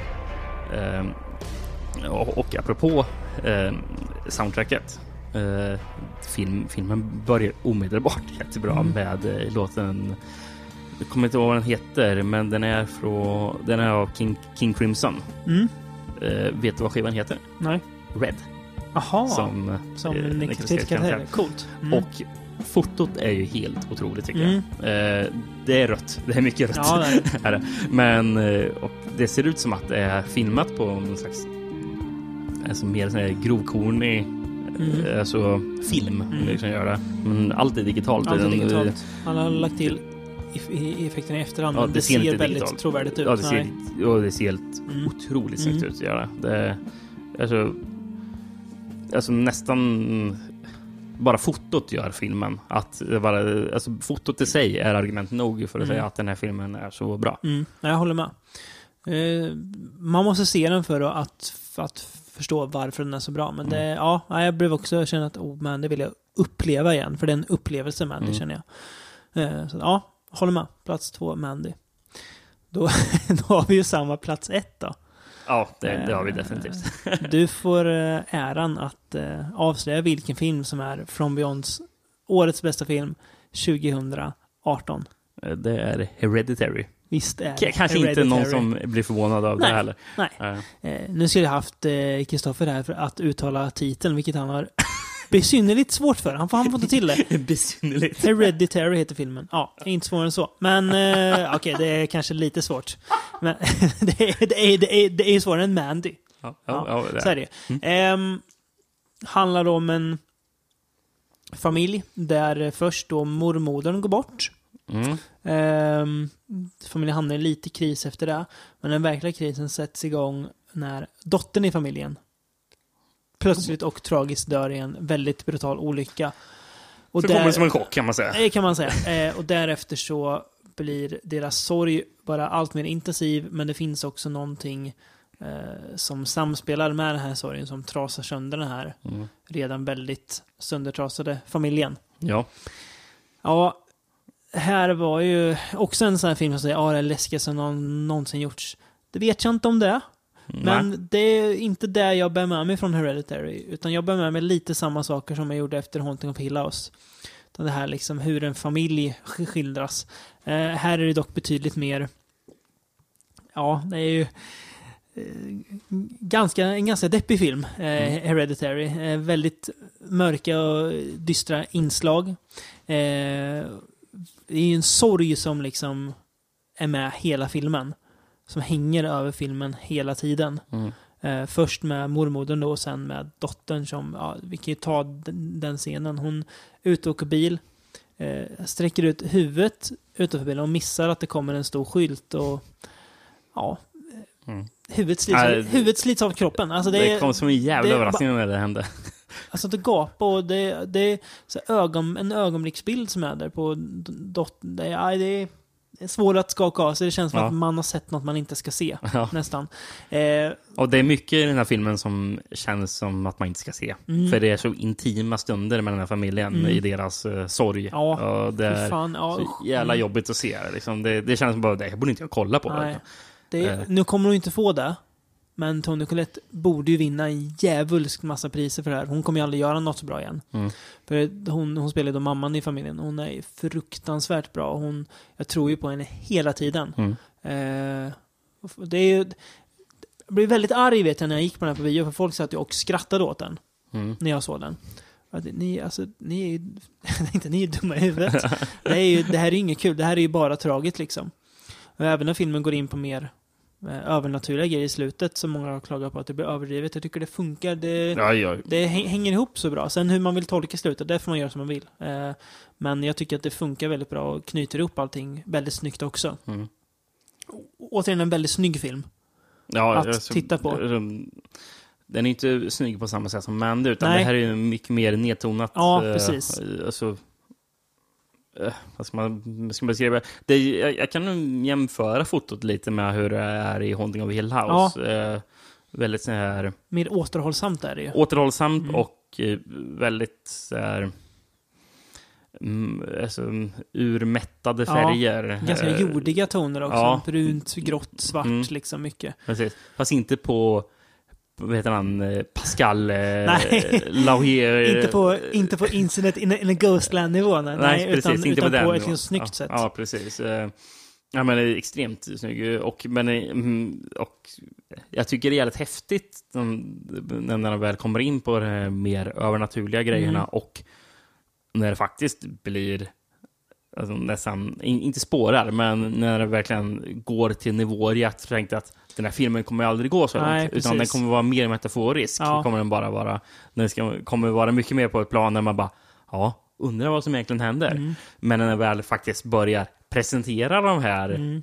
Och apropå soundtracket, filmen börjar omedelbart jättebra med låten, jag kommer inte ihåg vad den heter, men den är av King Crimson. Vet du vad skivan heter? Nej. Red. Aha, som Nicolas Cage. Coolt. Och fotot är ju helt otroligt tycker jag. Det är rött. Det är mycket rött. Ja, det är. Men och det ser ut som att det är filmat på någon slags alltså mer sån här grovkornig alltså film liksom gör det. Men allt är digitalt. Allt är digitalt. Han har lagt till effekterna i efterhand. Ja, det ser väldigt digitalt. Trovärdigt ut. Ja, det ser helt otroligt snyggt ut att göra. Det alltså nästan bara fotot gör filmen. Alltså fotot i sig är argument nog för att säga att den här filmen är så bra. Jag håller med. Man måste se den för att förstå varför den är så bra. Men jag blev också känna att det vill jag uppleva igen. För det är en upplevelse Mandy känner jag. Så håller med. Plats 2 Mandy. Då har vi ju samma plats 1 då. Ja, det har vi definitivt. Du får äran att avslöja vilken film som är From Beyonds årets bästa film 2018. Det är Hereditary. Visst är det. Kanske Hereditary. inte någon som blir förvånad av det heller. Nej. Nu skulle jag haft Kristoffer här för att uttala titeln, vilket han har besynnerligt svårt för. Han får ta till det. Besynnerligt. Hereditary heter filmen. Ja, inte svårare än så. Men okej, det är kanske lite svårt. Men det är svårare än Mandy. Ja, så är det. Handlar om en familj där först då mormodern går bort. Familjen hamnar i lite kris efter det. Men den verkliga krisen sätts igång när dottern i familjen plötsligt och tragiskt dör i en väldigt brutal olycka. Och så kommer det som en chock kan man säga. Det kan man säga. Och därefter så blir deras sorg bara allt mer intensiv, men det finns också någonting som samspelar med den här sorgen som trasar sönder den här redan väldigt söndertrasade familjen. Ja. Ja, här var ju också en sån här film som säger det är läskigt som någonsin gjorts. Det vet jag inte om det. Men det är inte det jag bär med mig från Hereditary, utan jag bär med mig lite samma saker som jag gjorde efter Haunting of Hill House. Det här liksom hur en familj skildras. Här är det dock betydligt mer, det är ju en ganska deppig film, Hereditary. Väldigt mörka och dystra inslag. Det är ju en sorg som liksom är med hela filmen. Som hänger över filmen hela tiden. Först med mormodern då och sen med dottern som, vi kan ju ta den scenen. Hon utåker bil, sträcker ut huvudet utanför bilen och missar att det kommer en stor skylt och huvudet slits av kroppen. Alltså det kom som en jävla överraskning när det hände. Alltså det gapar och det är så en ögonblicksbild som är där på dottern. Det är svårt att skaka av sig. Det känns som att man har sett något man inte ska se. Nästan. Och det är mycket i den här filmen som känns som att man inte ska se. För det är så intima stunder med den här familjen i deras sorg. Och det är så jävla jobbigt att se. Liksom. Det känns som bara, det borde inte jag kolla på. Nu kommer hon inte få det. Men Toni Collette borde ju vinna en djävulsk massa priser för det här. Hon kommer ju aldrig göra något så bra igen. För hon spelar ju då mamman i familjen. Hon är fruktansvärt bra. Jag tror ju på henne hela tiden. Jag blev väldigt arg vet jag när jag gick på den här på bio. För folk sa att jag också skrattade åt den. När jag såg den. Ni är dumma i huvudet. Det här är inget kul. Det här är ju bara tragiskt liksom. Och även när filmen går in på mer övernaturliga grejer i slutet som många har klagat på att det blir överdrivet. Jag tycker det funkar. Det hänger ihop så bra. Sen hur man vill tolka slutet, det får man göra som man vill. Men jag tycker att det funkar väldigt bra och knyter ihop allting väldigt snyggt också. Återigen en väldigt snygg film. Att titta på. Den är inte snygg på samma sätt som Mandy, utan det här är mycket mer nedtonat. Ja, precis. Vad ska man beskriva? Jag kan jämföra fotot lite med hur det är i Haunting of Hill House. Väldigt så här... Mer återhållsamt är det ju. Återhållsamt och väldigt så här... urmättade färger. Ganska jordiga toner också. Brunt, grått, svart, liksom mycket. Precis. Fast inte på vad heter han? Pascal Laugier. Inte på Incident in a Ghostland-nivån. Nej, precis. Inte utan på ett ett snyggt sätt. Ja, precis. Ja, men det är extremt snygg. Och jag tycker det är jävligt häftigt när de väl kommer in på de här mer övernaturliga grejerna och när det faktiskt blir nästan, inte spårar, men när det verkligen går till nivåer jag tänkte att den här filmen kommer aldrig gå så långt, utan den kommer vara mer metaforisk. Kommer den bara vara, kommer vara mycket mer på ett plan där man bara, undrar vad som egentligen händer. Men när den väl faktiskt börjar presentera de här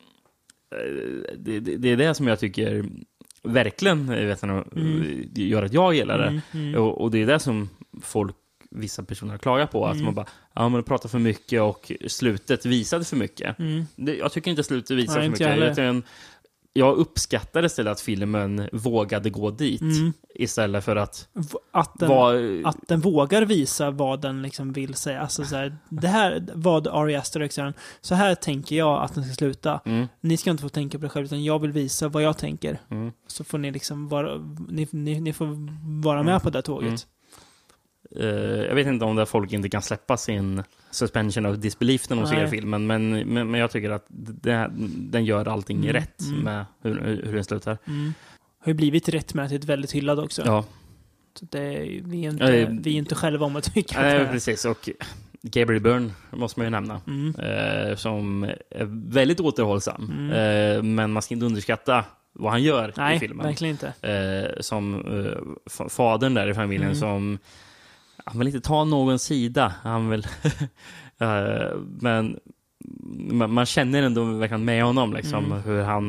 det är det som jag tycker verkligen gör att jag gillar det. Och det är det som vissa personer klagar på, att man bara, man pratar för mycket och slutet visade för mycket. Jag tycker inte slutet visade för mycket. Jag uppskattade istället att filmen vågade gå dit istället för att den vågar visa vad den liksom vill säga. Alltså så här, det här vad Ari Aster säger, så här tänker jag att den ska sluta. Ni ska inte få tänka på det själv, utan jag vill visa vad jag tänker. Så får ni liksom ni får vara med på det tåget. Jag vet inte om det folk inte kan släppa sin suspension of disbelief när de ser filmen, men jag tycker att den gör allting rätt med hur den slutar. Har ju blivit rättmätigt väldigt hyllad också. Ja. Så vi är inte själva om att tycka det. Precis, och Gabriel Byrne måste man ju nämna, som är väldigt återhållsam, men man ska inte underskatta vad han gör i filmen. Nej, verkligen inte. Som fadern där i familjen som han vill inte ta någon sida. Han vill men man känner ändå verkligen med honom liksom,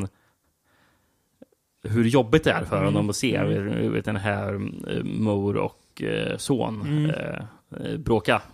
hur jobbigt det är för honom att se den här mor och son bråka.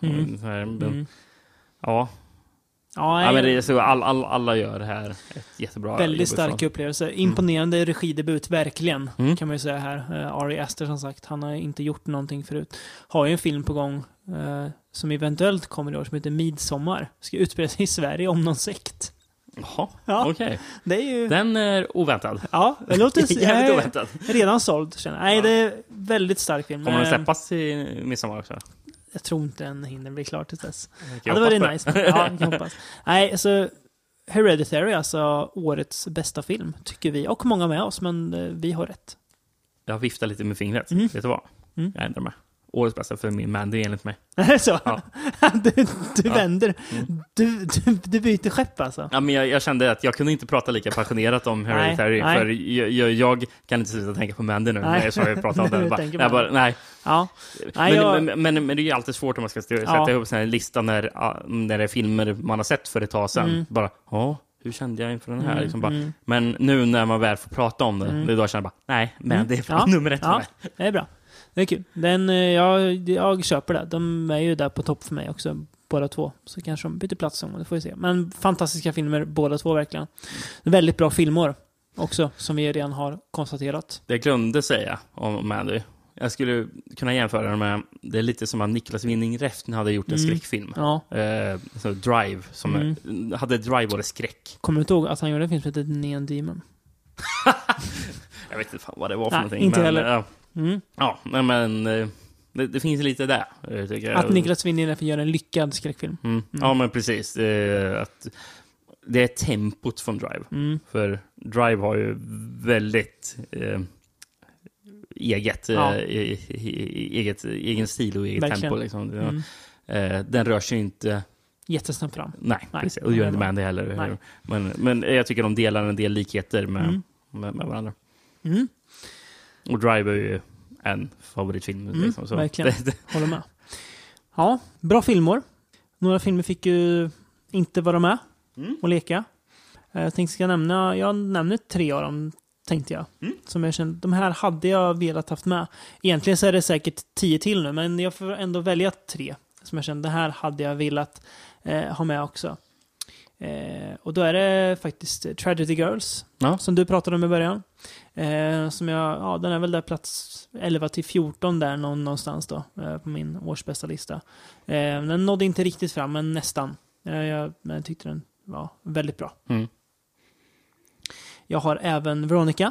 Ja. Ja, Men det är så alla gör det här ett jättebra väldigt stark upplevelse. Imponerande regidebut, verkligen, kan man ju säga här. Ari Aster, som sagt, han har inte gjort någonting förut. Har ju en film på gång som eventuellt kommer i år som heter Midsommar. Ska utspela sig i Sverige om någon sekt. Jaha, Ja, okej. Det är ju... Den är oväntad. Ja, det låter jävligt oväntad. Redan såld, känner jag. Nej, det är väldigt stark film. Kommer den släppas i midsommar också? Jag tror inte den hinner bli klar till dess. Det var det nice. Ja, jag hoppas. Nej, alltså Hereditary, alltså årets bästa film, tycker vi. Och många med oss, men vi har rätt. Jag viftar lite med fingret. Vet du vad? Jag ändrar mig. Årets bästa för min Mandy enligt mig. Så? Ja. Du vänder. Du byter skepp alltså. Ja, men jag kände att jag kunde inte prata lika passionerat om Hereditary. Nej. För jag kan inte sluta tänka på Mandy nu. Nej. Så jag pratar om den. Nej. Ja. Men det är ju alltid svårt om man ska sätta ihop en lista när det är filmer man har sett för ett tag sedan. Bara, hur kände jag inför den här? Liksom men nu när man väl får prata om det, det är då jag känner bara, nej, men det är nummer 1 för mig. Det är bra. Det är kul. Jag köper det. De är ju där på topp för mig också, båda två. Så kanske de byter plats om det, får vi se. Men fantastiska filmer, båda två verkligen. Väldigt bra filmer också, som vi redan har konstaterat. Det jag glömde säga om Mandy. Jag skulle kunna jämföra med, det är lite som att Niklas Winning Refn hade gjort en skräckfilm. Ja. Så Drive, som hade Drive var det skräck. Kommer du inte ihåg att han gjorde en film som heter Neon Demon? Jag vet inte fan vad det var för någonting. Inte heller. Ja, men det finns lite där, tycker jag. Att Niklas Winning Refn gör en lyckad skräckfilm. Ja, men precis. Att det är tempot från Drive. För Drive har ju väldigt egen stil och eget verkligen. tempo. Liksom. Den rör sig inte jättesnabbt fram. Nej. Precis. Och det gör inte Mandy heller. Men jag tycker de delar en del likheter med varandra. Och Drive är ju en favoritfilm. Liksom, så. Verkligen. Håller med. Ja, bra filmer. Några filmer fick ju inte vara med och leka. Jag tänkte jag nämner 3 av dem, tänkte jag. Som jag kände, de här hade jag velat haft med. Egentligen så är det säkert 10 till nu, men jag får ändå välja 3. Som jag kände, det här hade jag velat ha med också. Och då är det faktiskt Tragedy Girls, som du pratade om i början. Som den är väl där plats 11-14 där någonstans då, på min årsbästa lista. Den nådde inte riktigt fram, men nästan. Men jag tyckte den var väldigt bra. Jag har även Veronica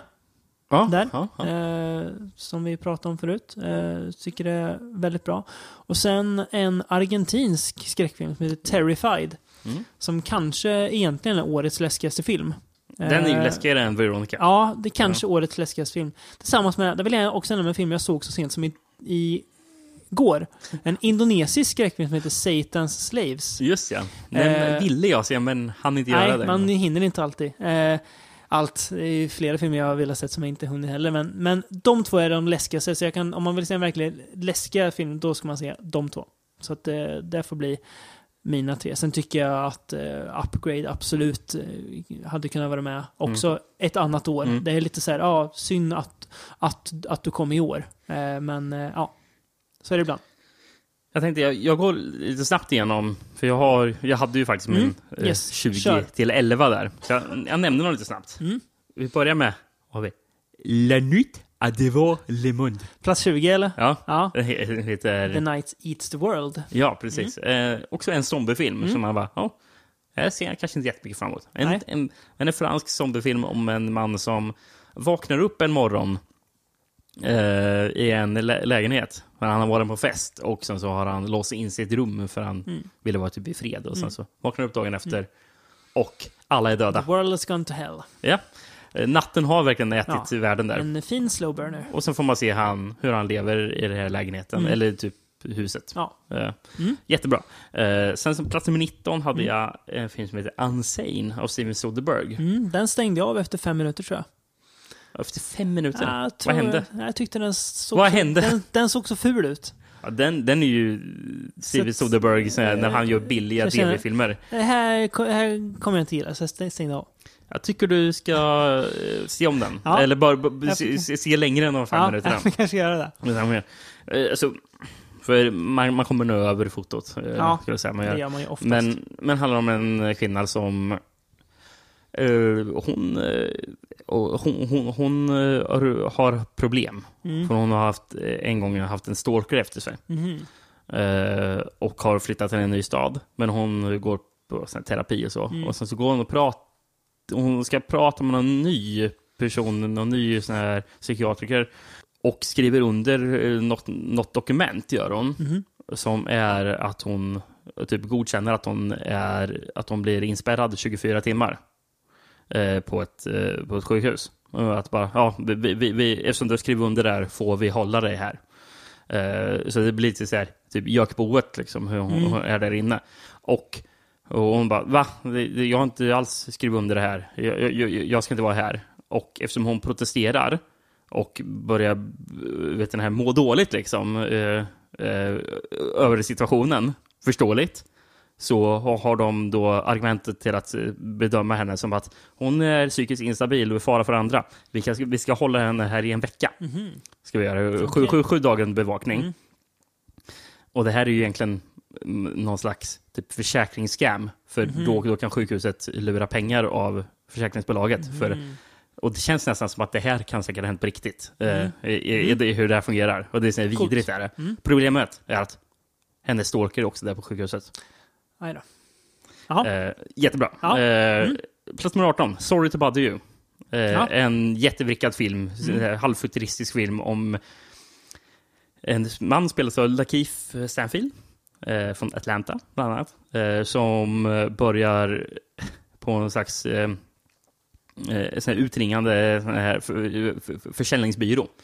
där, som vi pratade om förut. Tycker det är väldigt bra. Och sen en argentinsk skräckfilm som heter Terrified. Som kanske egentligen är årets läskigaste film. Den är ju läskigare än Veronica. Ja, det är kanske årets läskigaste film. Tillsammans med, det vill jag också nämna en film jag såg så sent som i går. En indonesisk skräckfilm som heter Satan's Slaves. Just ja. Den ville jag se, men han inte göra det. Nej, man hinner inte alltid. Allt. Det är flera filmer jag vill ha sett som jag inte hunnit heller. Men de två är de läskigaste. Så om man vill se en verkligen läskiga film, då ska man se de två. Så att det får bli mina 3. Sen tycker jag att Upgrade absolut hade kunnat vara med också ett annat år. Det är lite så här, synd att du kom i år. Men så är det ibland. Jag tänkte, jag går lite snabbt igenom, för jag hade ju faktiskt min 20-11 där. Så jag nämnde dem lite snabbt. Vi börjar med La Nuit à devant le monde. Plats 20, eller? Ja. Det heter The Night Eats the World. Ja, precis. Också en zombiefilm som man bara, jag ser kanske inte jättemycket framåt. En fransk zombiefilm om en man som vaknar upp en morgon i en lägenhet. Men han har varit på fest och sen så har han låst in sig i ett rum för han ville vara typ i fred. Och sen så vaknar upp dagen efter och alla är döda. The world has gone to hell. Ja. Natten har verkligen ätit i världen där. En fin slow burner. Och sen får man se hur han lever i den här lägenheten. Eller typ huset. Jättebra. Sen som plats nummer 19 hade jag en film som heter Unsane av Steven Soderbergh. Den stängde jag av efter 5 minuter, tror jag. Efter 5 minuter? Vad hände? Jag tyckte den såg så ful ut. Ja, den är ju Steven Soderbergh när han gör billiga DV-filmer. Det här kommer jag inte gilla, så jag stängde av. Jag tycker du ska se om den. Eller bara se längre än de 5 minuterna. Jag kanske göra det. Alltså, för man kommer nu över fotot. Skulle jag säga. Det gör man ju oftast. Men handlar om en kvinna som hon har problem. För hon har en gång haft en stalker efter sig. Och har flyttat till en ny stad. Men hon går på sån terapi och så. Och sen så går hon och hon ska prata med någon ny person, någon ny sån här psykiatriker. Och skriver under något dokument, gör hon. Som är att hon typ godkänner att hon blir inspärrad 24 timmar. På ett sjukhus. Och att bara, eftersom du skriver under där får vi hålla dig här. Så det blir lite så här, typ gökboet liksom, hur hon är där inne. Och hon bara, va? Jag har inte alls skrivit under det här. Jag ska inte vara här. Och eftersom hon protesterar och börjar må dåligt liksom, över situationen, förståeligt, så har de då argumentet till att bedöma henne som att hon är psykiskt instabil och fara för andra. Vi ska hålla henne här i en vecka. Ska vi göra 7 dagar bevakning. Och det här är ju egentligen någon slags typ försäkringsscam. För då kan sjukhuset lura pengar av försäkringsbolaget. Och det känns nästan som att det här kan säkert ha hänt på riktigt. Det hur det här fungerar. Och det är så vidrigt. Är det. Problemet är att hennes stalker är också där på sjukhuset. Nej då. Jättebra. Plats nummer 18, Sorry to Bother You. En jättevrickad film, halvfuturistisk film om en man spelas av Lakeith Stanfield från Atlanta bland annat, som börjar på en slags sån här utringande försäljningsbyrå.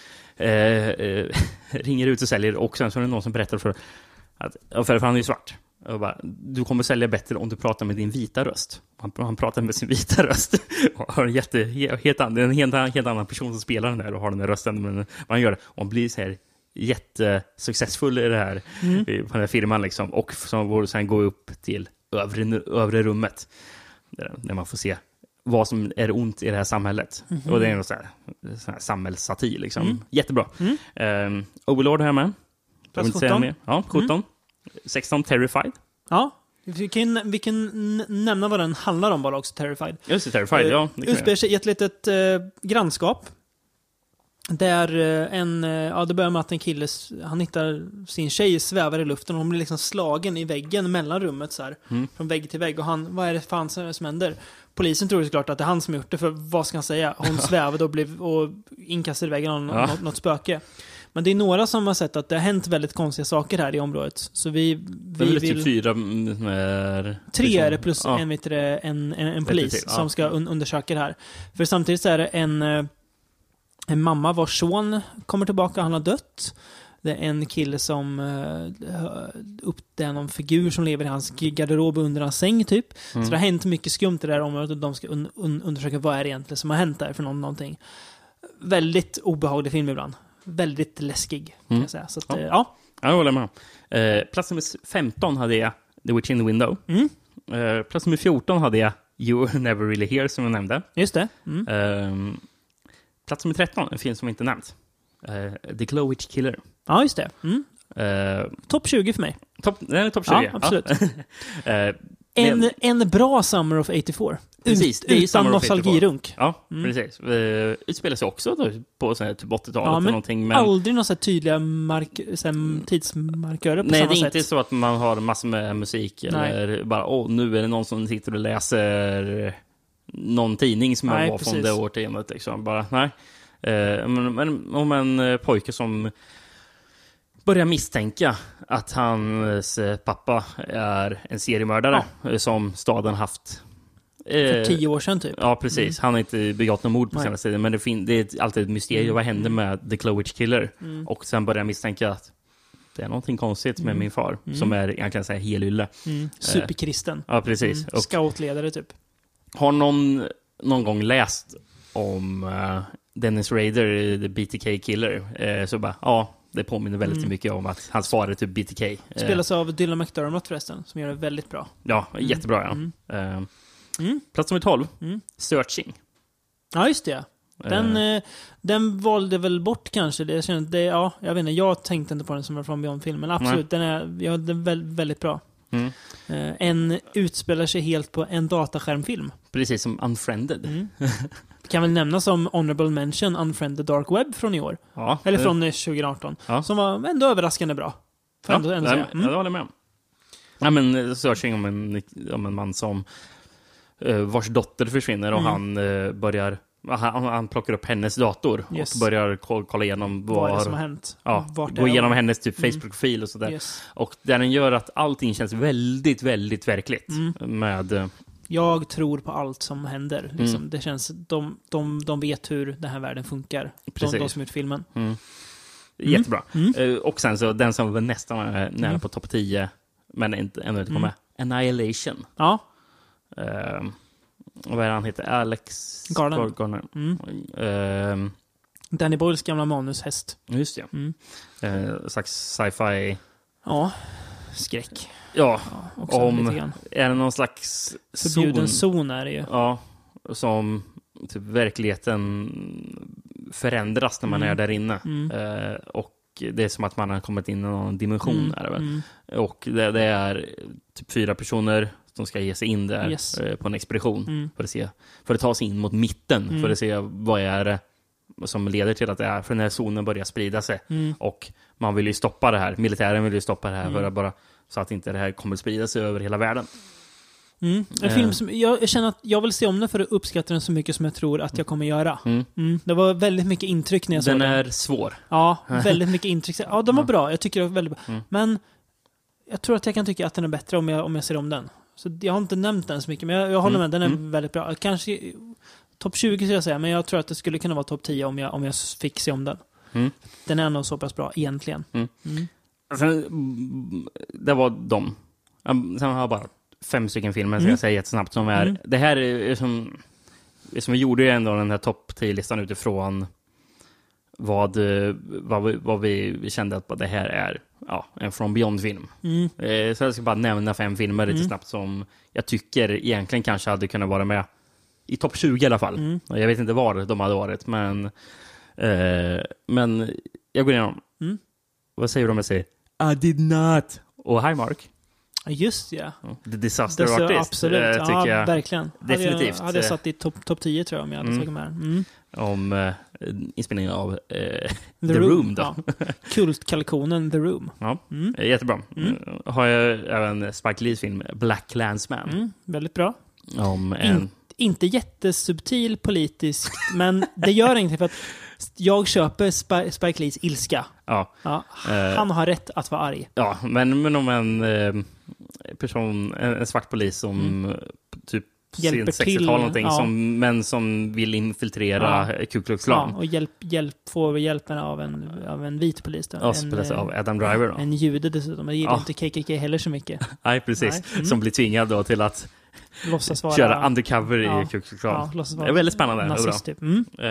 Ringer ut och säljer, och sen så är det någon som berättar för han är ju svart. Och bara, du kommer sälja bättre om du pratar med din vita röst. Han pratar med sin vita röst. Och har en helt annan person som spelar den där och har den där rösten. Men man gör det. Och han blir så här jättesuccessfull i det här, på den här firman liksom. Och som borde sen gå upp till övre rummet. Där man får se vad som är ont i det här samhället. Och det är något så här samhällssatir liksom. Jättebra. Overlord här med. Plats 17. Ja, 17. 16, Terrified. Ja, vi kan nämna vad den handlar om bara också, Terrified. Just det, Terrified, ja. Utspelar sig i ett litet grannskap. Där det börjar med att en kille, han hittar sin tjej svävar i luften och hon blir liksom slagen i väggen mellan rummet så här, från vägg till vägg, och vad är det fan som händer? Polisen tror såklart att det är han som gjort det, för vad ska han säga? Hon svävade och inkastade i väggen av något spöke. Men det är några som har sett att det har hänt väldigt konstiga saker här i området. Så vi vill... typ 4 3 är det plus en polis som ska undersöka det här. För samtidigt så är det en mamma vars son kommer tillbaka, han har dött. Det är en kille som det är någon figur som lever i hans garderob under hans säng typ. Så det har hänt mycket skumt i det här området, och de ska undersöka vad är det egentligen som har hänt där för någonting. Väldigt obehaglig film ibland. Väldigt läskig, kan jag säga. Så att, jag håller med. Plats nummer 15 hade jag The Witch in the Window. Plats nummer 14 hade jag You Were Never Really Here, som jag nämnde. Just det. Plats nummer 13, en film som inte nämnt. The Glow Witch Killer. Ja, just det. Topp 20 för mig. Den är topp 20. Ja, absolut. En bra Summer of 84. Precis, utan nostalgirunk. Ja, precis. Utspelar sig också då, på sån här, typ 80-talet eller någonting. Men aldrig några så här tydliga tidsmarkörer på samma sätt. Nej, det är inte så att man har massor med musik. Eller bara, nu är det någon som sitter och läser någon tidning som var från det årtiondet. Liksom. Bara, nej. Men om en pojke som börjar misstänka att hans pappa är en seriemördare som staden haft för 10 år sedan typ. Ja, precis. Han har inte begått någon mord på senaste tiden, men det är alltid ett mysterium. Vad hände med The Glow Witch Killer? Och sen börjar jag misstänka att det är någonting konstigt med min far, som är egentligen så här helylle. Superkristen. Ja, precis. Och scoutledare typ. har någon gång läst om Dennis Rader, The BTK Killer, så bara, det påminner väldigt mycket om att hans far är typ BTK. Spelas av Dylan McDermott förresten, som gör det väldigt bra. Ja, jättebra. Plats nummer 12, Searching. Ja, just det. Den valde väl bort kanske. Jag vet inte, jag tänkte inte på den som en From Beyond-film, men absolut, den är väldigt bra. En utspelar sig helt på en dataskärmfilm. Precis som Unfriended. Kan väl nämna som honorable mention Unfriended Dark Web från i år. Ja, eller från 2018. Ja. Som var ändå överraskande bra. Jag håller med. Ja, men Searching om en man som vars dotter försvinner och han plockar upp hennes dator och börjar kolla igenom vad är det som har hänt. Gå igenom hennes typ Facebook-profil och sådär. Och den gör att allting känns väldigt, väldigt verkligt. Jag tror på allt som händer. Liksom. Det känns, de vet hur den här världen funkar. De som ut filmen. Jättebra. Och sen så den som var nästan nära på topp 10 men ändå inte kom med. Annihilation. Ja. Och vad är han heter? Alex Garner. Danny Boyles gamla manushäst. Just det. Slags sci-fi. Ja, skräck. Ja, är det någon slags förbjuden zon är det ju. Ja, som typ verkligheten förändras när man är där inne. Och det är som att man har kommit in i någon dimension är det väl. Och det är typ 4 personer som ska ge sig in där på en expedition för att ta sig in mot mitten för att se vad är det som leder till att det är, för den här zonen börjar sprida sig och man vill ju stoppa det här, militären vill ju stoppa det här för att bara så att inte det här kommer sprida sig över hela världen. En film som jag känner att jag vill se om den för att uppskatta den så mycket som jag tror att jag kommer göra. Det var väldigt mycket intryck när jag såg den. Den är svår. Ja, väldigt mycket intryck. Ja, den var bra. Jag tycker det var väldigt bra. Men jag tror att jag kan tycka att den är bättre om jag ser om den. Så jag har inte nämnt den så mycket, men jag håller med. Den är väldigt bra. Kanske topp 20 skulle jag säga, men jag tror att det skulle kunna vara topp 10 om jag fick se om den. Den är nog så pass bra egentligen. Sen, det var de. Sen har jag bara 5 stycken filmer som jag säger jättesnabbt som är. Det här är som vi gjorde ju ändå den här topp 10-listan utifrån vad vi kände att det här är en From Beyond-film. Så jag ska bara nämna 5 filmer lite snabbt som jag tycker egentligen kanske hade kunnat vara med i topp 20 i alla fall. Jag vet inte var de hade varit, men jag går igenom. Vad säger du om jag säger I did not? Och hi Mark. Just ja. The Disaster Artist. Absolut. Tycker jag verkligen. Definitivt. Hade jag satt i topp 10 tror jag om jag hade tagit med. Om inspelningen av The Room då. Ja. Kultkalkonen The Room. Ja, jättebra. Har jag även Spike Lees film Black Klansman. Väldigt bra. Om inte jättesubtil politiskt, men det gör ingenting för att jag köper Spike Lees ilska. Ja. Han har rätt att vara arg. Ja, men om en person, en svart polis som typ hjälper till, 60-tal någonting, men som vill infiltrera Ku Klux Klan. Och får hjälpen av en vit polis då. Spelas av Adam Driver då. En jude dessutom. Jag gillar inte KKK heller så mycket. Nej, precis. Som blir tvingad då till att köra undercover i Ku Klux Klan. Det är väldigt spännande. Nazist, typ.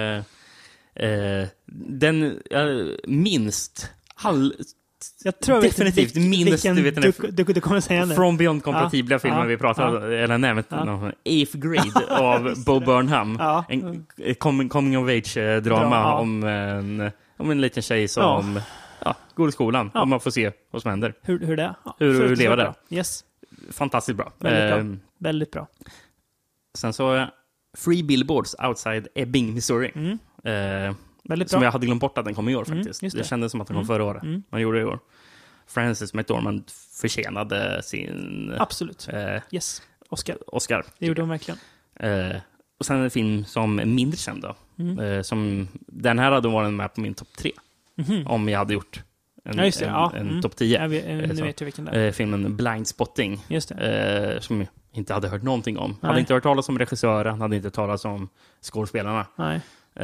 Den minst jag tror definitivt minst du kommer säga nu. From Beyond kompatibla filmer vi pratade eller nämnt Eighth Grade av Bo Burnham. En coming of age drama om en liten tjej som går i skolan och man får se vad som händer. Hur det är. Hur du lever där. Yes. Fantastiskt bra. Väldigt bra. Sen så Free Billboards Outside Ebbing, Missouri. Som jag hade glömt bort att den kom i år faktiskt. Det kändes som att den kom förra året. Man gjorde det i år. Frances McDormand förtjänade sin... Absolut. Yes. Oscar. Det gjorde hon verkligen. Och sen en film som är mindre känd då. Som, den här hade varit med på min topp 3. Om jag hade gjort en topp 10. Nu vet jag vilken det är. Filmen Blind Spotting. Just det. Som jag inte hade hört någonting om. Hade inte hört talas om regissören. Hade inte talas om skådespelarna. Nej.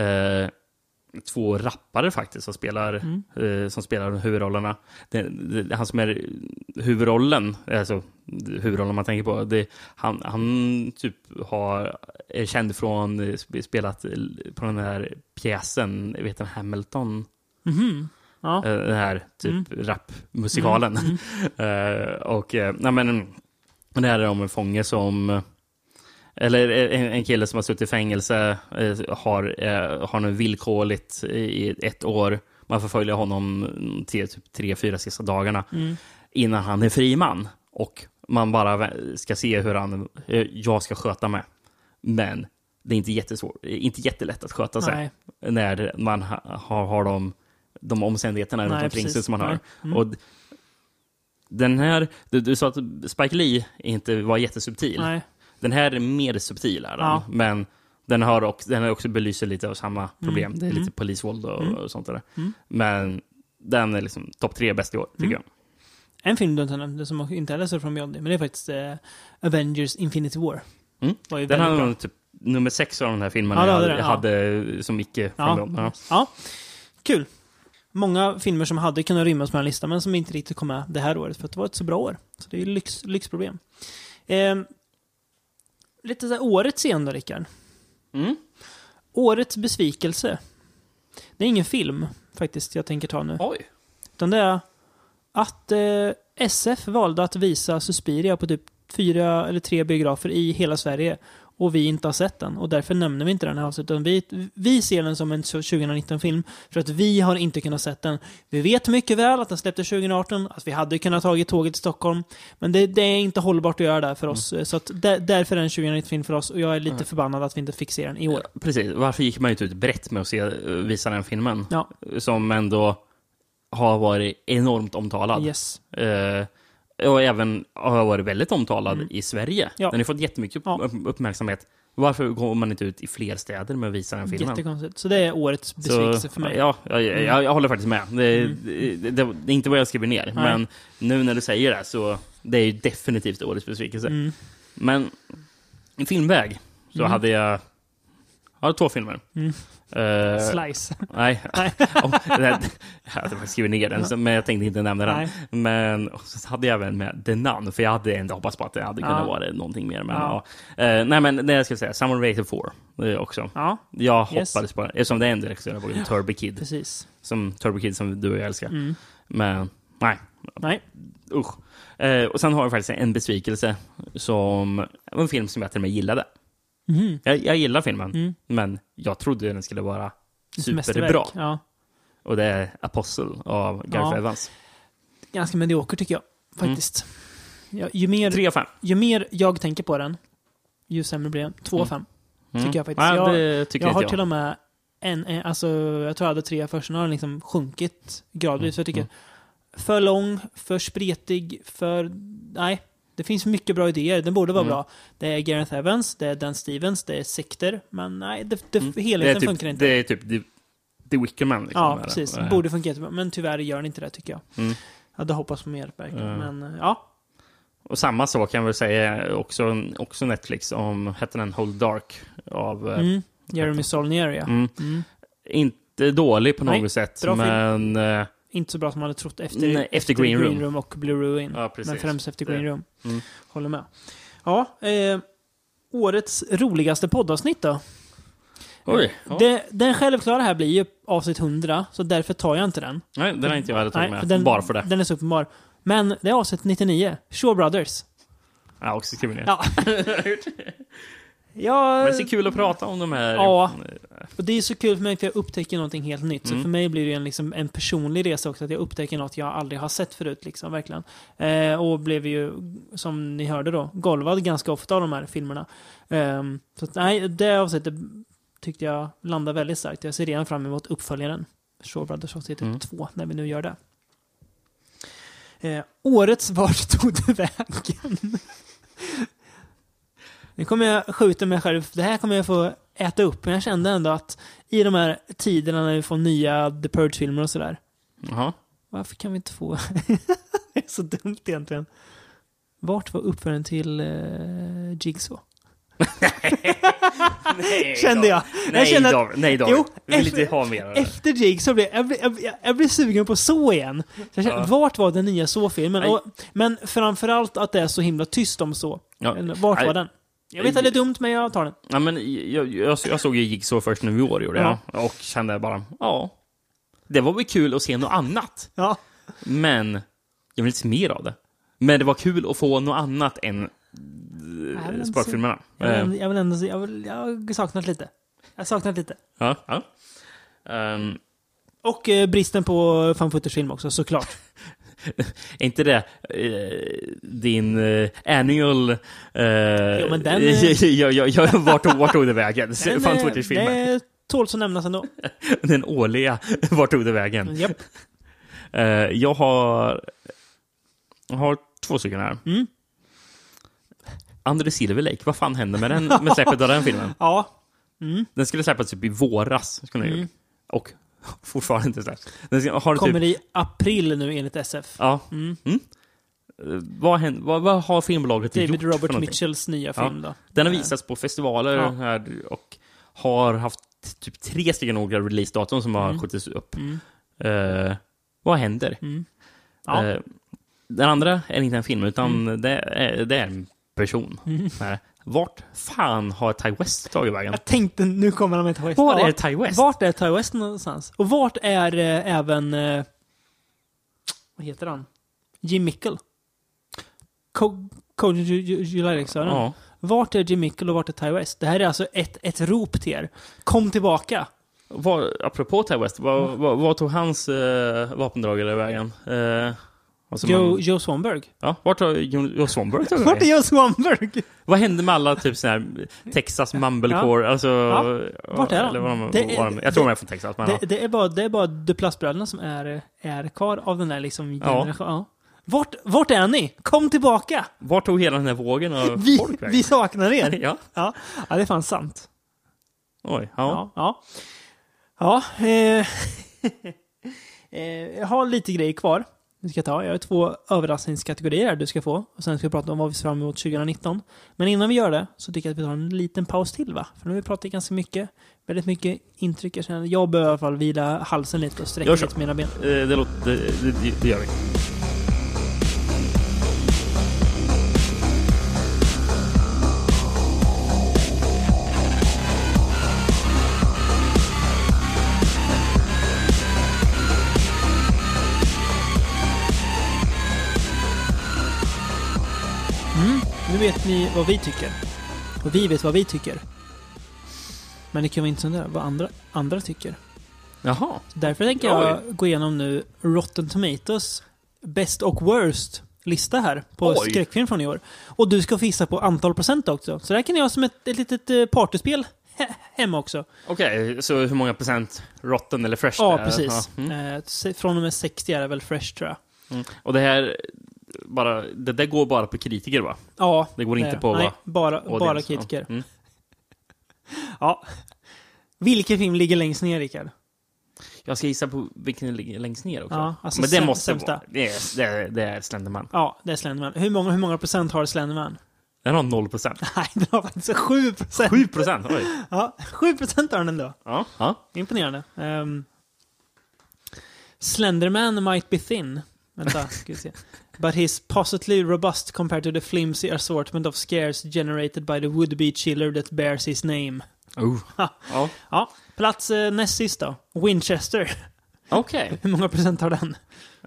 2 rappare faktiskt som spelar huvudrollerna. Han som är huvudrollen, alltså huvudrollen man tänker på, han typ är känd från spelat på den här pjäsen, jag vet Hamilton. Den här typ rapmusikalen. Och det här är om en fånge som Eller en kille som har suttit i fängelse har nu villkorligt i 1 år. Man får följa honom till typ 3-4 sista dagarna innan han är fri man. Och man bara ska se hur jag ska sköta mig. Men det är inte jättesvårt, inte jättelätt att sköta sig när man har de omständigheterna runt omkring sig som man har. Och den här, du sa att Spike Lee inte var jättesubtil. Nej. Den här är mer subtil men den har också belyser lite av samma problem. Det är lite polisvåld och sånt där. Men den är liksom topp 3 bäst i år, tycker jag. En film du inte nämnde som inte heller står från Beyond, men det är faktiskt Avengers Infinity War. Den har nog typ nummer 6 av de här filmerna jag hade som icke från Beyond. Ja, kul. Många filmer som hade kunnat rymmas på den listan men som inte riktigt kom med det här året för att det var ett så bra år. Så det är ju lyxproblem. Lite så här årets scen då, Rickard. Årets besvikelse. Det är ingen film faktiskt jag tänker ta nu. Oj. Utan det är att SF valde att visa Suspiria på typ 4 eller 3 biografer i hela Sverige och vi inte har sett den och därför nämner vi inte den här, utan vi ser den som en 2019-film för att vi har inte kunnat sett den. Vi vet mycket väl att den släppte 2018, att vi hade kunnat tagit tåget till Stockholm, men det är inte hållbart att göra det för oss, så att därför är det en 2019-film för oss och jag är lite förbannad att vi inte fick se den i år. Precis, varför gick man inte ut brett med att visa den filmen som ändå har varit enormt omtalad. Yes. Och även har varit väldigt omtalad i Sverige. Den har fått jättemycket uppmärksamhet. Varför går man inte ut i fler städer med att visa den filmen? Jättekonstigt. Så det är årets besvikelse för mig. Ja, jag håller faktiskt med. Det är inte vad jag skriver ner. Nej. Men nu när du säger det så det är ju definitivt årets besvikelse. Men i filmväg så hade jag 2 filmer. Slice. Nej. Jag hade faktiskt skrivit ner den, men jag tänkte inte nämna den. Men så hade jag även med The Nun, för jag hade ändå hoppats på att det hade kunnat vara någonting mer. Men, nej, men det jag ska säga, Someone Rated 4 också. Jag hoppades på det, eftersom det är en direktör på Turbo Kid. Precis. Som Turbo Kid som du och jag älskar. Men, nej. Usch. Och sen har jag faktiskt en besvikelse som en film som jag till och med gillade. Jag gillar filmen, men jag trodde den skulle vara superbra. Och det är Apostle av Gareth Evans. Ganska medioker tycker jag, faktiskt. Ju mer 3/5. Ju mer jag tänker på den, ju sämre blir den. 2/5 tycker jag faktiskt. Jag har till och med alltså, jag tror jag hade 3 först. Nu har den liksom sjunkit gradvis. Jag tycker för lång, för spretig, nej. Det finns mycket bra idéer. Den borde vara bra. Det är Gareth Evans, det är Dan Stevens, det är Sekter. Men nej, helheten funkar inte. Det är typ The Wicker Man. Liksom, ja, precis. Det borde funka jättebra. Men tyvärr gör den inte det, tycker jag. Jag hade hoppats på mer verkligen. Men ja. Och samma sak kan vi säga också Netflix om hette den Hold Dark av Jeremy Saulnier. Inte dålig på något sätt, men inte så bra som man hade trott efter Green Room och Blue Ruin. Men främst efter Green Room. Håller med. Ja, årets roligaste poddavsnitt då. Oj, Den självklara här blir ju avsnitt 100, så därför tar jag inte den. Nej, den har inte jag heller tagit med. Bara för det. Den är så uppenbar. Men det är avsnitt 99. Shaw Brothers. Ja, också skriver ner. Men det är så kul att prata om de här. Ja, och det är så kul för mig att jag upptäcker någonting helt nytt. Så för mig blir det en personlig resa också, att jag upptäcker något jag aldrig har sett förut, liksom, verkligen. Och blev ju, som ni hörde då, golvad ganska ofta av de här filmerna. Så nej, det avsnittet tyckte jag landade väldigt starkt. Jag ser redan fram emot uppföljaren. Shaw Brothers avsnittet 2, när vi nu gör det. Årets Vart tog du vägen? Nu kommer jag skjuta mig själv. Det här kommer jag få äta upp. Men jag kände ändå att i de här tiderna när vi får nya The Purge-filmer och sådär. Varför kan vi inte få... Det är så dumt egentligen. Vart var uppföljaren till Jigsaw? Nej, kände jag. Nej, David. Jo, vi vill inte ha mer av det. Efter Jigsaw jag blev sugen på så igen. Så jag kände, vart var den nya så-filmen? Men framförallt att det är så himla tyst om så. Vart var den? Jag vet att det är dumt, men jag tar den. Ja, men jag såg ju Jigsaw först nu i år, gjorde jag. Och kände bara, det var väl kul att se något annat. Men jag vill inte se mer av det. Men det var kul att få något annat än sportfilmerna. Jag har saknat lite. Ja. Och bristen på fan footage-film också, såklart. Är inte det din annual... Jo, men den... vart tog det vägen? Fan footage-filmen. Det tåls att nämnas ändå. Den årliga vart tog det vägen. Japp. Jag har 2 stycken här. Under the Silver Lake, vad fan hände med släppet av den filmen? Ja. Den skulle släppas typ i våras. Och fortfarande inte släppt. Kommer i april nu enligt SF. Ja. Vad har filmbolaget David gjort Robert Mitchells nya film då. Den har visats på festivaler här och har haft typ 3 stycken olika release-datum som har skjutits upp. Vad händer? Den andra är inte en film, utan det är en person. Vart fan har Ty West tagit vägen? Jag tänkte, nu kommer han med Ty West. Var är Ty West? Vart är Ty West någonstans? Och vart är även... vad heter han? Jim Mickle. Cody July-regissören. Ja. Vart är Jim Mickle och vart är Ty West? Det här är alltså ett rop till er. Kom tillbaka! Apropå Ty West, vad tog hans vapendragare vägen? Joe Swanberg. Ja, vart har Joe Swanberg tagit Vart är Joe Swanberg? Vad hände med alla typ sån här Texas Mumblecore? Alltså, vart är de? Jag tror de är från Texas. Men det är bara Duplass-bröderna som är kvar av den där liksom generationen. Vart är ni? Kom tillbaka! Vart tog hela den här vågen av folk vägen? Vi saknar er. Ja, det är fan sant. Oj, jag har lite grejer kvar. Jag har 2 överraskningskategorier här du ska få. Och sen ska vi prata om vad vi ser fram emot 2019. Men innan vi gör det så tycker jag att vi tar en liten paus till, va? För nu har vi pratat ganska mycket. Väldigt mycket intryck. Jag behöver i alla fall vila halsen lite och sträcka lite mina ben. Det gör vi. Nu vet ni vad vi tycker. Och vi vet vad vi tycker. Men det kan vara intressant att höra vad andra tycker. Jaha. Därför tänker jag gå igenom nu Rotten Tomatoes Best och Worst lista här på skräckfilm från i år. Och du ska få gissa på antal procent också. Så det här kan jag ha som ett litet partyspel hemma också. Okej, så hur många procent Rotten eller Fresh? Ja, precis. Från och med 60 är det väl Fresh, tror jag. Och det här... det där går bara på kritiker, va? Ja. Det går inte på... Nej, bara kritiker. Ja. Vilken film ligger längst ner, Rickard? Jag ska gissa på vilken ligger längst ner också. Ja, alltså men det måste sämsta. vara... Det är Slenderman. Ja, det är Slenderman. Hur många procent har Slenderman? Den har 0%. Nej, den har faktiskt 7%. 7%? Oj. Ja, 7% har den ändå. Ja. Imponerande. Slenderman might be thin. Vänta, ska vi se. But he's positively robust compared to the flimsy assortment of scares generated by the would-be chiller that bears his name. Ja, plats näst sist då. Winchester. Okej. Hur många procent har den?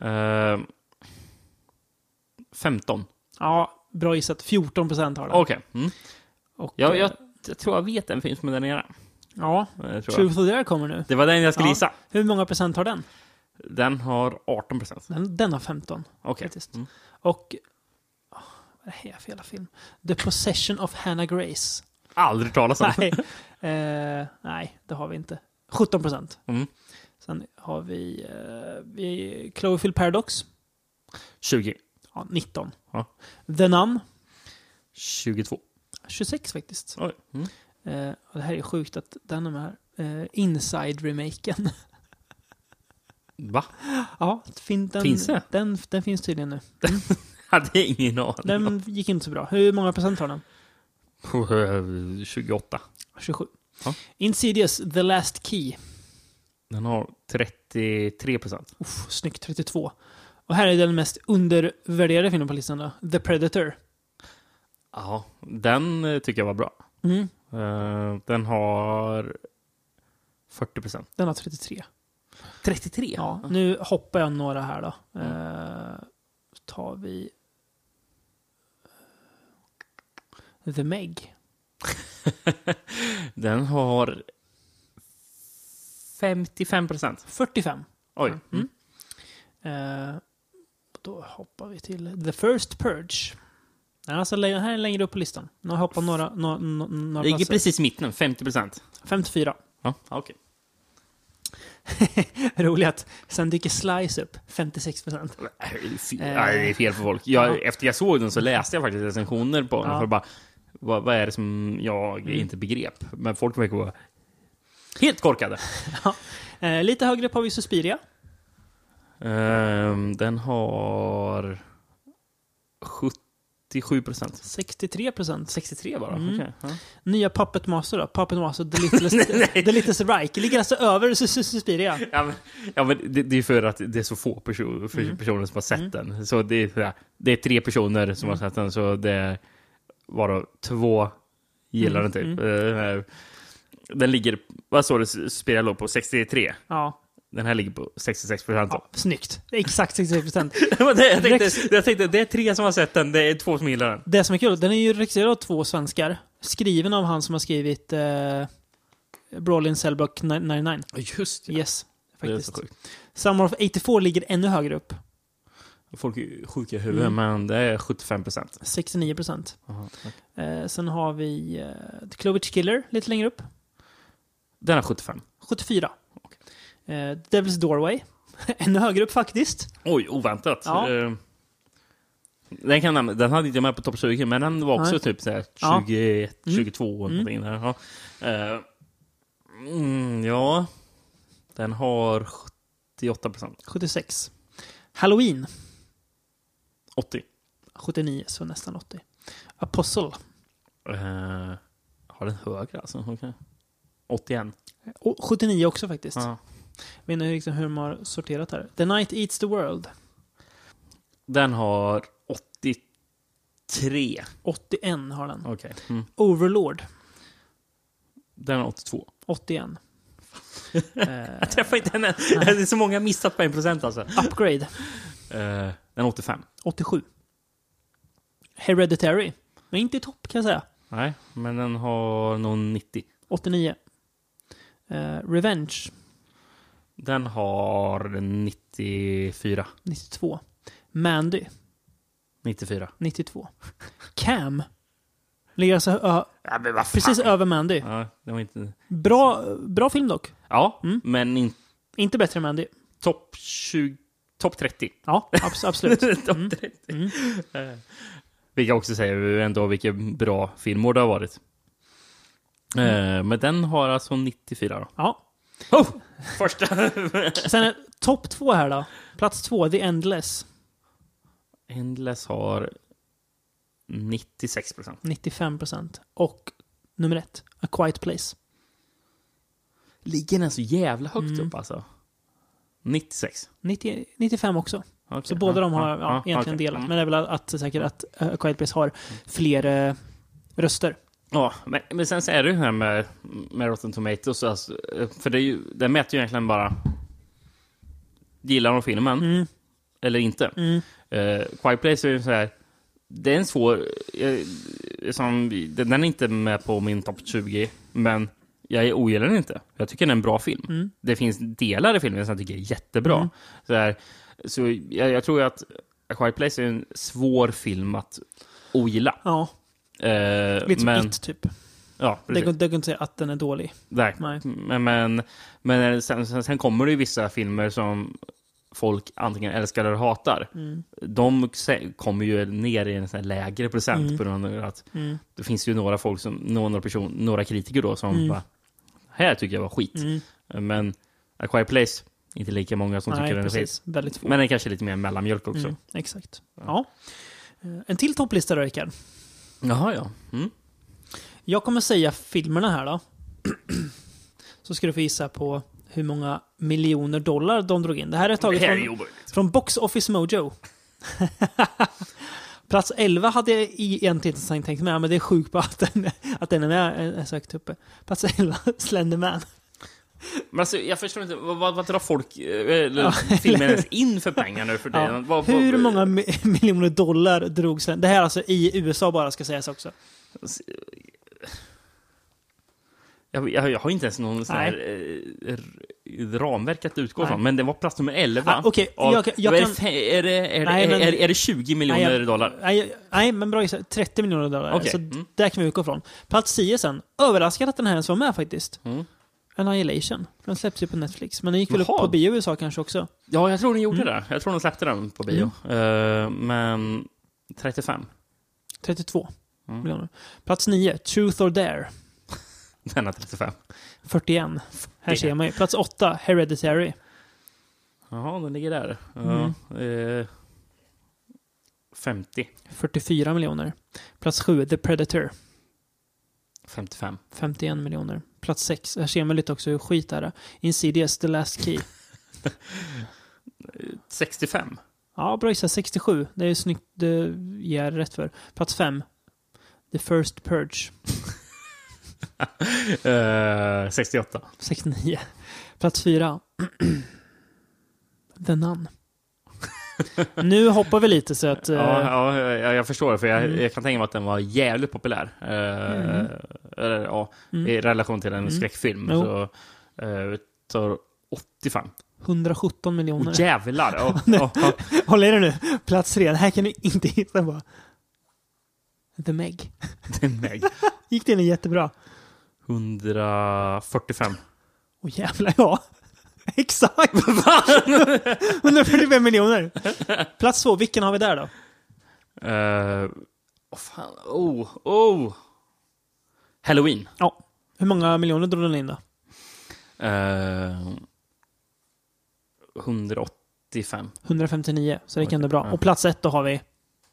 15. Ja, bra gissat. 14% har den. Okej. Jag tror jag vet en film som är där nere. Ja, Truth or Dare kommer nu. Det var den jag skulle gissa. Hur många procent har den? Den har 18%. Den har 15. Okej. Och vad är det här för jävla film? The Possession of Hannah Grace. Aldrig talas om. Nej, det har vi inte. 17%. Sen har vi Cloverfield Paradox. 20. Ja, 19. Ja. The Nun. 22. 26 faktiskt. Oj. Och det här är sjukt att den här Inside-remaken. Va? Ja, finns det? Den finns tydligen nu. Hade ingen aning. Den gick inte så bra. Hur många procent har den? 28. 27. Ja. Insidious, The Last Key. Den har 33%. Snyggt, 32. Och här är den mest undervärderade filmen på listan då. The Predator. Ja, den tycker jag var bra. Den har 40%. Den har 33. 33? Ja, nu hoppar jag några här då. Tar vi The Meg. Den har 55%. 45. Oj. Då hoppar vi till The First Purge. Den här är längre upp på listan. Nu har jag hoppat några Det ligger platser. precis i mitten, 50%. 54. Ja, okej. Roligt att sen dyker Slice upp. 56%. Nej, det är fel för folk. Efter jag såg den så läste jag faktiskt recensioner på den. För bara, vad är det som jag inte begrep? Men folk verkar vara helt korkade. Lite högre på vi Suspiria. Den har 77%. 63%. 63 bara? Okej. Ja. Nya Puppet Master då? Puppet Master The Littlest Reich. Ligger alltså över Suspiria. Ja, men det är för att det är så få personer som har sett den. Så det är 3 personer som har sett den. Så det var 2 gillar den typ. Den ligger, vad sa du, Suspiria låg på 63? Ja. Den här ligger på 66%. Ja, snyggt. Exakt 66%. jag tänkte, det är 3 som har sett den, det är 2 som gillar den. Det som är kul, den är ju regisserad av 2 svenskar. Skriven av han som har skrivit Brolin Cellblock 99. Just det. Yes, faktiskt. Det är så sjukt. Summer of 84 ligger ännu högre upp. Folk är sjuka i huvudet, men det är 75%. 69%. Aha, sen har vi The Cloverfield Killer lite längre upp. Den är 75. 74. Devil's Doorway. Ännu högre upp faktiskt. Oj, oväntat. Ja. Den hade inte med på topp 20, men den var också typ så här 21, 22 någonting där. Ja. Ja. Den har 78%. 76. Halloween. 80. 79, så nästan 80. Apostle. Har den högre alltså? Okay. 81. 79 också faktiskt. Ja. Jag vet inte liksom hur de har sorterat här. The Night Eats the World. Den har 83. 81 har den. Okay. Overlord. Den har 82. 81. Jag träffar inte henne. Det är så många missat på 1% alltså. Upgrade. Den är 85. 87. Hereditary. Men inte i topp kan jag säga. Nej, men den har nog 90. 89. Revenge. Den har 94. 92. Mandy. 94. 92. Cam. Ligger alltså precis över Mandy. Ja, det var inte... Bra film dock. Ja, men inte bättre än Mandy. Topp 30. Ja, absolut. Topp 30. Vi kan också säga ändå vilken bra filmår det har varit. Men den har alltså 94 då. Ja. Första. Sen topp 2 här då. Plats 2, The Endless. Endless har 96%. 95%. Och nummer 1, A Quiet Place. Ligger den så jävla högt upp alltså? 96. 95 också. Okay. Så båda de har egentligen delat. Men det är väl att säkert att A Quiet Place har fler röster. Ja, men sen så är det ju här med Rotten Tomatoes. Alltså, för det mäter ju egentligen bara gillar de filmen eller inte. Quiet Place är ju så här, det är en svår den är inte med på min topp 20, men jag ogillar den inte. Jag tycker den är en bra film. Det finns delar i filmen som jag tycker är jättebra. Så jag tror att A Quiet Place är en svår film att ogilla. Ja. Lite som It typ. Ja, det går inte säga att den är dålig. Nej. Men sen kommer det ju vissa filmer som folk antingen älskar eller hatar. De kommer ju ner i en sån här lägre procent på grund av att det finns ju några folk några kritiker då som bara, här tycker jag var skit. Men A Quiet Place inte lika många som tycker den är skit. Väldigt få. Men den är kanske lite mer mellanmjölk också. Exakt. Ja. En till topplista då, Rickard. Jaha, ja. Jag kommer säga filmerna här då. Så ska du få gissa på hur många miljoner dollar de drog in. Det här är taget från Box Office Mojo. Plats 11 hade jag egentligen tänkt med, men det är sjukt på att den är med så högt uppe. Plats 11, Slenderman. Men alltså, jag förstår inte, vad drar folk filmen ens in för pengar nu för det? Hur många miljoner dollar drog Slenderman? Det här alltså i USA bara ska sägas också. Jag har inte ens någon sån här ramverk att utgå från, men det var plats nummer 11. Okej, är det 20 miljoner dollar? Nej, men bra gissat. 30 miljoner dollar. Okay. Så där kan vi utgå från. Plats 10 sen. Överraskad att den här ens var med faktiskt. Annihilation. Den släpps ju på Netflix. Men den gick väl upp på bio i USA kanske också. Ja, jag tror den gjorde det. Jag tror de släppte den på bio. Men 35. 32 miljoner. Plats 9. Truth or Dare. Den har 35. 41. Här ser man ju. Plats 8. Hereditary. Jaha, den ligger där. 50. 44 miljoner. Plats 7. The Predator. 55. 51 miljoner. Plats 6. Här ser man lite också hur skit är det. Insidious, The Last Key. 65. Ja, bra gissat. 67. Det är snyggt. Det ger rätt för. Plats 5. The First Purge. 68. 69. Plats 4. The Nun. Nu hoppar vi lite så att... jag förstår det, för jag kan tänka mig att den var jävligt populär. I relation till en skräckfilm. Så tar 85. 117 miljoner. Jävlar! Håll i det nu. Plats 3. Det här kan du inte hitta på. The Meg. The Meg. Gick det jättebra. 145. Jävlar, ja. Exakt. 145 miljoner. Plats 2. Vilken har vi där då? Halloween. Ja. Hur många miljoner drog den in då? 185. 159. Så det kan det bra. Och plats 1 då har vi...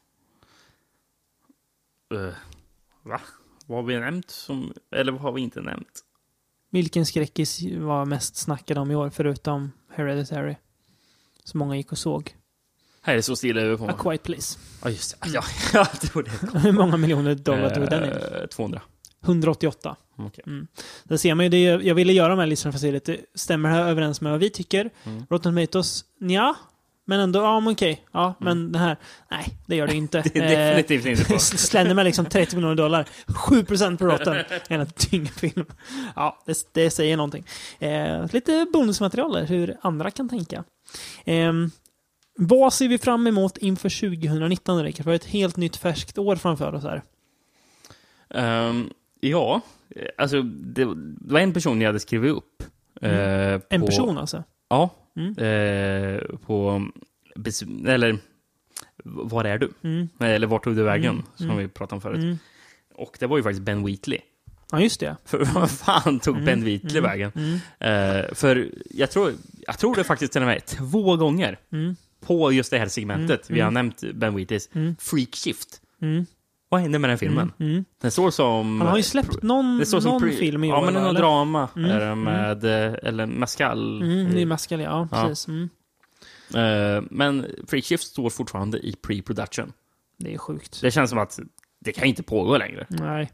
Va? Vad har vi nämnt eller vad har vi inte nämnt? Vilken skräckis var mest snackad om i år förutom Hereditary? Som många gick och såg. Här är så stilla över på mig. A Quiet Place. Ja, just det. Ja, jag tror det. Hur många miljoner dollar tog den in? 200. 188. Okay. Där ser man ju det jag ville göra med listan för att se lite. Stämmer det här överens med vad vi tycker? Rotten Tomatoes, ja. Men ändå, ja men okej. Ja, men det här, nej, det gör det inte. Det är definitivt inte. Sländer med liksom 30 miljoner dollar. 7% på Rotten. En dyngfilm. Ja, det säger någonting. Lite bonusmaterial där, hur andra kan tänka. Vad ser vi fram emot inför 2019, Rickard? Vi har ett helt nytt färskt år framför oss här. Ja, alltså det var en person jag hade skrivit upp. En person alltså? Ja. Eller var är du? Eller vart tog du vägen? Som vi pratade om förut. Och det var ju faktiskt Ben Wheatley. Ja, just det. För vad fan tog Ben Wheatley vägen? För jag tror det faktiskt till och med 2 gånger på just det här segmentet. Vi har nämnt Ben Wheatleys Freak Shift. Vad hände med den filmen? Den står som... Han har ju släppt någon film i år. Ja, men en drama. Med eller Mescal. Det är Mescal, ja. Precis. Men Freak Shift står fortfarande i pre-production. Det är sjukt. Det känns som att det kan inte pågå längre. Nej.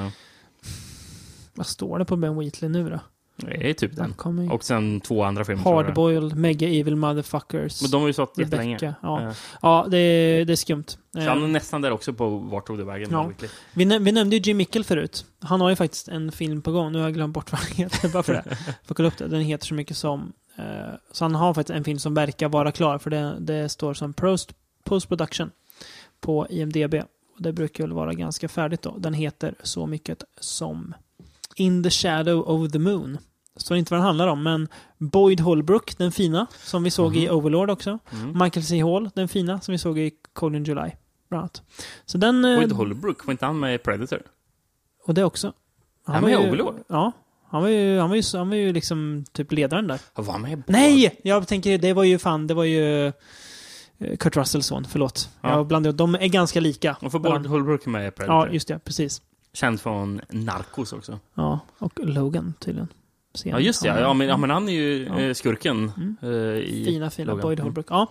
Vad står det på Ben Wheatley nu då? Det är typ den. Och sen 2 andra filmer. Hardboiled, Mega Evil Motherfuckers. Men de har ju stått jättelänge. Ja, det är skumt. Så han är nästan där också på vart tog det vägen. Ja. Vi nämnde ju Jim Mickle förut. Han har ju faktiskt en film på gång. Nu har jag glömt bort vad den heter. Bara för det. Får kolla upp det. Den heter så mycket som... så han har faktiskt en film som verkar vara klar. För det står som post-production på IMDb. Och det brukar väl vara ganska färdigt då. Den heter så mycket som In the Shadow of the Moon. Så inte vad den handlar om, men Boyd Holbrook, den fina, som vi såg i Overlord också. Michael C. Hall, den fina, som vi såg i Cold in July. Bland annat. Så den... Boyd Holbrook, var inte han med i Predator? Och det också. Han var med i Overlord? Ja. Han var ju liksom typ ledaren där. Han var med Nej! Jag tänker, det var ju Kurt Russells son, förlåt. Jag blandade, de är ganska lika. Och för Boyd Holbrook med i Predator. Ja, just det, precis. Känd från Narcos också. Ja, och Logan tydligen. Ja, just det. Ja, men han är ju skurken i fina Logan. Boyd Holbrook. Ja.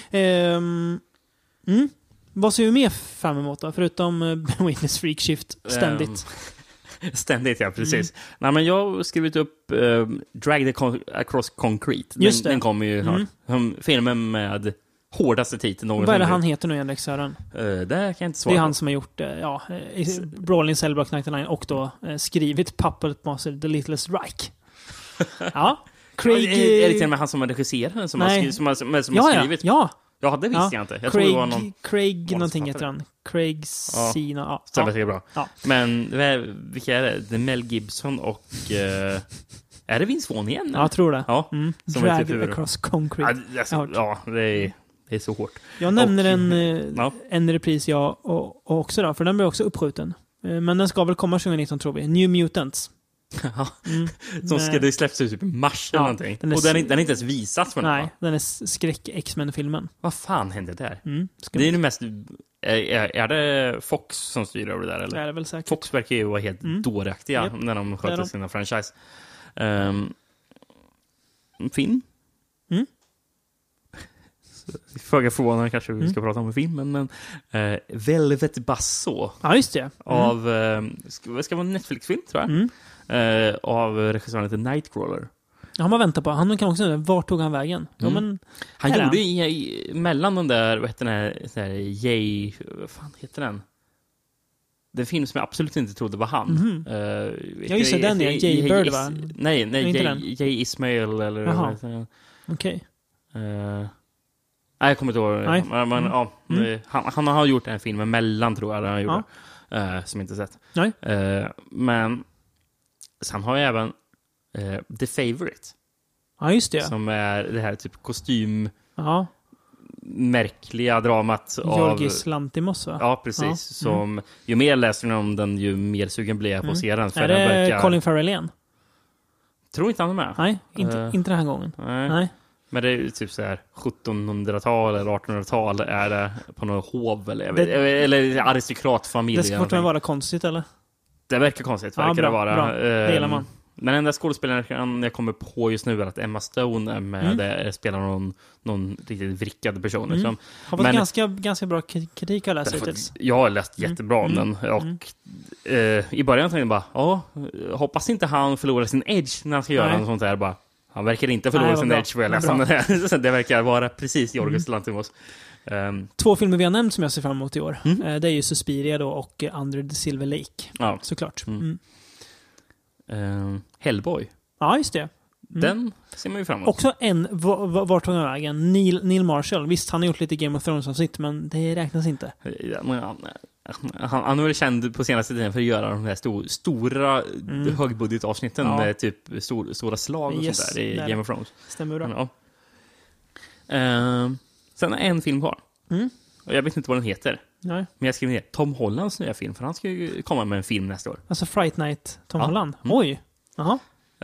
Vad ser vi mer fram emot då? Förutom Ben Wheatleys Freak Shift ständigt. Ständigt, ja, precis. Nej, men jag har skrivit upp Drag the Across Concrete. Den kommer ju filmen med hårdaste titeln någonsin. Vad är det han heter nu igen, regissören? Det kan jag inte svara Det är på. han som har gjort Brawling Cellblock 99 och då skrivit Puppet Master The Littlest Reich. Ja. Craig... Är det till och med han som är regisseraren som har skrivit? Ja. Ja, det visste jag inte. Jag tror det var någon... Craig någonting heter han. Craig Sina. Ja. Stämmer säkert bra. Ja. Men vilka är det? Det är Mel Gibson och... är det Vince Vaughn igen? Ja, jag tror det. Ja. Dragged Across Concrete. Ja, det är så hårt. Jag nämner en repris och också då, för den blir också uppskjuten. Men den ska väl komma 2019 tror vi. New Mutants. Som ska det släpps ut typ i mars eller någonting. Den är inte ens visats för nej, den är skräck-X-Men-filmen. Vad fan hände där? Det är det mest... Är det Fox som styr över det där? Eller? Det är det väl säkert. Fox verkar ju vara helt dåraktiga när de sköter sina franchise. Film? Föga förvånande kanske vi ska prata om en film, men Velvet Basso. Ja, just det. Av, ska vara en Netflix-film, tror jag. Av regissören till Nightcrawler. Ja, man väntar på. Han kan också undra, vart tog han vägen? Ja, men, han gjorde mellan de där, vad heter vad fan heter den? Det är en film som jag absolut inte trodde var han. Jag gissar den är Jay Bird, va? Nej, Jay Ismail eller vad heter den? Okej. Nej, jag kommer inte ihåg. Men, han har gjort en film mellan, tror jag, han gjorde, som inte sett. Nej. Men sen har jag även The Favourite. Ja, just det. Som är det här typ kostym märkliga dramat av Jorgis Lanthimos, va? Ja, precis. Som ju mer läser jag om den, ju mer sugen blir jag på att se den. För är det Colin Farrell igen? Tror inte han är med. Nej, inte den här gången. Nej. Men det är ju typ så här 1700-tal eller 1800-tal är det på någon hov eller aristokratfamilj. Det ska fortfarande vara konstigt, eller? Det verkar konstigt, verkar det vara. Bra. Det gillar man. Men den enda skådespelaren jag kommer på just nu är att Emma Stone är med, spelar någon riktigt vrickad person. Liksom. Har fått ganska bra kritik att läsa hittills. Jag har läst jättebra om den. Och i början tänkte jag bara, hoppas inte han förlorar sin edge när han ska göra något sånt där. Bara, han verkar inte förlora sin edge för jag läste om det här. Så det verkar vara precis Jorgos Lanthimos. 2 filmer vi har nämnt som jag ser fram emot i år. Det är ju Suspiria då och Under the Silver Lake. Såklart. Hellboy. Ja, just det. Den ser man ju fram emot. Också vart tog han vägen? Neil Marshall. Visst, han har gjort lite Game of Thrones-avsnitt, men det räknas inte. Han är väl känd på senaste tiden för att göra de här stora högbudgetavsnitten med typ stora slag och sånt där i Game of Thrones. Stämmer bra. Sen är en film kvar. Och jag vet inte vad den heter. Nej. Men jag skriver ner Tom Hollands nya film, för han ska ju komma med en film nästa år. Alltså Fright Night Tom Holland. Oj. Jaha.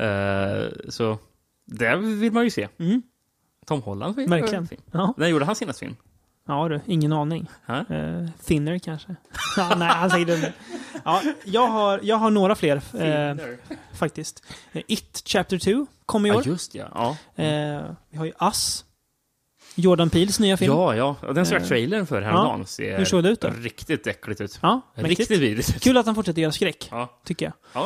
Så det vill man ju se. Tom Holland vill verkligen. När gjorde han senast film? Ja du, ingen aning. Thinner kanske. Nej, han säger det. Ja, jag har några fler faktiskt. It Chapter 2 kommer i år. Ja, just ja. Vi har ju Us. Jordan Peels nya film. Ja. Den såg trailern för häromdagen. Hur såg det ut då? Riktigt äckligt ut. Ja, riktigt vidrigt. Kul att han fortsätter göra skräck, tycker jag.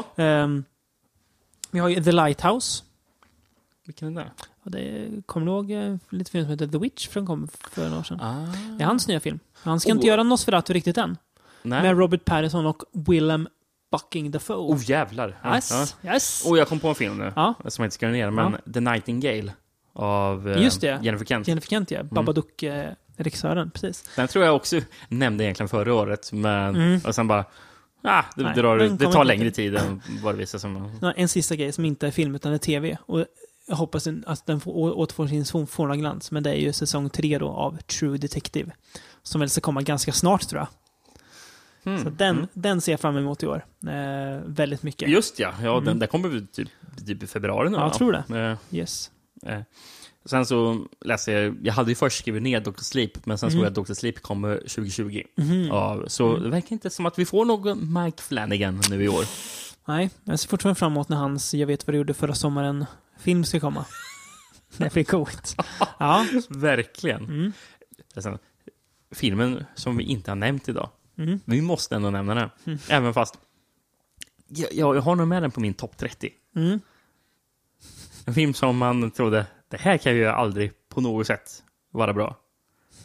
Vi har ju The Lighthouse. Vilken är det? Och det kommer ihåg lite film som heter The Witch från kom för några år sedan. Det är hans nya film. Han ska inte göra Nosferatu riktigt än. Nej. Med Robert Pattinson och Willem Bucking Dafoe. Jävlar. Yes. Jag kom på en film nu som jag inte ska ner, men The Nightingale av Jennifer Kent. Jennifer Kent, ja. Babadook-regissören, precis. Den tror jag också nämnde egentligen förra året, men och sen bara det tar längre tid än vad det visar som. En sista grej som inte är film utan är tv, och jag hoppas att den återfår sin forna glans, men det är ju säsong 3 då av True Detective som väl ska komma ganska snart, tror jag. Så den ser jag fram emot i år. Väldigt mycket. Just den kommer väl typ i februari nu. Ja, jag tror det. Yes. Sen så läste jag hade ju först skrivit ner Dr. Sleep, men sen såg jag att Dr. Sleep kommer 2020. Så det verkar inte som att vi får någon Mike Flanagan nu i år. Nej, jag ser fortfarande fram emot när hans Jag vet vad du gjorde förra sommaren film ska komma. Det blir coolt. Ja, verkligen. Sen, filmen som vi inte har nämnt idag. Vi måste ändå nämna den. Även fast jag har nog med den på min topp 30. En film som man trodde, det här kan ju aldrig på något sätt vara bra.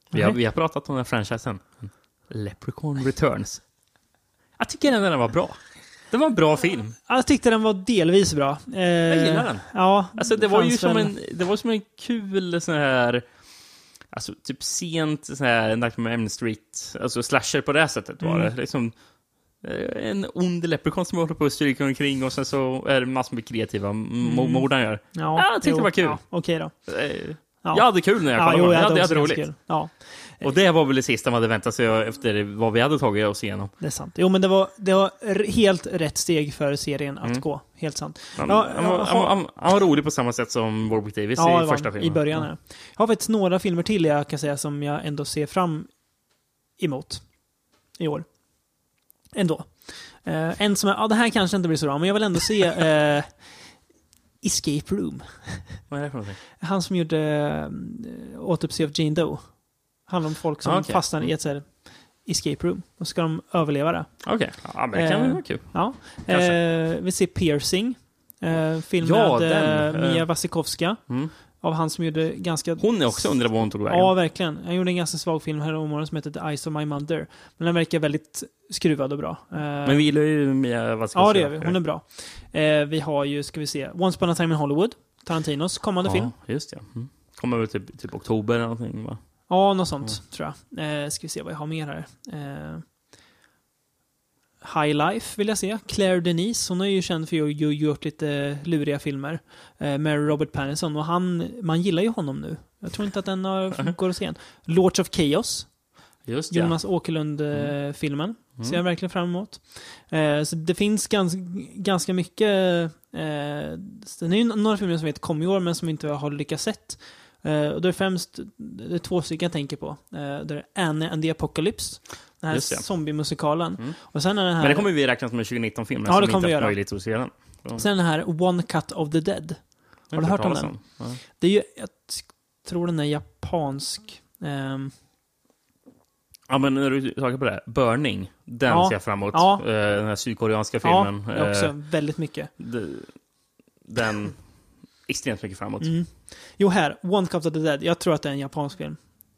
Vi har pratat om den här franchisen. Leprechaun Returns. Jag tycker den var bra. Det var en bra film. Jag tyckte den var delvis bra. Jag gillar den. Ja, alltså, det var ju som en kul sån här... Alltså typ sent sån här Nightmare on Elm Street. Alltså slasher på det sättet var det. Liksom... En ond leprechaun som håller på att stryka omkring och sen så är det massor med kreativa mord han gör. Ja, jag tyckte det var kul. Ja, okej då. Jag hade kul när jag kollade. Jag hade roligt. Kul. Ja. Och det var väl det sista man hade väntat sig efter vad vi hade tagit oss igenom. Det är sant. Jo, men det var helt rätt steg för serien att gå. Helt sant. Han var rolig på samma sätt som Warwick Davis i första filmen. I början. Jag har faktiskt några filmer till jag kan säga som jag ändå ser fram emot i år. Ändå. En som det här kanske inte blir så bra, men jag vill ändå se Escape Room. Vad är det för någonting? Han som gjorde Autopsy of Jane Doe. Handlar om folk som fastnar i ett escape room. Och ska de överleva det. Okej. Ja, men det kan väl vara kul. Ja. Vi ser Piercing. Film med Mia Wasikowska. Av han som gjorde ganska... Hon är också undrar vad hon tog vägen. Ja, verkligen. Han gjorde en ganska svag film här om morgonen som heter The Eyes of My Mother. Men den verkar väldigt skruvad och bra. Men vi gillar ju Mia Wasikowska. Ja, det gör vi. Hon är bra. Vi har ju, ska vi se, Once Upon a Time in Hollywood. Tarantinos kommande film. Ja, just det. Kommer väl typ oktober eller någonting, va? Ja, något sånt tror jag. Ska vi se vad jag har mer här. High Life vill jag se. Claire Denise, hon är ju känd för att gjort lite luriga filmer. Med Robert Pattinson. Och man gillar ju honom nu. Jag tror inte att den går att se än. Lords of Chaos. Just Jonas Åkerlund-filmen. Ser jag verkligen fram emot. Så det finns ganska mycket... det är ju några filmer som vet kom i år men som inte har lyckats sett. Och det är främst två stycken jag tänker på. Det är Anne and the Apocalypse. Den här zombie-musikalen. Och sen är den här... Men det kommer vi räkna som en 2019-film. Ja, det kommer vi göra. Möjligt att se den. Sen den här One Cut of the Dead. Har du hört om den? Ja. Det är ju, jag tror den är japansk. Ja, men när du talar på det. Burning. Den ser jag fram emot. Ja. Den här sydkoreanska filmen. Ja, också väldigt mycket. Den... extremt mycket framåt. Jo, här. One Cut of the Dead. Jag tror att det är en japansk film.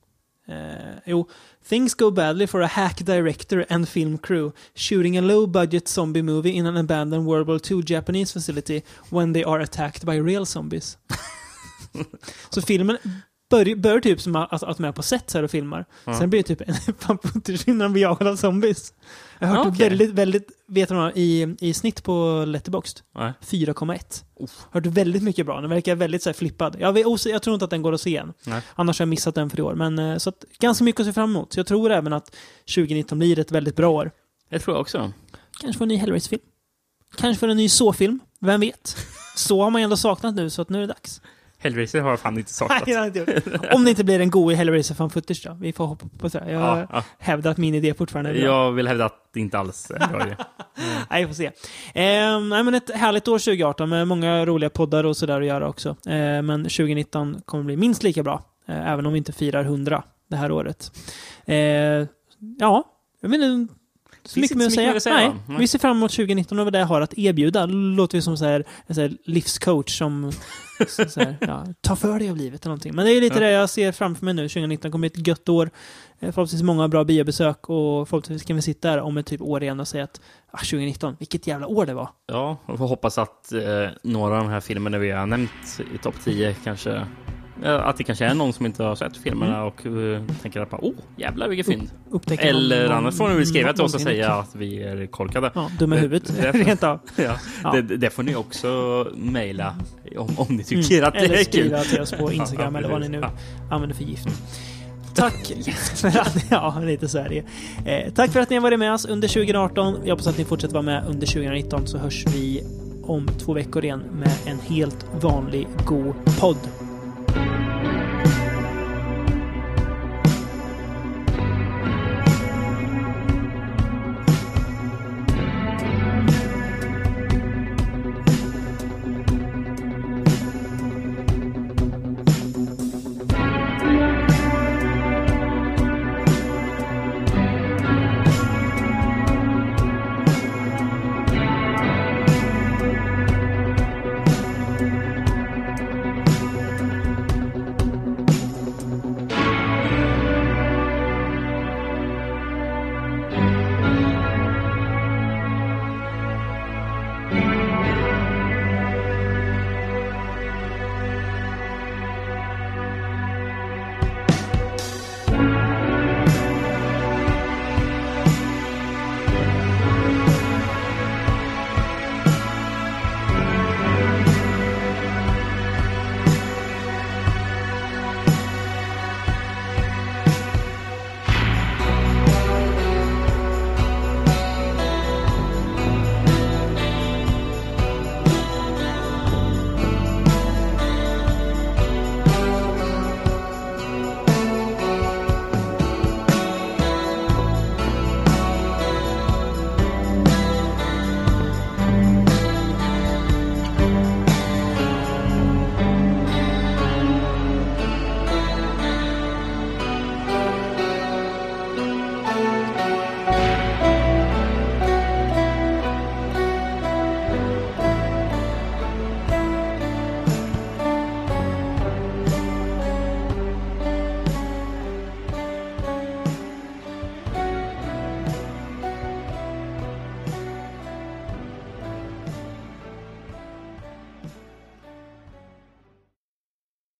Things go badly for a hack director and film crew shooting a low-budget zombie movie in an abandoned World War II Japanese facility when they are attacked by real zombies. Så filmen börjar typ som att de är på set här och filmar. Sen blir det typ en fanputter när de blir jagade av zombies. Jag har hört väldigt vet du i snitt på Letterboxd. 4,1. Hört väldigt mycket bra. Den verkar väldigt så här flippad. Jag tror inte att den går att se än. Annars har jag missat den för i år. Men så att, ganska mycket att se fram emot. Så jag tror även att 2019 blir ett väldigt bra år. Jag tror också. Kanske för en ny Hellraiser-film. Kanske för en ny Saw-film. Vem vet? Så har man ändå saknat nu, så att nu är det dags. Hellraiser har jag fan inte saknat. Om det inte blir en god Hellraiser fan footage då. Vi får hoppa på det. Jag hävdar att min idé fortfarande är bra. Jag vill hävda att det inte alls är bra idé. Nej, vi får se. Nej, men ett härligt år 2018 med många roliga poddar och sådär att göra också. Men 2019 kommer bli minst lika bra. Även om vi inte firar 100 det här året. Jag menar... Så mycket med att säga. Nej, vi ser fram emot 2019 och vad det har att erbjuda. Låter vi som så här livscoach som så här, ta för dig av livet eller någonting. Men det är lite det jag ser framför mig nu. 2019 kommer ett gött år. Förhoppningsvis många bra biobesök och förhoppningsvis kan vi sitta där om ett typ år igen och säga att 2019, vilket jävla år det var. Ja, och får hoppas att några av de här filmerna vi har nämnt i topp 10 kanske... Att det kanske är någon som inte har sett filmerna och tänker att jävlar vilket fynd. Eller annars får ni väl skriva till oss och säga att vi är korkade. Ja, dumma huvudet. Rent av. Det får ni också mejla om ni tycker att det är kul. Eller skriva till oss på Instagram eller vad ni nu använder för gift. Tack för att lite så är det. Tack för att ni har varit med oss under 2018. Jag hoppas att ni fortsätter vara med under 2019, så hörs vi om 2 veckor igen med en helt vanlig god podd.